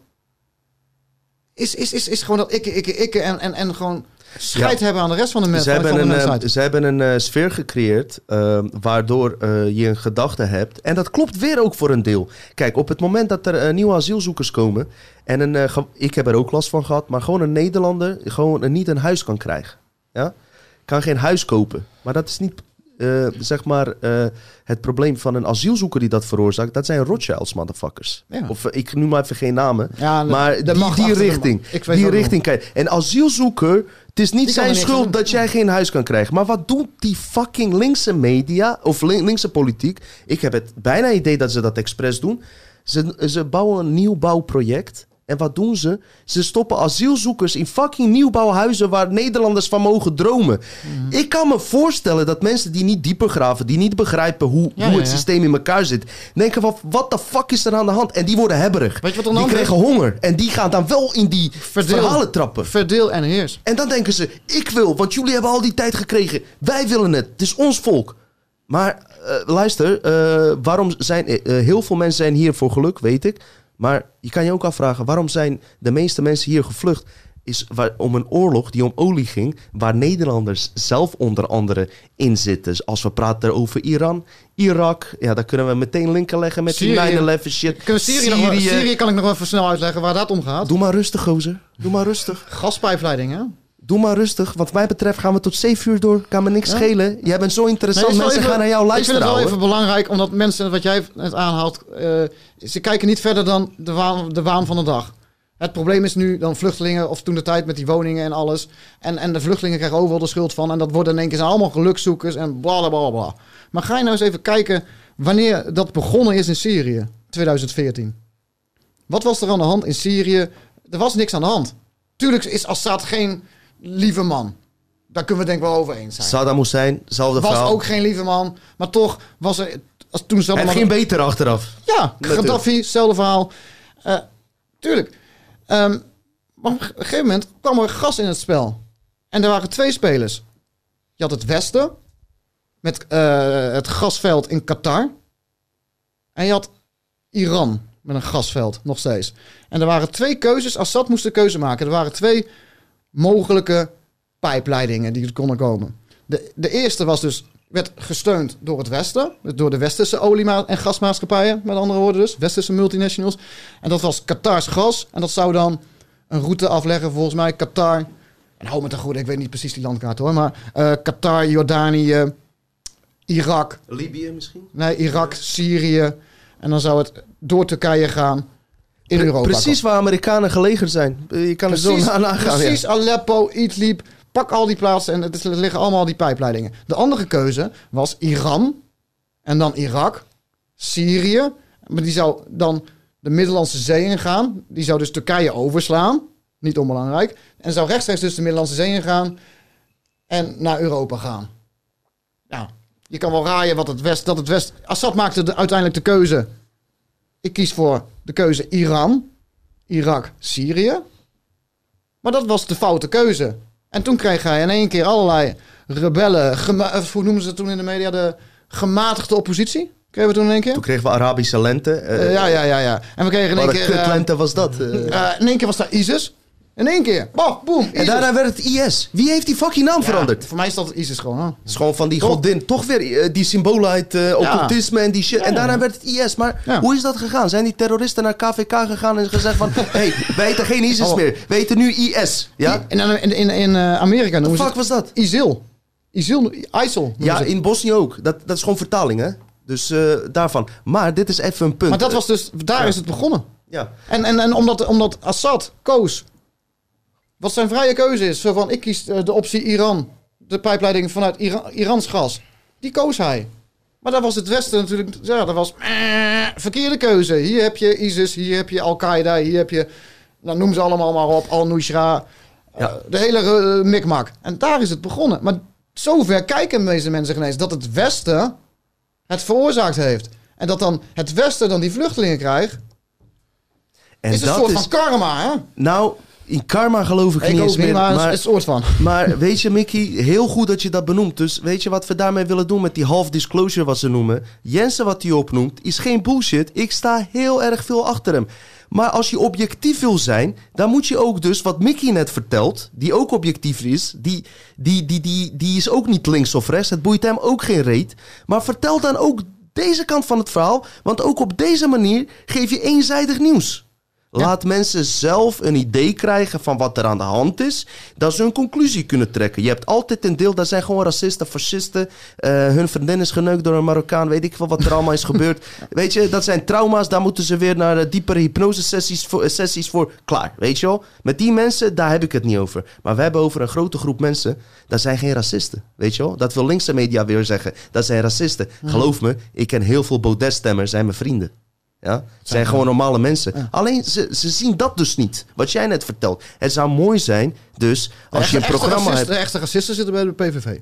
Is, is, is, is gewoon dat ikke, ikke, ikke en, en, en gewoon scheid ja. hebben aan de rest van de mensen. Ze hebben een, uh, ze hebben een uh, sfeer gecreëerd uh, waardoor uh, je een gedachte hebt. En dat klopt weer ook voor een deel. Kijk, op het moment dat er uh, nieuwe asielzoekers komen... en een, uh, ge- ik heb er ook last van gehad... maar gewoon een Nederlander gewoon uh, niet een huis kan krijgen. Ja? Kan geen huis kopen. Maar dat is niet... Uh, zeg maar, uh, het probleem van een asielzoeker die dat veroorzaakt, dat zijn Rothschilds, motherfuckers. Ja. Of uh, ik noem maar even geen namen. Ja, de, maar de die, die richting. Die richting kijk. En asielzoeker, het is niet die zijn schuld dat jij geen huis kan krijgen. Maar wat doet die fucking linkse media, of linkse politiek? Ik heb het bijna idee dat ze dat expres doen. Ze, ze bouwen een nieuwbouwproject. En wat doen ze? Ze stoppen asielzoekers in fucking nieuwbouwhuizen waar Nederlanders van mogen dromen. Mm. Ik kan me voorstellen dat mensen die niet dieper graven, die niet begrijpen hoe, ja, hoe het ja, ja. systeem in elkaar zit, denken van, wat de fuck is er aan de hand? En die worden hebberig. Weet je wat die krijgen is? honger. En die gaan dan wel in die verdeel, verhalen trappen. Verdeel en heers. En dan denken ze, ik wil, want jullie hebben al die tijd gekregen. Wij willen het. Het is ons volk. Maar uh, luister, uh, waarom zijn uh, heel veel mensen zijn hier voor geluk, weet ik. Maar je kan je ook afvragen, waarom zijn de meeste mensen hier gevlucht? Is waar, om een oorlog die om olie ging, waar Nederlanders zelf onder andere in zitten. Dus als we praten over Iran, Irak, ja, dan kunnen we meteen linken leggen met Syrië. Die nine eleven shit. Kunnen Syrië, Syrië. Nog, Syrië kan ik nog even snel uitleggen waar dat om gaat. Doe maar rustig, gozer. Doe maar rustig. Gaspijpleiding, hè? Doe maar rustig. Wat mij betreft gaan we tot zeven uur door. Kan me niks ja. schelen. Jij bent zo interessant. Nee, mensen even, gaan naar jou luisteren. Ik vind het wel even belangrijk, omdat mensen, wat jij net aanhaalt, uh, ze kijken niet verder dan de waan, de waan van de dag. Het probleem is nu dan vluchtelingen, of toen de tijd met die woningen en alles. En, en de vluchtelingen krijgen overal de schuld van. En dat worden in één keer zijn allemaal gelukzoekers en bla bla bla. Maar ga je nou eens even kijken wanneer dat begonnen is in Syrië, twintig veertien. Wat was er aan de hand in Syrië? Er was niks aan de hand. Tuurlijk is Assad geen lieve man. Daar kunnen we denk ik wel over eens zijn. Saddam Hussein, dezelfde was verhaal. ook geen lieve man. Maar toch was er... Als toen Saddam Hij ging maar... beter achteraf. Ja, Gaddafi, hetzelfde verhaal. Uh, tuurlijk. Um, maar op een gegeven moment kwam er gas in het spel. En er waren twee spelers. Je had het Westen. Met uh, het gasveld in Qatar. En je had Iran. Met een gasveld, nog steeds. En er waren twee keuzes. Assad moest de keuze maken. Er waren twee mogelijke pijpleidingen die er konden komen. De, de eerste was dus, werd gesteund door het Westen. Door de westerse olie- en gasmaatschappijen. Met andere woorden dus. Westerse multinationals. En dat was Qatars gas. En dat zou dan een route afleggen volgens mij. Qatar. En hou me te goed, ik weet niet precies die landkaart hoor. Maar uh, Qatar, Jordanië, Irak. Libië misschien? Nee, Irak, Syrië. En dan zou het door Turkije gaan in Pre- Europa. Precies komen. Waar Amerikanen gelegen zijn. Je kan precies, er zo na nagaan. Precies, ja. Aleppo, Idlib. Pak al die plaatsen en het liggen allemaal die pijpleidingen. De andere keuze was Iran. En dan Irak. Syrië. Maar die zou dan de Middellandse Zee ingaan. Die zou dus Turkije overslaan. Niet onbelangrijk. En zou rechtstreeks dus de Middellandse Zee ingaan. En naar Europa gaan. Nou, je kan wel raaien wat het West... Dat het West Assad maakte de, uiteindelijk de keuze. Ik kies voor de keuze Iran, Irak, Syrië. Maar dat was de foute keuze. En toen kreeg hij in één keer allerlei rebellen... Gema- hoe noemen ze het toen in de media? De gematigde oppositie. Kregen we toen in één keer? Toen kregen we Arabische lente. Uh, uh, ja, ja, ja, ja. En we kregen in één keer... Wat een kutlente was dat? Uh, uh, in één keer was daar ISIS. In één keer. Boom, boom. En daarna werd het I S. Wie heeft die fucking naam ja, veranderd? Voor mij is dat ISIS gewoon. Hè? Het is gewoon van die toch? godin. Toch weer uh, die symbolen uit uh, occultisme ja. en die shit. Ja, en daarna ja. werd het I S. Maar ja. hoe is dat gegaan? Zijn die terroristen naar K V K gegaan en gezegd van... Hé, hey, wij heten geen ISIS oh. meer. Wij heten nu I S. Ja? In, in, in, in uh, Amerika noemen ze fuck was dat? ISIL. ISIL. ISIL. Ja, in Bosnië ook. Dat, dat is gewoon vertaling, hè? Dus uh, daarvan. Maar dit is even een punt. Maar dat was dus... Daar ja. is het begonnen. Ja. En, en, en omdat, omdat Assad koos... Wat zijn vrije keuze is. Zo van, ik kies de optie Iran. De pijpleiding vanuit Iran, Irans gas. Die koos hij. Maar daar was het Westen natuurlijk... Ja, dat was... Eh, verkeerde keuze. Hier heb je ISIS, hier heb je Al-Qaeda, hier heb je... Nou, noem ze allemaal maar op. Al-Nusra. Ja. Uh, de hele uh, mikmak. En daar is het begonnen. Maar zover kijken de meeste mensen ineens... dat het Westen het veroorzaakt heeft. En dat dan het Westen dan die vluchtelingen krijgt... En is een dat soort is... van karma, hè? Nou... In karma geloof ik, ik niet eens meer. Maar, maar, het is een soort van. Maar weet je, Mickey, heel goed dat je dat benoemt. Dus weet je wat we daarmee willen doen met die half disclosure wat ze noemen? Jensen wat hij opnoemt is geen bullshit. Ik sta heel erg veel achter hem. Maar als je objectief wil zijn, dan moet je ook dus wat Mickey net vertelt, die ook objectief is, die, die, die, die, die is ook niet links of rechts. Het boeit hem ook geen reet. Maar vertel dan ook deze kant van het verhaal, want ook op deze manier geef je eenzijdig nieuws. Laat ja. mensen zelf een idee krijgen van wat er aan de hand is. Dat ze een conclusie kunnen trekken. Je hebt altijd een deel, dat zijn gewoon racisten, fascisten. Uh, hun vriendin is geneukt door een Marokkaan. Weet ik veel wat er allemaal is gebeurd. Weet je, dat zijn trauma's. Daar moeten ze weer naar uh, diepere hypnosesessies voor, uh, sessies voor. Klaar, weet je wel. Met die mensen, daar heb ik het niet over. Maar we hebben over een grote groep mensen. Dat zijn geen racisten, weet je wel. Dat wil linkse media weer zeggen. Dat zijn racisten. Ja. Geloof me, ik ken heel veel Baudet-stemmers. Zijn mijn vrienden. Ja, het zijn gewoon normale mensen. Ja. Alleen, ze, ze zien dat dus niet. Wat jij net vertelt. Het zou mooi zijn, dus, als echte, je een programma racisten, hebt... De echte racisten zitten bij de P V V.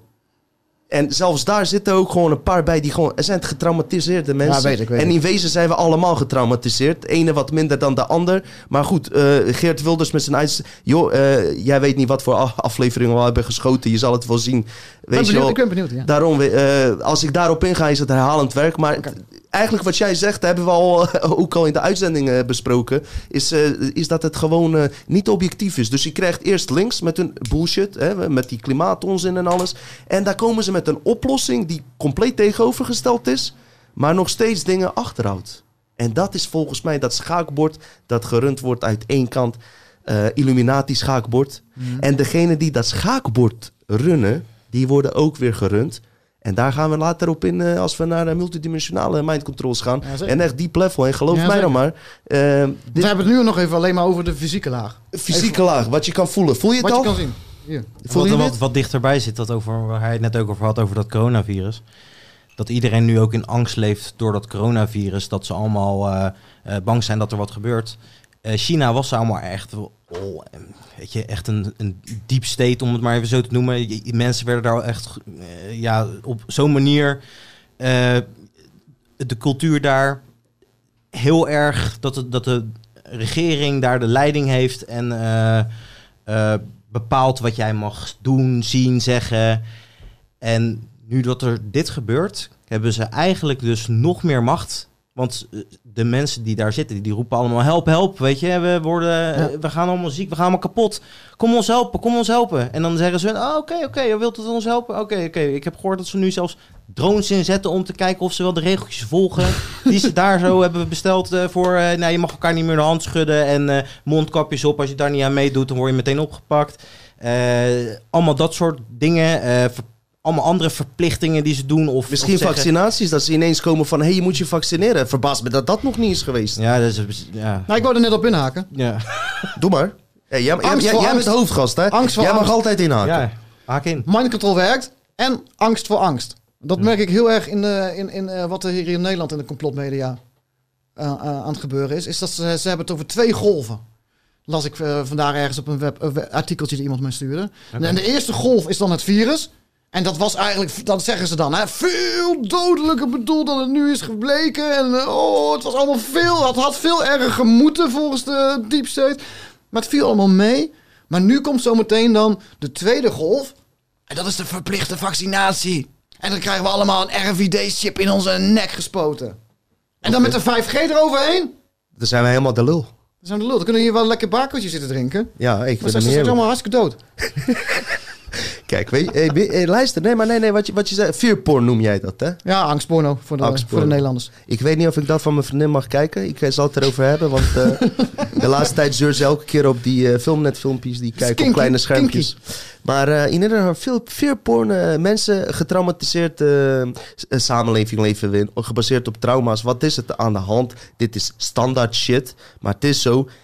En zelfs daar zitten ook gewoon een paar bij die gewoon... Er zijn getraumatiseerde mensen. Ja, weet ik, weet en in wezen zijn we allemaal getraumatiseerd. De ene wat minder dan de ander. Maar goed, uh, Geert Wilders met zijn uit... Joh, uh, jij weet niet wat voor afleveringen we hebben geschoten. Je zal het wel zien. Weet ben je benieuwd, wel, ik ben benieuwd, ja. Daarom, uh, als ik daarop inga, is het herhalend werk. Maar... Okay. Eigenlijk wat jij zegt, hebben we al, ook al in de uitzending uh, besproken, is, uh, is dat het gewoon uh, niet objectief is. Dus je krijgt eerst links met hun bullshit, hè, met die klimaatonzin en alles. En daar komen ze met een oplossing die compleet tegenovergesteld is, maar nog steeds dingen achterhoudt. En dat is volgens mij dat schaakbord dat gerund wordt uit één kant, uh, Illuminati schaakbord. Mm. En degene die dat schaakbord runnen, die worden ook weer gerund. En daar gaan we later op in uh, als we naar uh, multidimensionale mind controls gaan. Ja, en echt deep level. En geloof ja, mij dan maar. Uh, dit... We hebben het nu nog even alleen maar over de fysieke laag. Fysieke even... laag, wat je kan voelen. Voel je het wat al? Wat je kan zien. Hier. Voel wat, je wat, wat dichterbij zit, dat over, waar hij het net ook over had, over dat coronavirus. Dat iedereen nu ook in angst leeft door dat coronavirus. Dat ze allemaal uh, uh, bang zijn dat er wat gebeurt. Uh, China was allemaal echt... Oh, weet je, echt een, een deep state, om het maar even zo te noemen. Je, mensen werden daar echt uh, ja, op zo'n manier uh, de cultuur daar heel erg dat, het, dat de regering daar de leiding heeft en uh, uh, bepaalt wat jij mag doen, zien, zeggen. En nu dat er dit gebeurt, hebben ze eigenlijk dus nog meer macht. Want de mensen die daar zitten, die roepen allemaal help, help, weet je. We, worden, ja. we gaan allemaal ziek, we gaan allemaal kapot. Kom ons helpen, kom ons helpen. En dan zeggen ze, oh, oké, okay, oké, okay, je wilt het ons helpen? Oké, okay, oké. Okay. Ik heb gehoord dat ze nu zelfs drones inzetten om te kijken of ze wel de regeltjes volgen. Die ze daar zo hebben besteld uh, voor, uh, nou, je mag elkaar niet meer de hand schudden en uh, mondkapjes op. Als je daar niet aan meedoet, dan word je meteen opgepakt. Uh, allemaal dat soort dingen, uh, allemaal andere verplichtingen die ze doen. Of, Misschien of zeggen... vaccinaties, dat ze ineens komen van... hé, hey, je moet je vaccineren. Verbaast me dat dat nog niet is geweest. Ja, dat is... Ja. Nou, ik wou er net op inhaken. Ja. Doe maar. Hey, jij jij, jij, jij bent hoofdgast, hè? Angst voor jij angst. mag altijd inhaken. Ja, haak in. Mind control werkt en angst voor angst. Dat merk ik heel erg in, uh, in, in uh, wat er hier in Nederland in de complotmedia uh, uh, aan het gebeuren is. Is dat ze, ze hebben het over twee golven. Las ik uh, vandaag ergens op een web, uh, artikeltje die iemand mij stuurde. Okay. En de eerste golf is dan het virus. En dat was eigenlijk, dat zeggen ze dan, hè, veel dodelijker bedoeld dan het nu is gebleken. En uh, oh, het was allemaal veel, het had veel erger moeten volgens de Deep State. Maar het viel allemaal mee. Maar nu komt zometeen dan de tweede golf. En dat is de verplichte vaccinatie. En dan krijgen we allemaal een R F I D-chip in onze nek gespoten. En okay. dan met de vijf G eroverheen. Dan zijn we helemaal de lul. Dan zijn we de lul. Dan kunnen we hier wel een lekker bakertje zitten drinken. Ja, ik vind het meer. Maar allemaal hartstikke dood. Kijk, weet je, hey, hey, luister, nee, maar nee, nee, wat je, wat je zei, fearporn noem jij dat, hè? Ja, angstporno voor de, angstporno. voor de Nederlanders. Ik weet niet of ik dat van mijn vriendin mag kijken. Ik zal het erover hebben, want uh, de laatste tijd zeurt ze elke keer op die uh, filmnetfilmpjes die kijken kinky, op kleine schermpjes. Kinky. Maar uh, in ieder geval veel fearporn, uh, mensen getraumatiseerd uh, samenleving leven we in, gebaseerd op trauma's. Wat is het aan de hand? Dit is standaard shit, maar het is zo.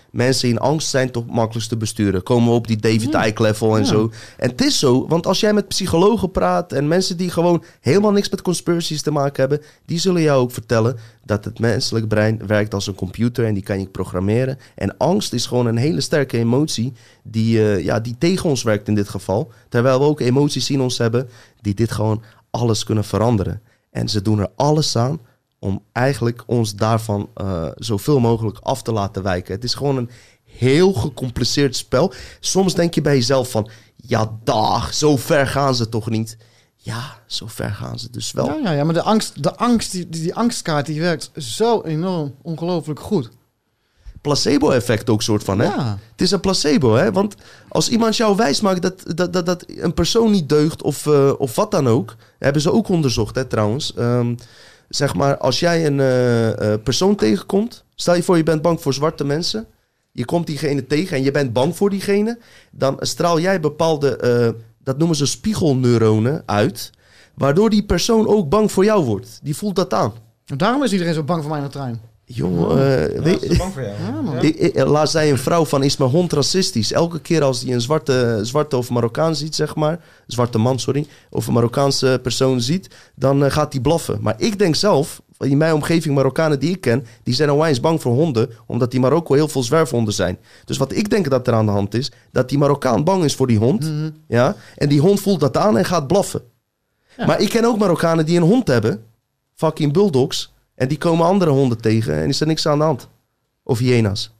mensen in angst zijn toch makkelijkst te besturen. Komen we op die David Ja. Icke level en Ja. zo. En het is zo, want als jij met psychologen praat en mensen die gewoon helemaal niks met conspiracies te maken hebben, die zullen jou ook vertellen dat het menselijk brein werkt als een computer en die kan je programmeren. En angst is gewoon een hele sterke emotie die, uh, ja, die tegen ons werkt in dit geval. Terwijl we ook emoties in ons hebben die dit gewoon alles kunnen veranderen. En ze doen er alles aan om eigenlijk ons daarvan uh, zoveel mogelijk af te laten wijken. Het is gewoon een heel gecompliceerd spel. Soms denk je bij jezelf van, ja dag, zo ver gaan ze toch niet? Ja, zo ver gaan ze dus wel. Ja, ja, ja, maar de angst, de angst die, die, die angstkaart die werkt zo enorm ongelooflijk goed. Placebo-effect ook soort van, hè? Ja. Het is een placebo, hè? Want als iemand jou wijsmaakt dat, dat, dat, dat een persoon niet deugt of, uh, of wat dan ook, hebben ze ook onderzocht, hè, trouwens. Um, zeg maar, als jij een uh, uh, persoon tegenkomt, stel je voor je bent bang voor zwarte mensen, je komt diegene tegen en je bent bang voor diegene, dan straal jij bepaalde, uh, dat noemen ze spiegelneuronen uit, waardoor die persoon ook bang voor jou wordt. Die voelt dat aan. En daarom is iedereen zo bang voor mij in de trein. Jongen, uh, Ja, weet- dat is bang voor jou. Ja, man. Ik, ik, laatst zei een vrouw van, is mijn hond racistisch? Elke keer als hij een zwarte, zwarte of Marokkaan ziet, zeg maar, zwarte man, sorry, of een Marokkaanse persoon ziet, dan uh, gaat hij blaffen. Maar ik denk zelf, in mijn omgeving Marokkanen die ik ken, die zijn onwijs bang voor honden, omdat die Marokko heel veel zwerfhonden zijn. Dus wat ik denk dat er aan de hand is, dat die Marokkaan bang is voor die hond, Mhm. ja, en die hond voelt dat aan en gaat blaffen. Ja. Maar ik ken ook Marokkanen die een hond hebben, fucking bulldogs, en die komen andere honden tegen en is er niks aan de hand. Of hyena's.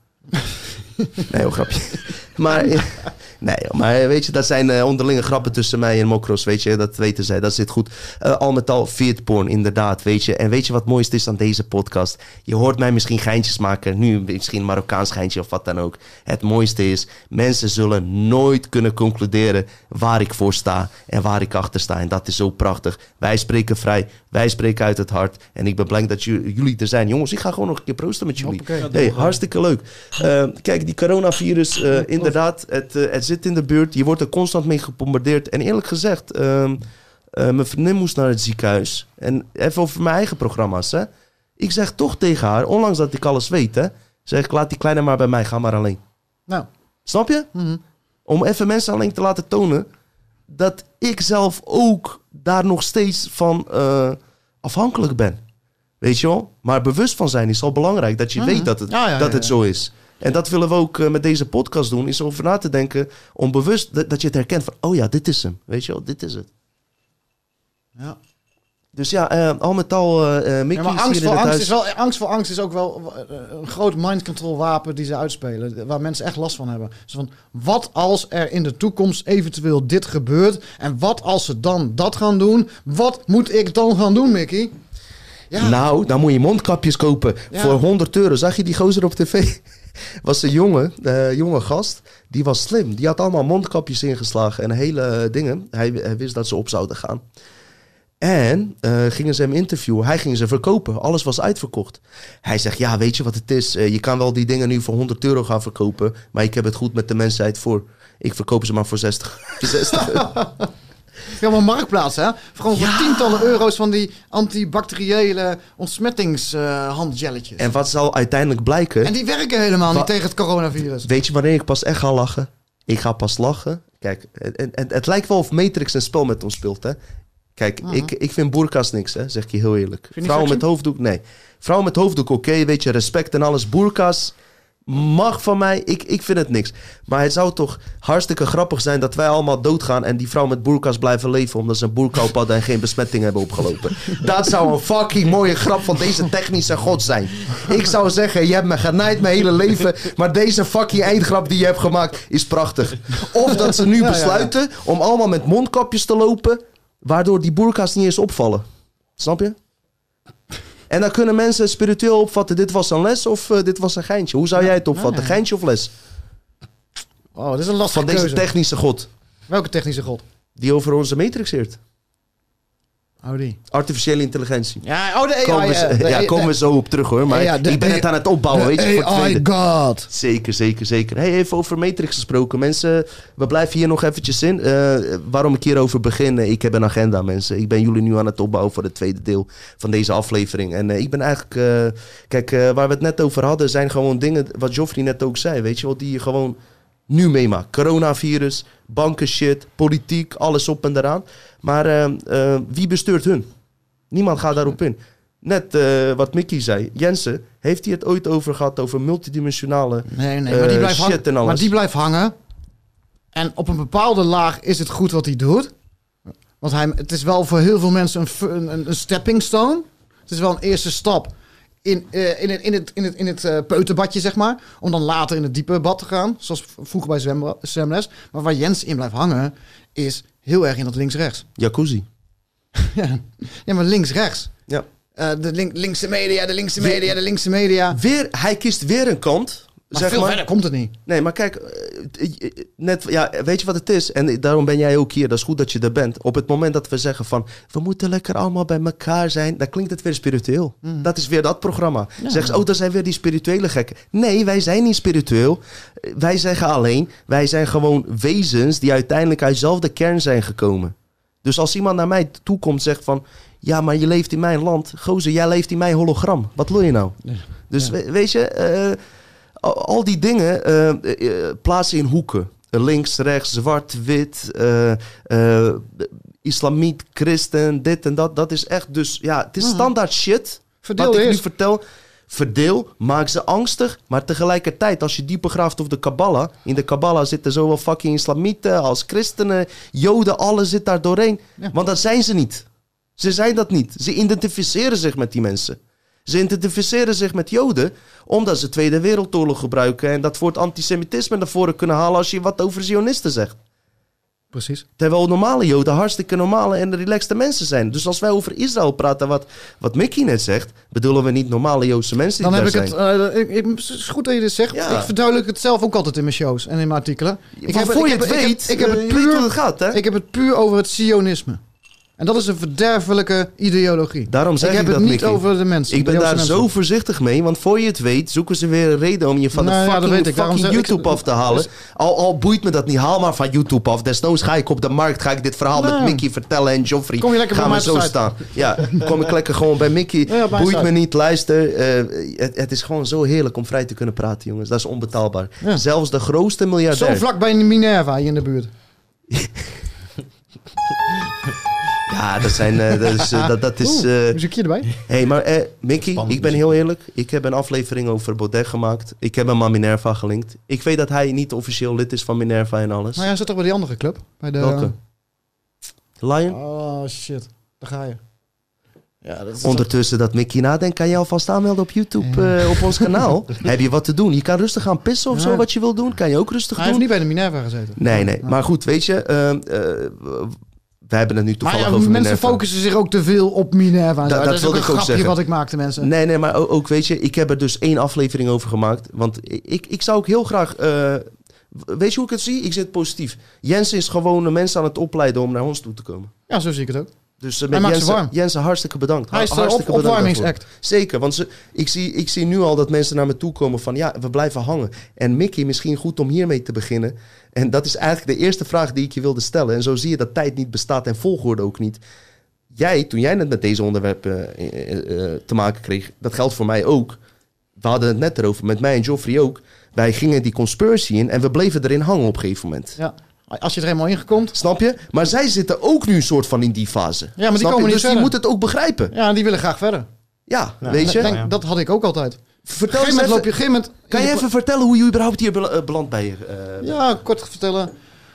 Nee, heel grapje. Maar, nee, maar weet je, dat zijn uh, onderlinge grappen tussen mij en Mokros, weet je. Dat weten zij, dat zit goed. Uh, al met al, veertporn, inderdaad, weet je. En weet je wat het mooiste is aan deze podcast? Je hoort mij misschien geintjes maken, nu misschien een Marokkaans geintje of wat dan ook. Het mooiste is, mensen zullen nooit kunnen concluderen waar ik voor sta en waar ik achter sta. En dat is zo prachtig. Wij spreken vrij, wij spreken uit het hart. En ik ben blij dat j- jullie er zijn. Jongens, ik ga gewoon nog een keer proosten met jullie. Hoppakee. Hey, hartstikke leuk. Uh, kijk, die coronavirus, uh, inderdaad, het, uh, het zit in de buurt. Je wordt er constant mee gebombardeerd. En eerlijk gezegd, uh, uh, mijn vriendin moest naar het ziekenhuis. En even over mijn eigen programma's, hè. Ik zeg toch tegen haar, ondanks dat ik alles weet, hè. Zeg ik, laat die kleine maar bij mij, ga maar alleen. Nou, Snap je? mhm. Om even mensen alleen te laten tonen dat ik zelf ook daar nog steeds van uh, afhankelijk ben. Weet je wel? Maar bewust van zijn is al belangrijk. Dat je Mhm. weet dat het, Ja, ja, dat ja, het ja. zo is. En dat willen we ook uh, met deze podcast doen. Is over na te denken. Om bewust dat, dat je het herkent van... Oh ja, dit is hem. Weet je wel? Dit is het. Ja. Dus ja, uh, al met al... Uh, Mickey Ja, maar is angst hier voor in het angst, huis. is wel, angst voor angst is ook wel uh, een groot mind control wapen die ze uitspelen. Waar mensen echt last van hebben. Dus van, wat als er in de toekomst eventueel dit gebeurt? En wat als ze dan dat gaan doen? Wat moet ik dan gaan doen, Mickey? Ja. Nou, dan moet je mondkapjes kopen Ja. voor honderd euro. Zag je die gozer op tv? Was een jongen, uh, jonge gast. Die was slim. Die had allemaal mondkapjes ingeslagen en hele uh, dingen. Hij, hij wist dat ze op zouden gaan. En uh, gingen ze hem interviewen. Hij ging ze verkopen. Alles was uitverkocht. Hij zegt, ja, weet je wat het is? Uh, je kan wel die dingen nu voor honderd euro gaan verkopen. Maar ik heb het goed met de mensheid voor. Ik verkoop ze maar voor zestig. zestig euro. Ja, maar marktplaats, hè? Gewoon voor tientallen euro's van die antibacteriële ontsmettingshandjelletjes. En wat zal uiteindelijk blijken... En die werken helemaal Wa- niet tegen het coronavirus. Weet je wanneer ik pas echt ga lachen? Ik ga pas lachen. Kijk, het, het, het lijkt wel of Matrix een spel met ons speelt, hè? Kijk, Mhm. ik, ik vind boerka's niks, hè? Zeg ik je heel eerlijk. je niet Vrouwen sexy? met hoofddoek, nee. Vrouwen met hoofddoek, oké, weet je, respect en alles. Boerka's mag van mij, ik, ik vind het niks. Maar het zou toch hartstikke grappig zijn dat wij allemaal doodgaan en die vrouwen met boerka's blijven leven omdat ze een boerka op hadden en geen besmetting hebben opgelopen. Dat zou een fucking mooie grap van deze technische god zijn. Ik zou zeggen, je hebt me genaaid mijn hele leven, maar deze fucking eindgrap die je hebt gemaakt is prachtig. Of dat ze nu Ja, ja, ja. besluiten om allemaal met mondkapjes te lopen, waardoor die boerka's niet eens opvallen. Snap je? En dan kunnen mensen spiritueel opvatten, dit was een les of uh, dit was een geintje. Hoe zou jij het opvatten? Ja, ja. Geintje of les? Oh, dit is een lastige Van deze keuze. technische god. Welke technische god? Die over onze matrix heert. Oh, die. Artificiële intelligentie. Ja, oh, de A I. Komen we, uh, de, ja, de, komen we zo op terug hoor. Maar ja, de, ik ben de, het aan het opbouwen, weet je, voor het A I tweede. God. Zeker, zeker, zeker. Hey, even over Matrix gesproken. Mensen, we blijven hier nog eventjes in. Uh, waarom ik hierover begin, uh, ik heb een agenda, mensen. Ik ben jullie nu aan het opbouwen voor het tweede deel van deze aflevering. En uh, ik ben eigenlijk... Uh, kijk, uh, waar we het net over hadden, zijn gewoon dingen... Wat Joffrey net ook zei, weet je wel, die je gewoon nu meemaakt. Coronavirus, banken shit, politiek, alles op en eraan. Maar uh, uh, wie bestuurt hun? Niemand gaat daarop in. Net uh, wat Mickey zei. Jensen, heeft hij het ooit over gehad over multidimensionale Nee, nee, maar die, uh, blijft shit hangen, en alles? maar die blijft hangen. En op een bepaalde laag is het goed wat hij doet. Want hij, het is wel voor heel veel mensen een, een, een stepping stone. Het is wel een eerste stap in, uh, in het, in het, in het, in het uh, peuterbadje, zeg maar. Om dan later in het diepe bad te gaan. Zoals vroeger bij zwem, zwemles. Maar waar Jens in blijft hangen, is heel erg in dat links-rechts. Jacuzzi. ja. ja, maar links-rechts. Ja. Uh, de link, linkse media, de linkse media, de linkse media. Weer, hij kiest weer een kant. Maar zeg veel maar. verder komt het niet. Nee, maar kijk, uh, net, ja, weet je wat het is? En daarom ben jij ook hier. Dat is goed dat je er bent. Op het moment dat we zeggen van, we moeten lekker allemaal bij elkaar zijn, dan klinkt het weer spiritueel. Mm. Dat is weer dat programma. Ja. Zeggen ze, oh, dat zijn weer die spirituele gekken. Nee, wij zijn niet spiritueel. Wij zeggen alleen, wij zijn gewoon wezens die uiteindelijk uit dezelfde kern zijn gekomen. Dus als iemand naar mij toe komt en zegt van, ja, maar je leeft in mijn land. Gozer, jij leeft in mijn hologram. Wat wil je nou? Ja. Dus ja. we, weet je, uh, al, al die dingen uh, uh, plaatsen in hoeken. Links, rechts, zwart, wit, uh, uh, islamiet, christen, dit en dat. Dat is echt dus, ja, het is uh-huh. standaard shit. Verdeel wat ik eerst. nu vertel. Verdeel, maak ze angstig. Maar tegelijkertijd, als je dieper graaft op de Kabbalah. In de Kabbalah zitten zowel fucking islamieten als christenen, joden, alles zit daar doorheen. Ja. Want dat zijn ze niet. Ze zijn dat niet. Ze identificeren zich met die mensen. Ze identificeren zich met joden omdat ze Tweede Wereldoorlog gebruiken en dat voor het antisemitisme naar voren kunnen halen als je wat over Zionisten zegt. Precies. Terwijl normale joden hartstikke normale en relaxte mensen zijn. Dus als wij over Israël praten, wat, wat Mickey net zegt, bedoelen we niet normale Joodse mensen die Dan daar heb ik zijn. het, uh, ik, ik, het is goed dat je dit zegt. Ja. Ik verduidelijk het zelf ook altijd in mijn shows en in mijn artikelen. Ik heb, voor ik je heb, het ik weet, heb, ik heb, ik heb het puur, hoe het gaat, hè? Ik heb het puur over het Zionisme. En dat is een verderfelijke ideologie. Daarom zeg ik heb ik het dat, niet Mickey. over de mensen. Ik ben de daar mensen. zo voorzichtig mee, want voor je het weet zoeken ze weer een reden om je van Nou de ja, fucking, dat weet ik. Daarom fucking zeg ik- YouTube af te halen. Al, al boeit me dat niet, haal maar van YouTube af. Desnoods ga ik op de markt, ga ik dit verhaal Nou. met Mickey vertellen en Joffrey. Kom je lekker gaan bij we mij op zo de site. staan. Ja, kom ik lekker gewoon bij Mickey. Ja, op mijn boeit site. me niet, luister. Uh, het, het is gewoon zo heerlijk om vrij te kunnen praten, jongens. Dat is onbetaalbaar. Ja. Zelfs de grootste miljardair. Zo vlak bij Minerva hier in de buurt. Ja, dat zijn... Uh, dat is... Uh, dat, dat is Oeh, uh, muziekje erbij. hey, maar uh, Mickey, Spannend ik ben muziek. heel eerlijk. Ik heb een aflevering over Baudet gemaakt. Ik heb hem aan Minerva gelinkt. Ik weet dat hij niet officieel lid is van Minerva en alles. Maar jij zit toch bij die andere club? Bij de... Welke? Lion? Oh shit, daar ga je. Ja, dat is Ondertussen dat Mickey nadenkt, kan je alvast aanmelden op YouTube, Ja. uh, op ons kanaal. Heb je wat te doen? Je kan rustig gaan pissen of Ja. zo, wat je wil doen. Kan je ook rustig Hij heeft doen. niet bij de Minerva gezeten. Nee, nee. Ja. Maar goed, weet je... Uh, uh, we hebben het nu Maar toevallig ja, over mensen Minerva. focussen zich ook te veel op Minerva. en Da- zo. dat is wilde ook ik een ook grapje zeggen. wat ik maakte, mensen. Nee, nee, maar ook, ook, weet je, ik heb er dus één aflevering over gemaakt. Want ik, ik zou ook heel graag... Uh, weet je hoe ik het zie? Ik zit positief. Jens is gewoon de mensen aan het opleiden om naar ons toe te komen. Ja, zo zie ik het ook. Dus uh, Hij met maakt ze Jensen, warm. Jensen, hartstikke bedankt. Hij is de hartstikke op, bedankt daarvoor. opwarmingsact. Zeker, want ze, ik, zie, ik zie nu al dat mensen naar me toe komen van... ja, we blijven hangen. En Mickey, misschien goed om hiermee te beginnen. En dat is eigenlijk de eerste vraag die ik je wilde stellen. En zo zie je dat tijd niet bestaat en volgorde ook niet. Jij, toen jij net met deze onderwerpen uh, uh, uh, te maken kreeg... dat geldt voor mij ook. We hadden het net erover, met mij en Joffrey ook. Wij gingen die conspiracy in en we bleven erin hangen op een gegeven moment. Ja. Als je er helemaal in komt. Snap je? Maar zij zitten ook nu een soort van in die fase. Ja, maar die Snap komen je? niet Dus die verder. moeten het ook begrijpen. Ja, die willen graag verder. Ja, Ja. weet je? Denk, Ja. Dat had ik ook altijd. Vertel Op een eens gegeven moment even, loop je... op een gegeven moment- kan je even vertellen hoe je überhaupt hier bel- uh, belandt bij je? Uh, Ja, kort vertellen.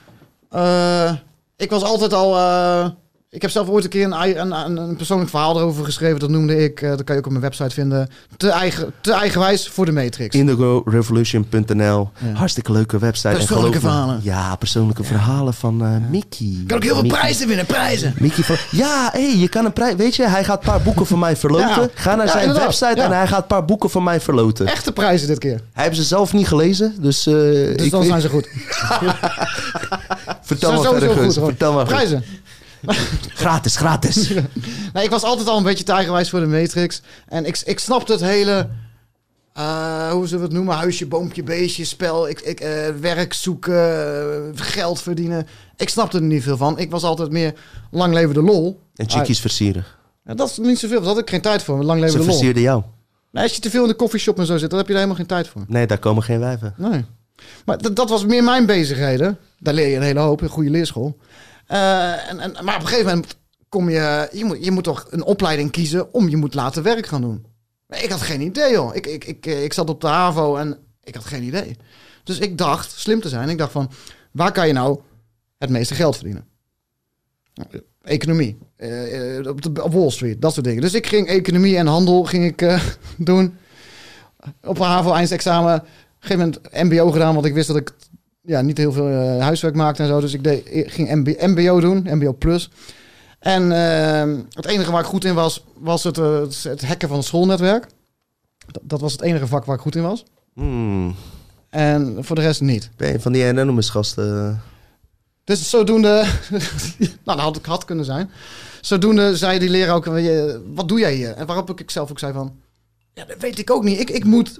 Uh, ik was altijd al... Uh, ik heb zelf ooit een keer een, ei- een, een, een persoonlijk verhaal erover geschreven. Dat noemde ik, uh, dat kan je ook op mijn website vinden. Te, eigen, te eigenwijs voor de Matrix. indigo revolution punt n l. Ja. Hartstikke leuke website. En Persoonlijke geloof me- verhalen. Ja, persoonlijke verhalen van uh, Mickey. Je kan ook heel veel Mickey. prijzen winnen, prijzen. Mickey van, ja, hey, je kan een prijs... Weet je, hij gaat een paar boeken van mij verloten. Ja. Ga naar Ja, zijn inderdaad. website Ja. en hij gaat een paar boeken van mij verloten. Echte prijzen dit keer. Hij heeft ze zelf niet gelezen, dus... Uh, Dus ik dan weet- zijn ze goed. Vertel Ze maar zijn verder, sowieso Guus. hoor. Vertel maar goed. Prijzen. gratis, gratis. Nee, ik was altijd al een beetje te eigenwijs voor de Matrix. En ik, ik snapte het hele... Uh, hoe zullen we het noemen? Huisje, boompje, beestje, spel. Ik, ik, uh, werk zoeken, uh, geld verdienen. Ik snapte er niet veel van. Ik was altijd meer lang leven de lol. En chickies uh, versieren. Ja, dat is niet zoveel. Daar had ik geen tijd voor. Lang leven Ze de lol. Ze versierden jou. Nee, als je te veel in de koffieshop en zo zit, dan heb je daar helemaal geen tijd voor. Nee, daar komen geen wijven. Nee. Maar d- dat was meer mijn bezigheden. Daar leer je een hele hoop. Een goede leerschool. Uh, en, en, maar op een gegeven moment kom je... Je moet, je moet toch een opleiding kiezen om je moet laten werk gaan doen. Ik had geen idee, joh. Ik, ik, ik, ik zat op de HAVO en ik had geen idee. Dus ik dacht, slim te zijn, ik dacht van... Waar kan je nou het meeste geld verdienen? Economie. Uh, op, de, op Wall Street, dat soort dingen. Dus ik ging economie en handel ging ik, uh, doen. Op een HAVO eindexamen. Op een gegeven moment M B O gedaan, want ik wist dat ik ja, niet heel veel uh, huiswerk maakte en zo. Dus ik, deed, ik ging M B, M B O doen, M B O plus. En uh, het enige waar ik goed in was, was het, uh, het hacken van het schoolnetwerk. Dat, dat was het enige vak waar ik goed in was. Hmm. En voor de rest niet. Ben je van die anonymous gasten? Dus zodoende... nou, dat had ik had kunnen zijn. Zodoende zei die leraar ook... Wat doe jij hier? En waarop ik zelf ook zei van... Ja, dat weet ik ook niet. Ik, ik, moet,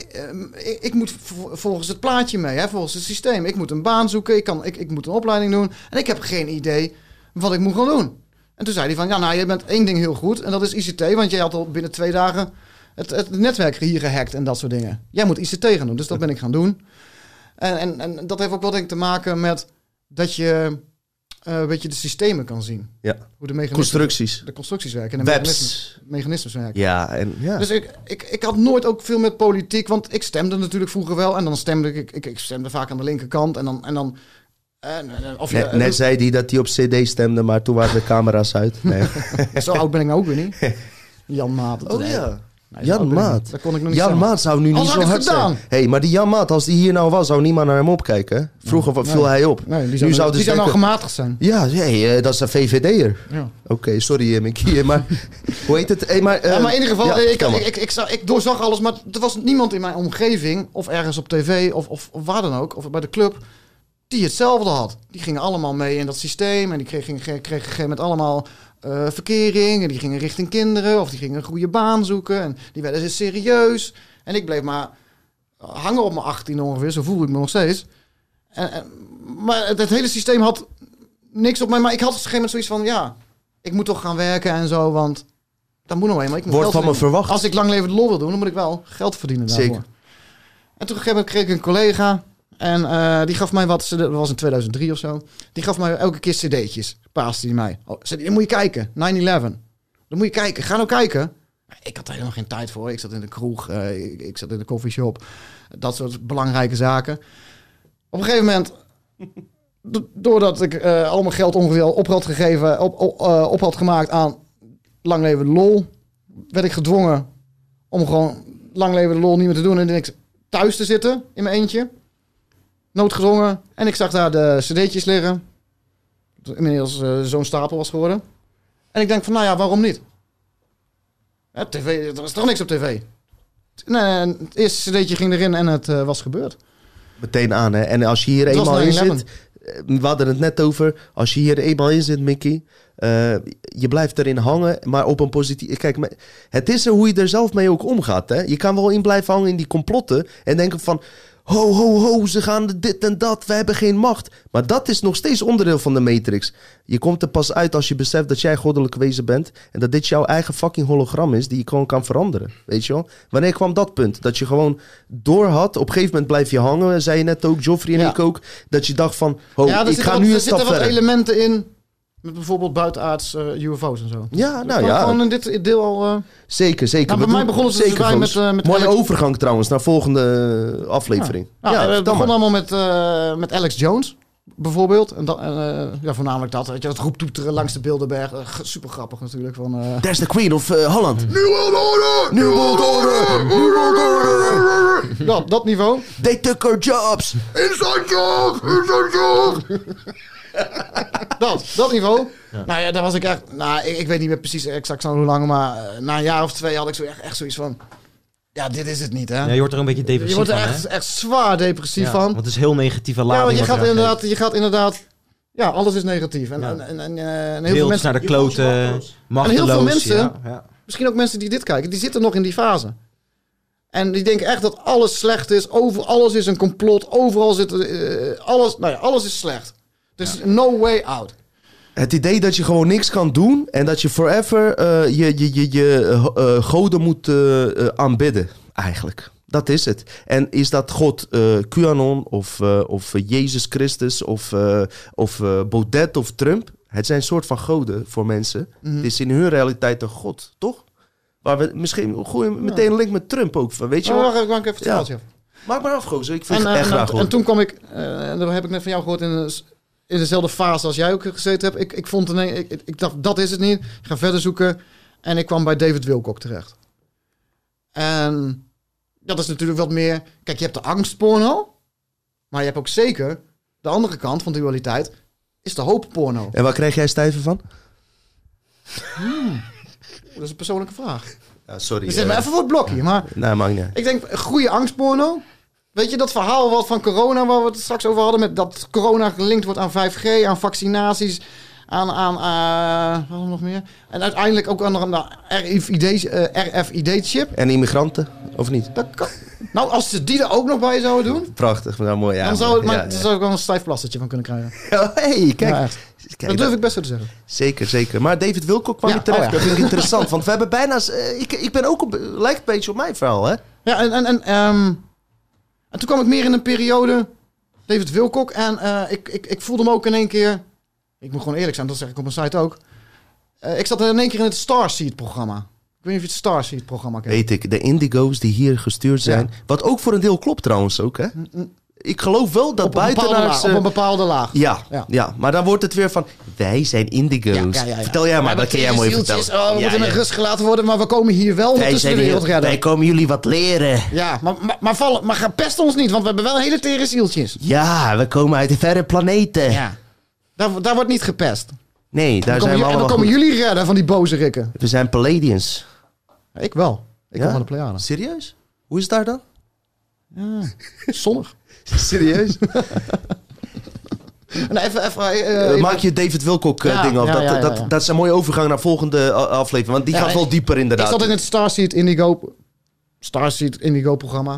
ik, ik moet volgens het plaatje mee, hè, volgens het systeem. Ik moet een baan zoeken. Ik, kan, ik, ik moet een opleiding doen. En ik heb geen idee wat ik moet gaan doen. En toen zei hij van... Ja, nou, je bent één ding heel goed. En dat is I C T. Want jij had al binnen twee dagen... Het, het netwerk hier gehackt en dat soort dingen. Jij moet I C T gaan doen. Dus dat ben ik gaan doen. En, en, en dat heeft ook wel denk ik te maken met... dat je uh, een beetje de systemen kan zien. Ja. Hoe de mechanismen, constructies. De constructies werken. En de Webs. mechanismes, mechanismes werken. Ja, en ja. Dus ik, ik, ik had nooit ook veel met politiek, want ik stemde natuurlijk vroeger wel. En dan stemde ik, ik, ik stemde vaak aan de linkerkant. En dan... En dan en, en, of je, net, net zei hij dat hij op C D stemde, maar toen waren de camera's uit. Nee. Zo oud ben ik nou ook weer niet. Jan Maat. Oh nee. ja. Nee, Jan Maat. Dat kon ik nog niet Jan stemmen. Maat zou nu niet Als zo had ik hard het gedaan. zijn. Hey, maar die Jan Maat, als die hier nou was, zou niemand naar hem opkijken. Vroeger Nee. viel hij op. Nee, die nu zou, zou die dus zou nou denken- gematigd zijn. Ja, hey, uh, dat is een V V D'er. Ja. Oké, okay, sorry uh, Mickey, maar hoe heet het? Hey, maar, uh, Ja, maar in ieder geval, ja, ik, vertel ik, maar. ik, ik, zag- ik doorzag alles, maar er was niemand in mijn omgeving, of ergens op tv, of, of, of waar dan ook, of bij de club, die hetzelfde had. Die gingen allemaal mee in dat systeem en die kregen, kregen, kregen op een gegeven moment allemaal uh, verkering en die gingen richting kinderen, of die gingen een goede baan zoeken en die werden ze serieus. En ik bleef maar hangen op mijn achttiende ongeveer, zo voel ik me nog steeds. En, en, maar het, het hele systeem had niks op mij, maar ik had op een gegeven moment zoiets van, ja, ik moet toch gaan werken en zo, want dat moet nou eenmaal. Ik moet Wordt geld van me verdienen. verwacht. Als ik lang leven de lol wil doen, dan moet ik wel geld verdienen daarvoor. Zeker. En toen op een gegeven moment kreeg ik een collega en uh, die gaf mij wat, dat was in tweeduizend drie of zo, die gaf mij elke keer cd'tjes, paaste die mij. Oh, zei die, dan moet je kijken, nine eleven. Dan moet je kijken, ga nou kijken. Ik had daar helemaal geen tijd voor. Ik zat in de kroeg, uh, ik, ik zat in de coffeeshop. Dat soort belangrijke zaken. Op een gegeven moment, do- doordat ik uh, al mijn geld ongeveer al op had gegeven, op, op, uh, op had gemaakt aan Lang Leven de Lol, werd ik gedwongen om gewoon Lang Leven de Lol niet meer te doen. En ik thuis te zitten in mijn eentje. Noodgedwongen. En ik zag daar de cd'tjes liggen. Dat inmiddels uh, zo'n stapel was geworden. En ik denk van, nou ja, waarom niet? Ja, tv, er was toch niks op tv? Nee, het eerste cd'tje ging erin en het uh, was gebeurd. Meteen aan, hè. En als je hier Het was eenmaal in nine eleven. zit... uh, We hadden het net over. Als je hier eenmaal in zit, Mickey... Uh, je blijft erin hangen, maar op een positief... Kijk, maar het is er hoe je er zelf mee ook omgaat, hè. Je kan wel in blijven hangen in die complotten... en denken van... Ho, ho, ho, ze gaan dit en dat. We hebben geen macht. Maar dat is nog steeds onderdeel van de Matrix. Je komt er pas uit als je beseft dat jij goddelijk wezen bent... en dat dit jouw eigen fucking hologram is... die je gewoon kan veranderen. Weet je wel? Wanneer kwam dat punt? Dat je gewoon door had. Op een gegeven moment blijf je hangen. Zei je net ook, Joffrey en Ja. ik ook. Dat je dacht van... Oh, Ja, er ik zitten ga wat, nu er een stap zitten wat verder. elementen in. Met bijvoorbeeld buitenaards uh, U F O's en zo. Ja, Dat nou kan ja. Gewoon in dit deel al... Uh, Zeker, zeker. Nou, bij We mij doen- begonnen ze dus zeker, wij Goos. met, uh, met Mooie Alex- overgang trouwens naar volgende uh, aflevering. Ja, nou, Ja, het vertel begon maar. allemaal met, uh, met Alex Jones, bijvoorbeeld. En dat, uh, ja, voornamelijk dat. Weet je, dat roeptoeteren langs de Bilderberg. Uh, g- super grappig natuurlijk. Van, uh, There's the Queen of uh, Holland. New World Order! New World Order! New World Order! dat, dat niveau. They took our jobs! Inside job! Inside job! dat, dat niveau. Ja. Nou ja, daar was ik echt... Nou, ik, ik weet niet meer precies exact zo hoe lang, maar uh, na een jaar of twee had ik zo echt, echt zoiets van... Ja, dit is het niet, hè? Ja, je wordt er een beetje depressief je wordt er van, echt, hè? echt zwaar depressief Ja, van. Want het is heel negatieve Ja, lading. want je wat gaat, je inderdaad, je gaat inderdaad Ja, alles is negatief. En, Ja. en, en, en, en heel Heel veel mensen... naar de kloten, machteloos. En heel veel mensen- Ja, ja. Misschien ook mensen die dit kijken, die zitten nog in die fase. En die denken echt dat alles slecht is. Over alles is een complot. Overal zit uh, alles. Nou ja, alles is slecht. Er is no way out. Het idee dat je gewoon niks kan doen en dat je forever uh, je, je, je, je uh, goden moet uh, uh, aanbidden, eigenlijk. Dat is het. En is dat God uh, QAnon of, uh, of uh, Jezus Christus of, uh, of uh, Baudet of Trump? Het zijn een soort van goden voor mensen. Mhm. Het is in hun realiteit een God, toch? Waar we misschien gooien meteen een link met Trump ook van, weet je Maar wel? wacht even, wacht even het Ja. verhaaltje af. Maak maar af, gozer. Ik vind En, het eh, echt en, graag en, horen. toen kwam ik, uh, en dat heb ik net van jou gehoord, in, een, in dezelfde fase als jij ook gezeten hebt. Ik, ik, vond een, ik, ik, ik dacht, dat is het niet. Ik ga verder zoeken. En ik kwam bij David Wilcock terecht. En dat is natuurlijk wat meer... Kijk, je hebt de angstporno. Maar je hebt ook zeker de andere kant van de dualiteit. Is de hoopporno. En waar krijg jij stijven van? Dat is een persoonlijke vraag. Ja, sorry. Je zet me eh, even voor het blokje. Maar Nee, maakt niet uit. ik denk, een goede angstporno. Weet je, dat verhaal wat van corona, waar we het straks over hadden... Met dat corona gelinkt wordt aan vijf G, aan vaccinaties... Aan, aan uh, wat nog meer? En uiteindelijk ook aan de R F I D-chip. En immigranten, of niet? Dat kan. Nou, als ze die er ook nog bij zouden doen... Prachtig, nou mooi. Ja, dan zou, het, ja, maar, ja. daar zou ik wel een stijf plastertje van kunnen krijgen. Oh, hey, kijk. Ja, echt. Kijk, Dat durf ik best zo te zeggen. Zeker, zeker. Maar David Wilcock kwam Ja, je terecht. oh ja. Dat vind ik interessant. Want we hebben bijna... uh, ik, ik ben ook... Op, lijkt een beetje op mijn verhaal, hè? Ja, en, en, en, ehm, en toen kwam ik meer in een periode... David Wilcock. En uh, ik, ik, ik voelde me ook in één keer... Ik moet gewoon eerlijk zijn, dat zeg ik op mijn site ook. Uh, ik zat in één keer in het Starseed-programma. Ik weet niet of je het Starseed-programma kent. Weet ik. De indigo's die hier gestuurd zijn. Ja. Wat ook voor een deel klopt trouwens ook, hè? Ik geloof wel dat op, een bepaalde buitenaars... laag, op uh, een bepaalde laag. ja, ja, Ja. maar dan wordt het weer van... Wij zijn indigo's. Ja, ja, ja, ja. Vertel jij maar, dat kun jij mooi zieltjes, vertellen. Oh, we Ja, moeten ja. in rust gelaten worden, maar we komen hier wel nog Wij, tussen zijn de heel- wereld redden. wij komen jullie wat leren. Ja, maar, maar, maar, val, maar ga pest ons niet, want we hebben wel hele tere zieltjes. Ja, we komen uit de verre planeten. Ja. Daar, daar wordt niet gepest. Nee, daar Dan zijn komen, we ju- en dan allemaal komen goed. jullie redden van die boze rikken. We zijn Palladians. Ja, ik wel. Ik Ja? kom van de Pleiaden. Serieus? Hoe is het daar dan? Ja, zonnig. Serieus? En even, even, uh, Uh, even- maak je David Wilcock uh, Ja, ding af. ja, dat, ja, ja, dat, ja. dat is een mooie overgang naar volgende uh, aflevering. Want die Ja, gaat wel ik- dieper inderdaad. Ik zat in het Starseed Indigo, Starseed Indigo programma.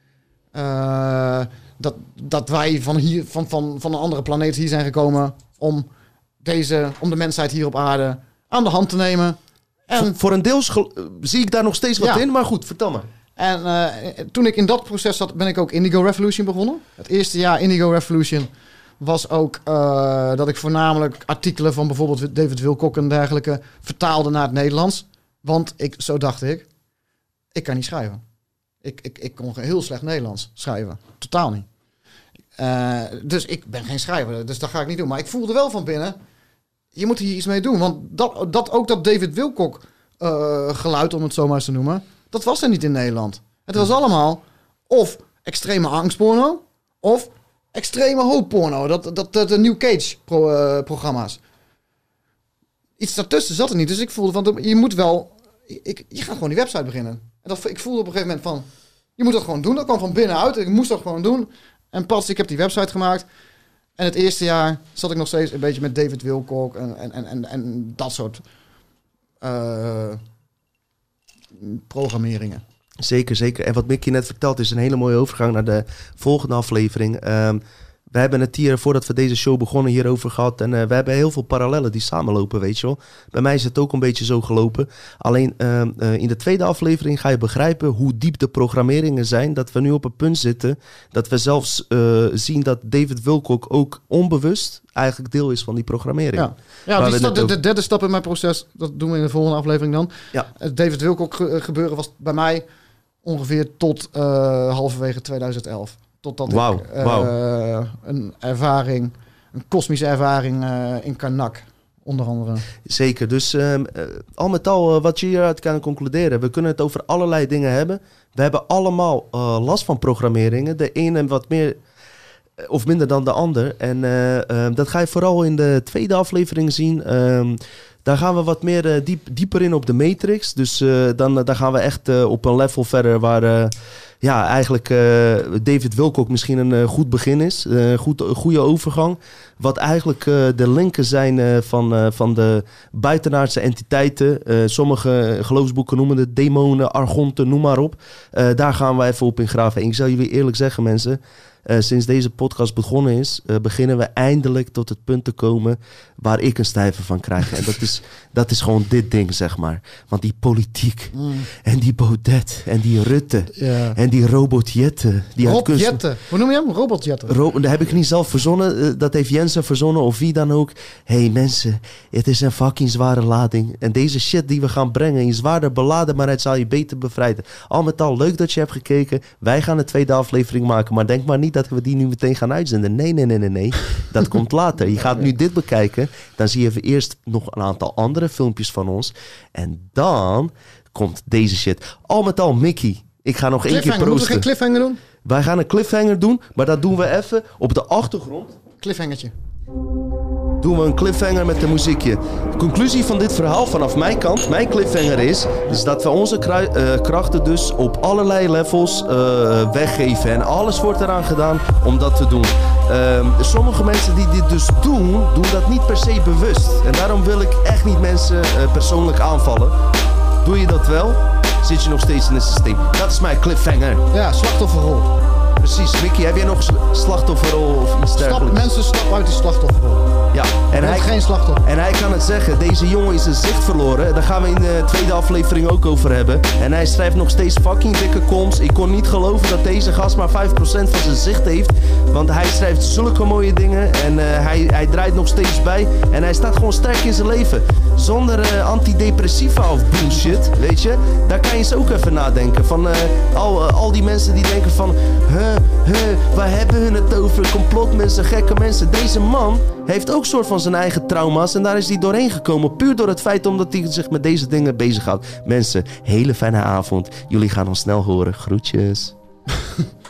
Uh, dat, dat wij van, hier, van, van, van een andere planeet hier zijn gekomen om, deze, om de mensheid hier op aarde aan de hand te nemen. voor, En, voor een deel schel- uh, zie ik daar nog steeds wat Ja. in. Maar goed, vertel maar. en uh, toen ik in dat proces zat, ben ik ook Indigo Revolution begonnen. Het eerste jaar Indigo Revolution was ook uh, dat ik voornamelijk artikelen van bijvoorbeeld David Wilcock en dergelijke vertaalde naar het Nederlands. Want ik, zo dacht ik, ik kan niet schrijven. Ik, ik, ik kon heel slecht Nederlands schrijven. Totaal niet. Uh, dus ik ben geen schrijver, dus dat ga ik niet doen. Maar ik voelde wel van binnen, je moet hier iets mee doen. Want dat, dat, ook dat David Wilcock uh, geluid, om het zo maar eens te noemen, dat was er niet in Nederland. Het was allemaal of extreme angstporno, of extreme hoopporno. Dat, dat, dat de New Cage pro, uh, programma's. Iets daartussen zat er niet. Dus ik voelde van, je moet wel, ik, je gaat gewoon die website beginnen. En dat, ik voelde op een gegeven moment van, je moet dat gewoon doen. Dat kwam van binnenuit. Ik moest dat gewoon doen. En pas, ik heb die website gemaakt. En het eerste jaar zat ik nog steeds een beetje met David Wilcock en, en, en, en, en dat soort uh, programmeringen. Zeker, zeker. En wat Mickey net vertelt is een hele mooie overgang naar de volgende aflevering. Um, we hebben het hier, voordat we deze show begonnen, hierover gehad. En uh, we hebben heel veel parallellen die samenlopen, weet je wel. Bij mij is het ook een beetje zo gelopen. Alleen uh, uh, in de tweede aflevering ga je begrijpen hoe diep de programmeringen zijn. Dat we nu op een punt zitten dat we zelfs uh, zien dat David Wilcock ook onbewust eigenlijk deel is van die programmering. Ja, ja Waar die we stap, net de, ook- de derde stap in mijn proces, dat doen we in de volgende aflevering dan. Ja. Het David Wilcock ge- gebeuren was bij mij ongeveer tot uh, halverwege tweeduizend elf. Totdat Wauw, ik uh, wauw. een ervaring, een kosmische ervaring uh, in Karnak, onder andere. Zeker, dus um, uh, al met al uh, wat je hieruit kan concluderen. We kunnen het over allerlei dingen hebben. We hebben allemaal uh, last van programmeringen. De ene wat meer of minder dan de ander. En uh, uh, dat ga je vooral in de tweede aflevering zien. Um, daar gaan we wat meer uh, diep, dieper in op de Matrix. Dus uh, dan, uh, dan gaan we echt uh, op een level verder waar... Uh, Ja, eigenlijk uh, David Wilcock misschien een uh, goed begin is. Een uh, goed, uh, goede overgang. Wat eigenlijk uh, de linken zijn uh, van, uh, van de buitenaardse entiteiten. Uh, sommige geloofsboeken noemen het demonen, argonten, noem maar op. Uh, daar gaan we even op in graven. En ik zal jullie eerlijk zeggen, mensen... Uh, sinds deze podcast begonnen is, uh, beginnen we eindelijk tot het punt te komen waar ik een stijver van krijg. En dat is, dat is gewoon dit ding, zeg maar. Want die politiek mm. en die Baudet en die Rutte yeah. en die robotjetten. Die Robotjetten? Kunst... Hoe noem je hem? Robotjetten? Ro- dat heb ik niet zelf verzonnen. Uh, dat heeft Jensen verzonnen of wie dan ook. Hé hey, mensen, het is een fucking zware lading. En deze shit die we gaan brengen in zwaarder beladenbaarheid zal je beter bevrijden. Al met al, leuk dat je hebt gekeken. Wij gaan een tweede aflevering maken, maar denk maar niet dat we die nu meteen gaan uitzenden. Nee, nee, nee, nee, nee. Dat komt later. Je gaat nu dit bekijken. Dan zie je eerst nog een aantal andere filmpjes van ons. En dan komt deze shit. Al met al, Mickey. Ik ga nog één keer proosten. Moeten we geen cliffhanger doen? Wij gaan een cliffhanger doen, maar dat doen we even op de achtergrond. Cliffhangertje. Doen we een cliffhanger met een muziekje. De conclusie van dit verhaal vanaf mijn kant, mijn cliffhanger is... is dat we onze krui- uh, krachten dus op allerlei levels uh, weggeven. En alles wordt eraan gedaan om dat te doen. Uh, sommige mensen die dit dus doen, doen dat niet per se bewust. En daarom wil ik echt niet mensen uh, persoonlijk aanvallen. Doe je dat wel, zit je nog steeds in het systeem. Dat is mijn cliffhanger. Ja, slachtofferrol. Precies. Mickey, heb jij nog slachtofferrol of iets dergelijks? Stap, mensen, stap uit die slachtofferrol. Ja, en hij, geen slachtoffer. En hij kan het zeggen, deze jongen is zijn zicht verloren. Daar gaan we in de tweede aflevering ook over hebben. En hij schrijft nog steeds fucking dikke columns. Ik kon niet geloven dat deze gast maar vijf procent van zijn zicht heeft. Want hij schrijft zulke mooie dingen. En uh, hij, hij draait nog steeds bij. En hij staat gewoon sterk in zijn leven. Zonder uh, antidepressiva of bullshit, weet je. Daar kan je eens ook even nadenken. Van uh, al, uh, al die mensen die denken van... Huh, huh, waar hebben hun het over? Complotmensen, gekke mensen. Deze man heeft ook soort van zijn eigen trauma's. En daar is hij doorheen gekomen. Puur door het feit omdat hij zich met deze dingen bezighoudt. Mensen, hele fijne avond. Jullie gaan ons snel horen. Groetjes.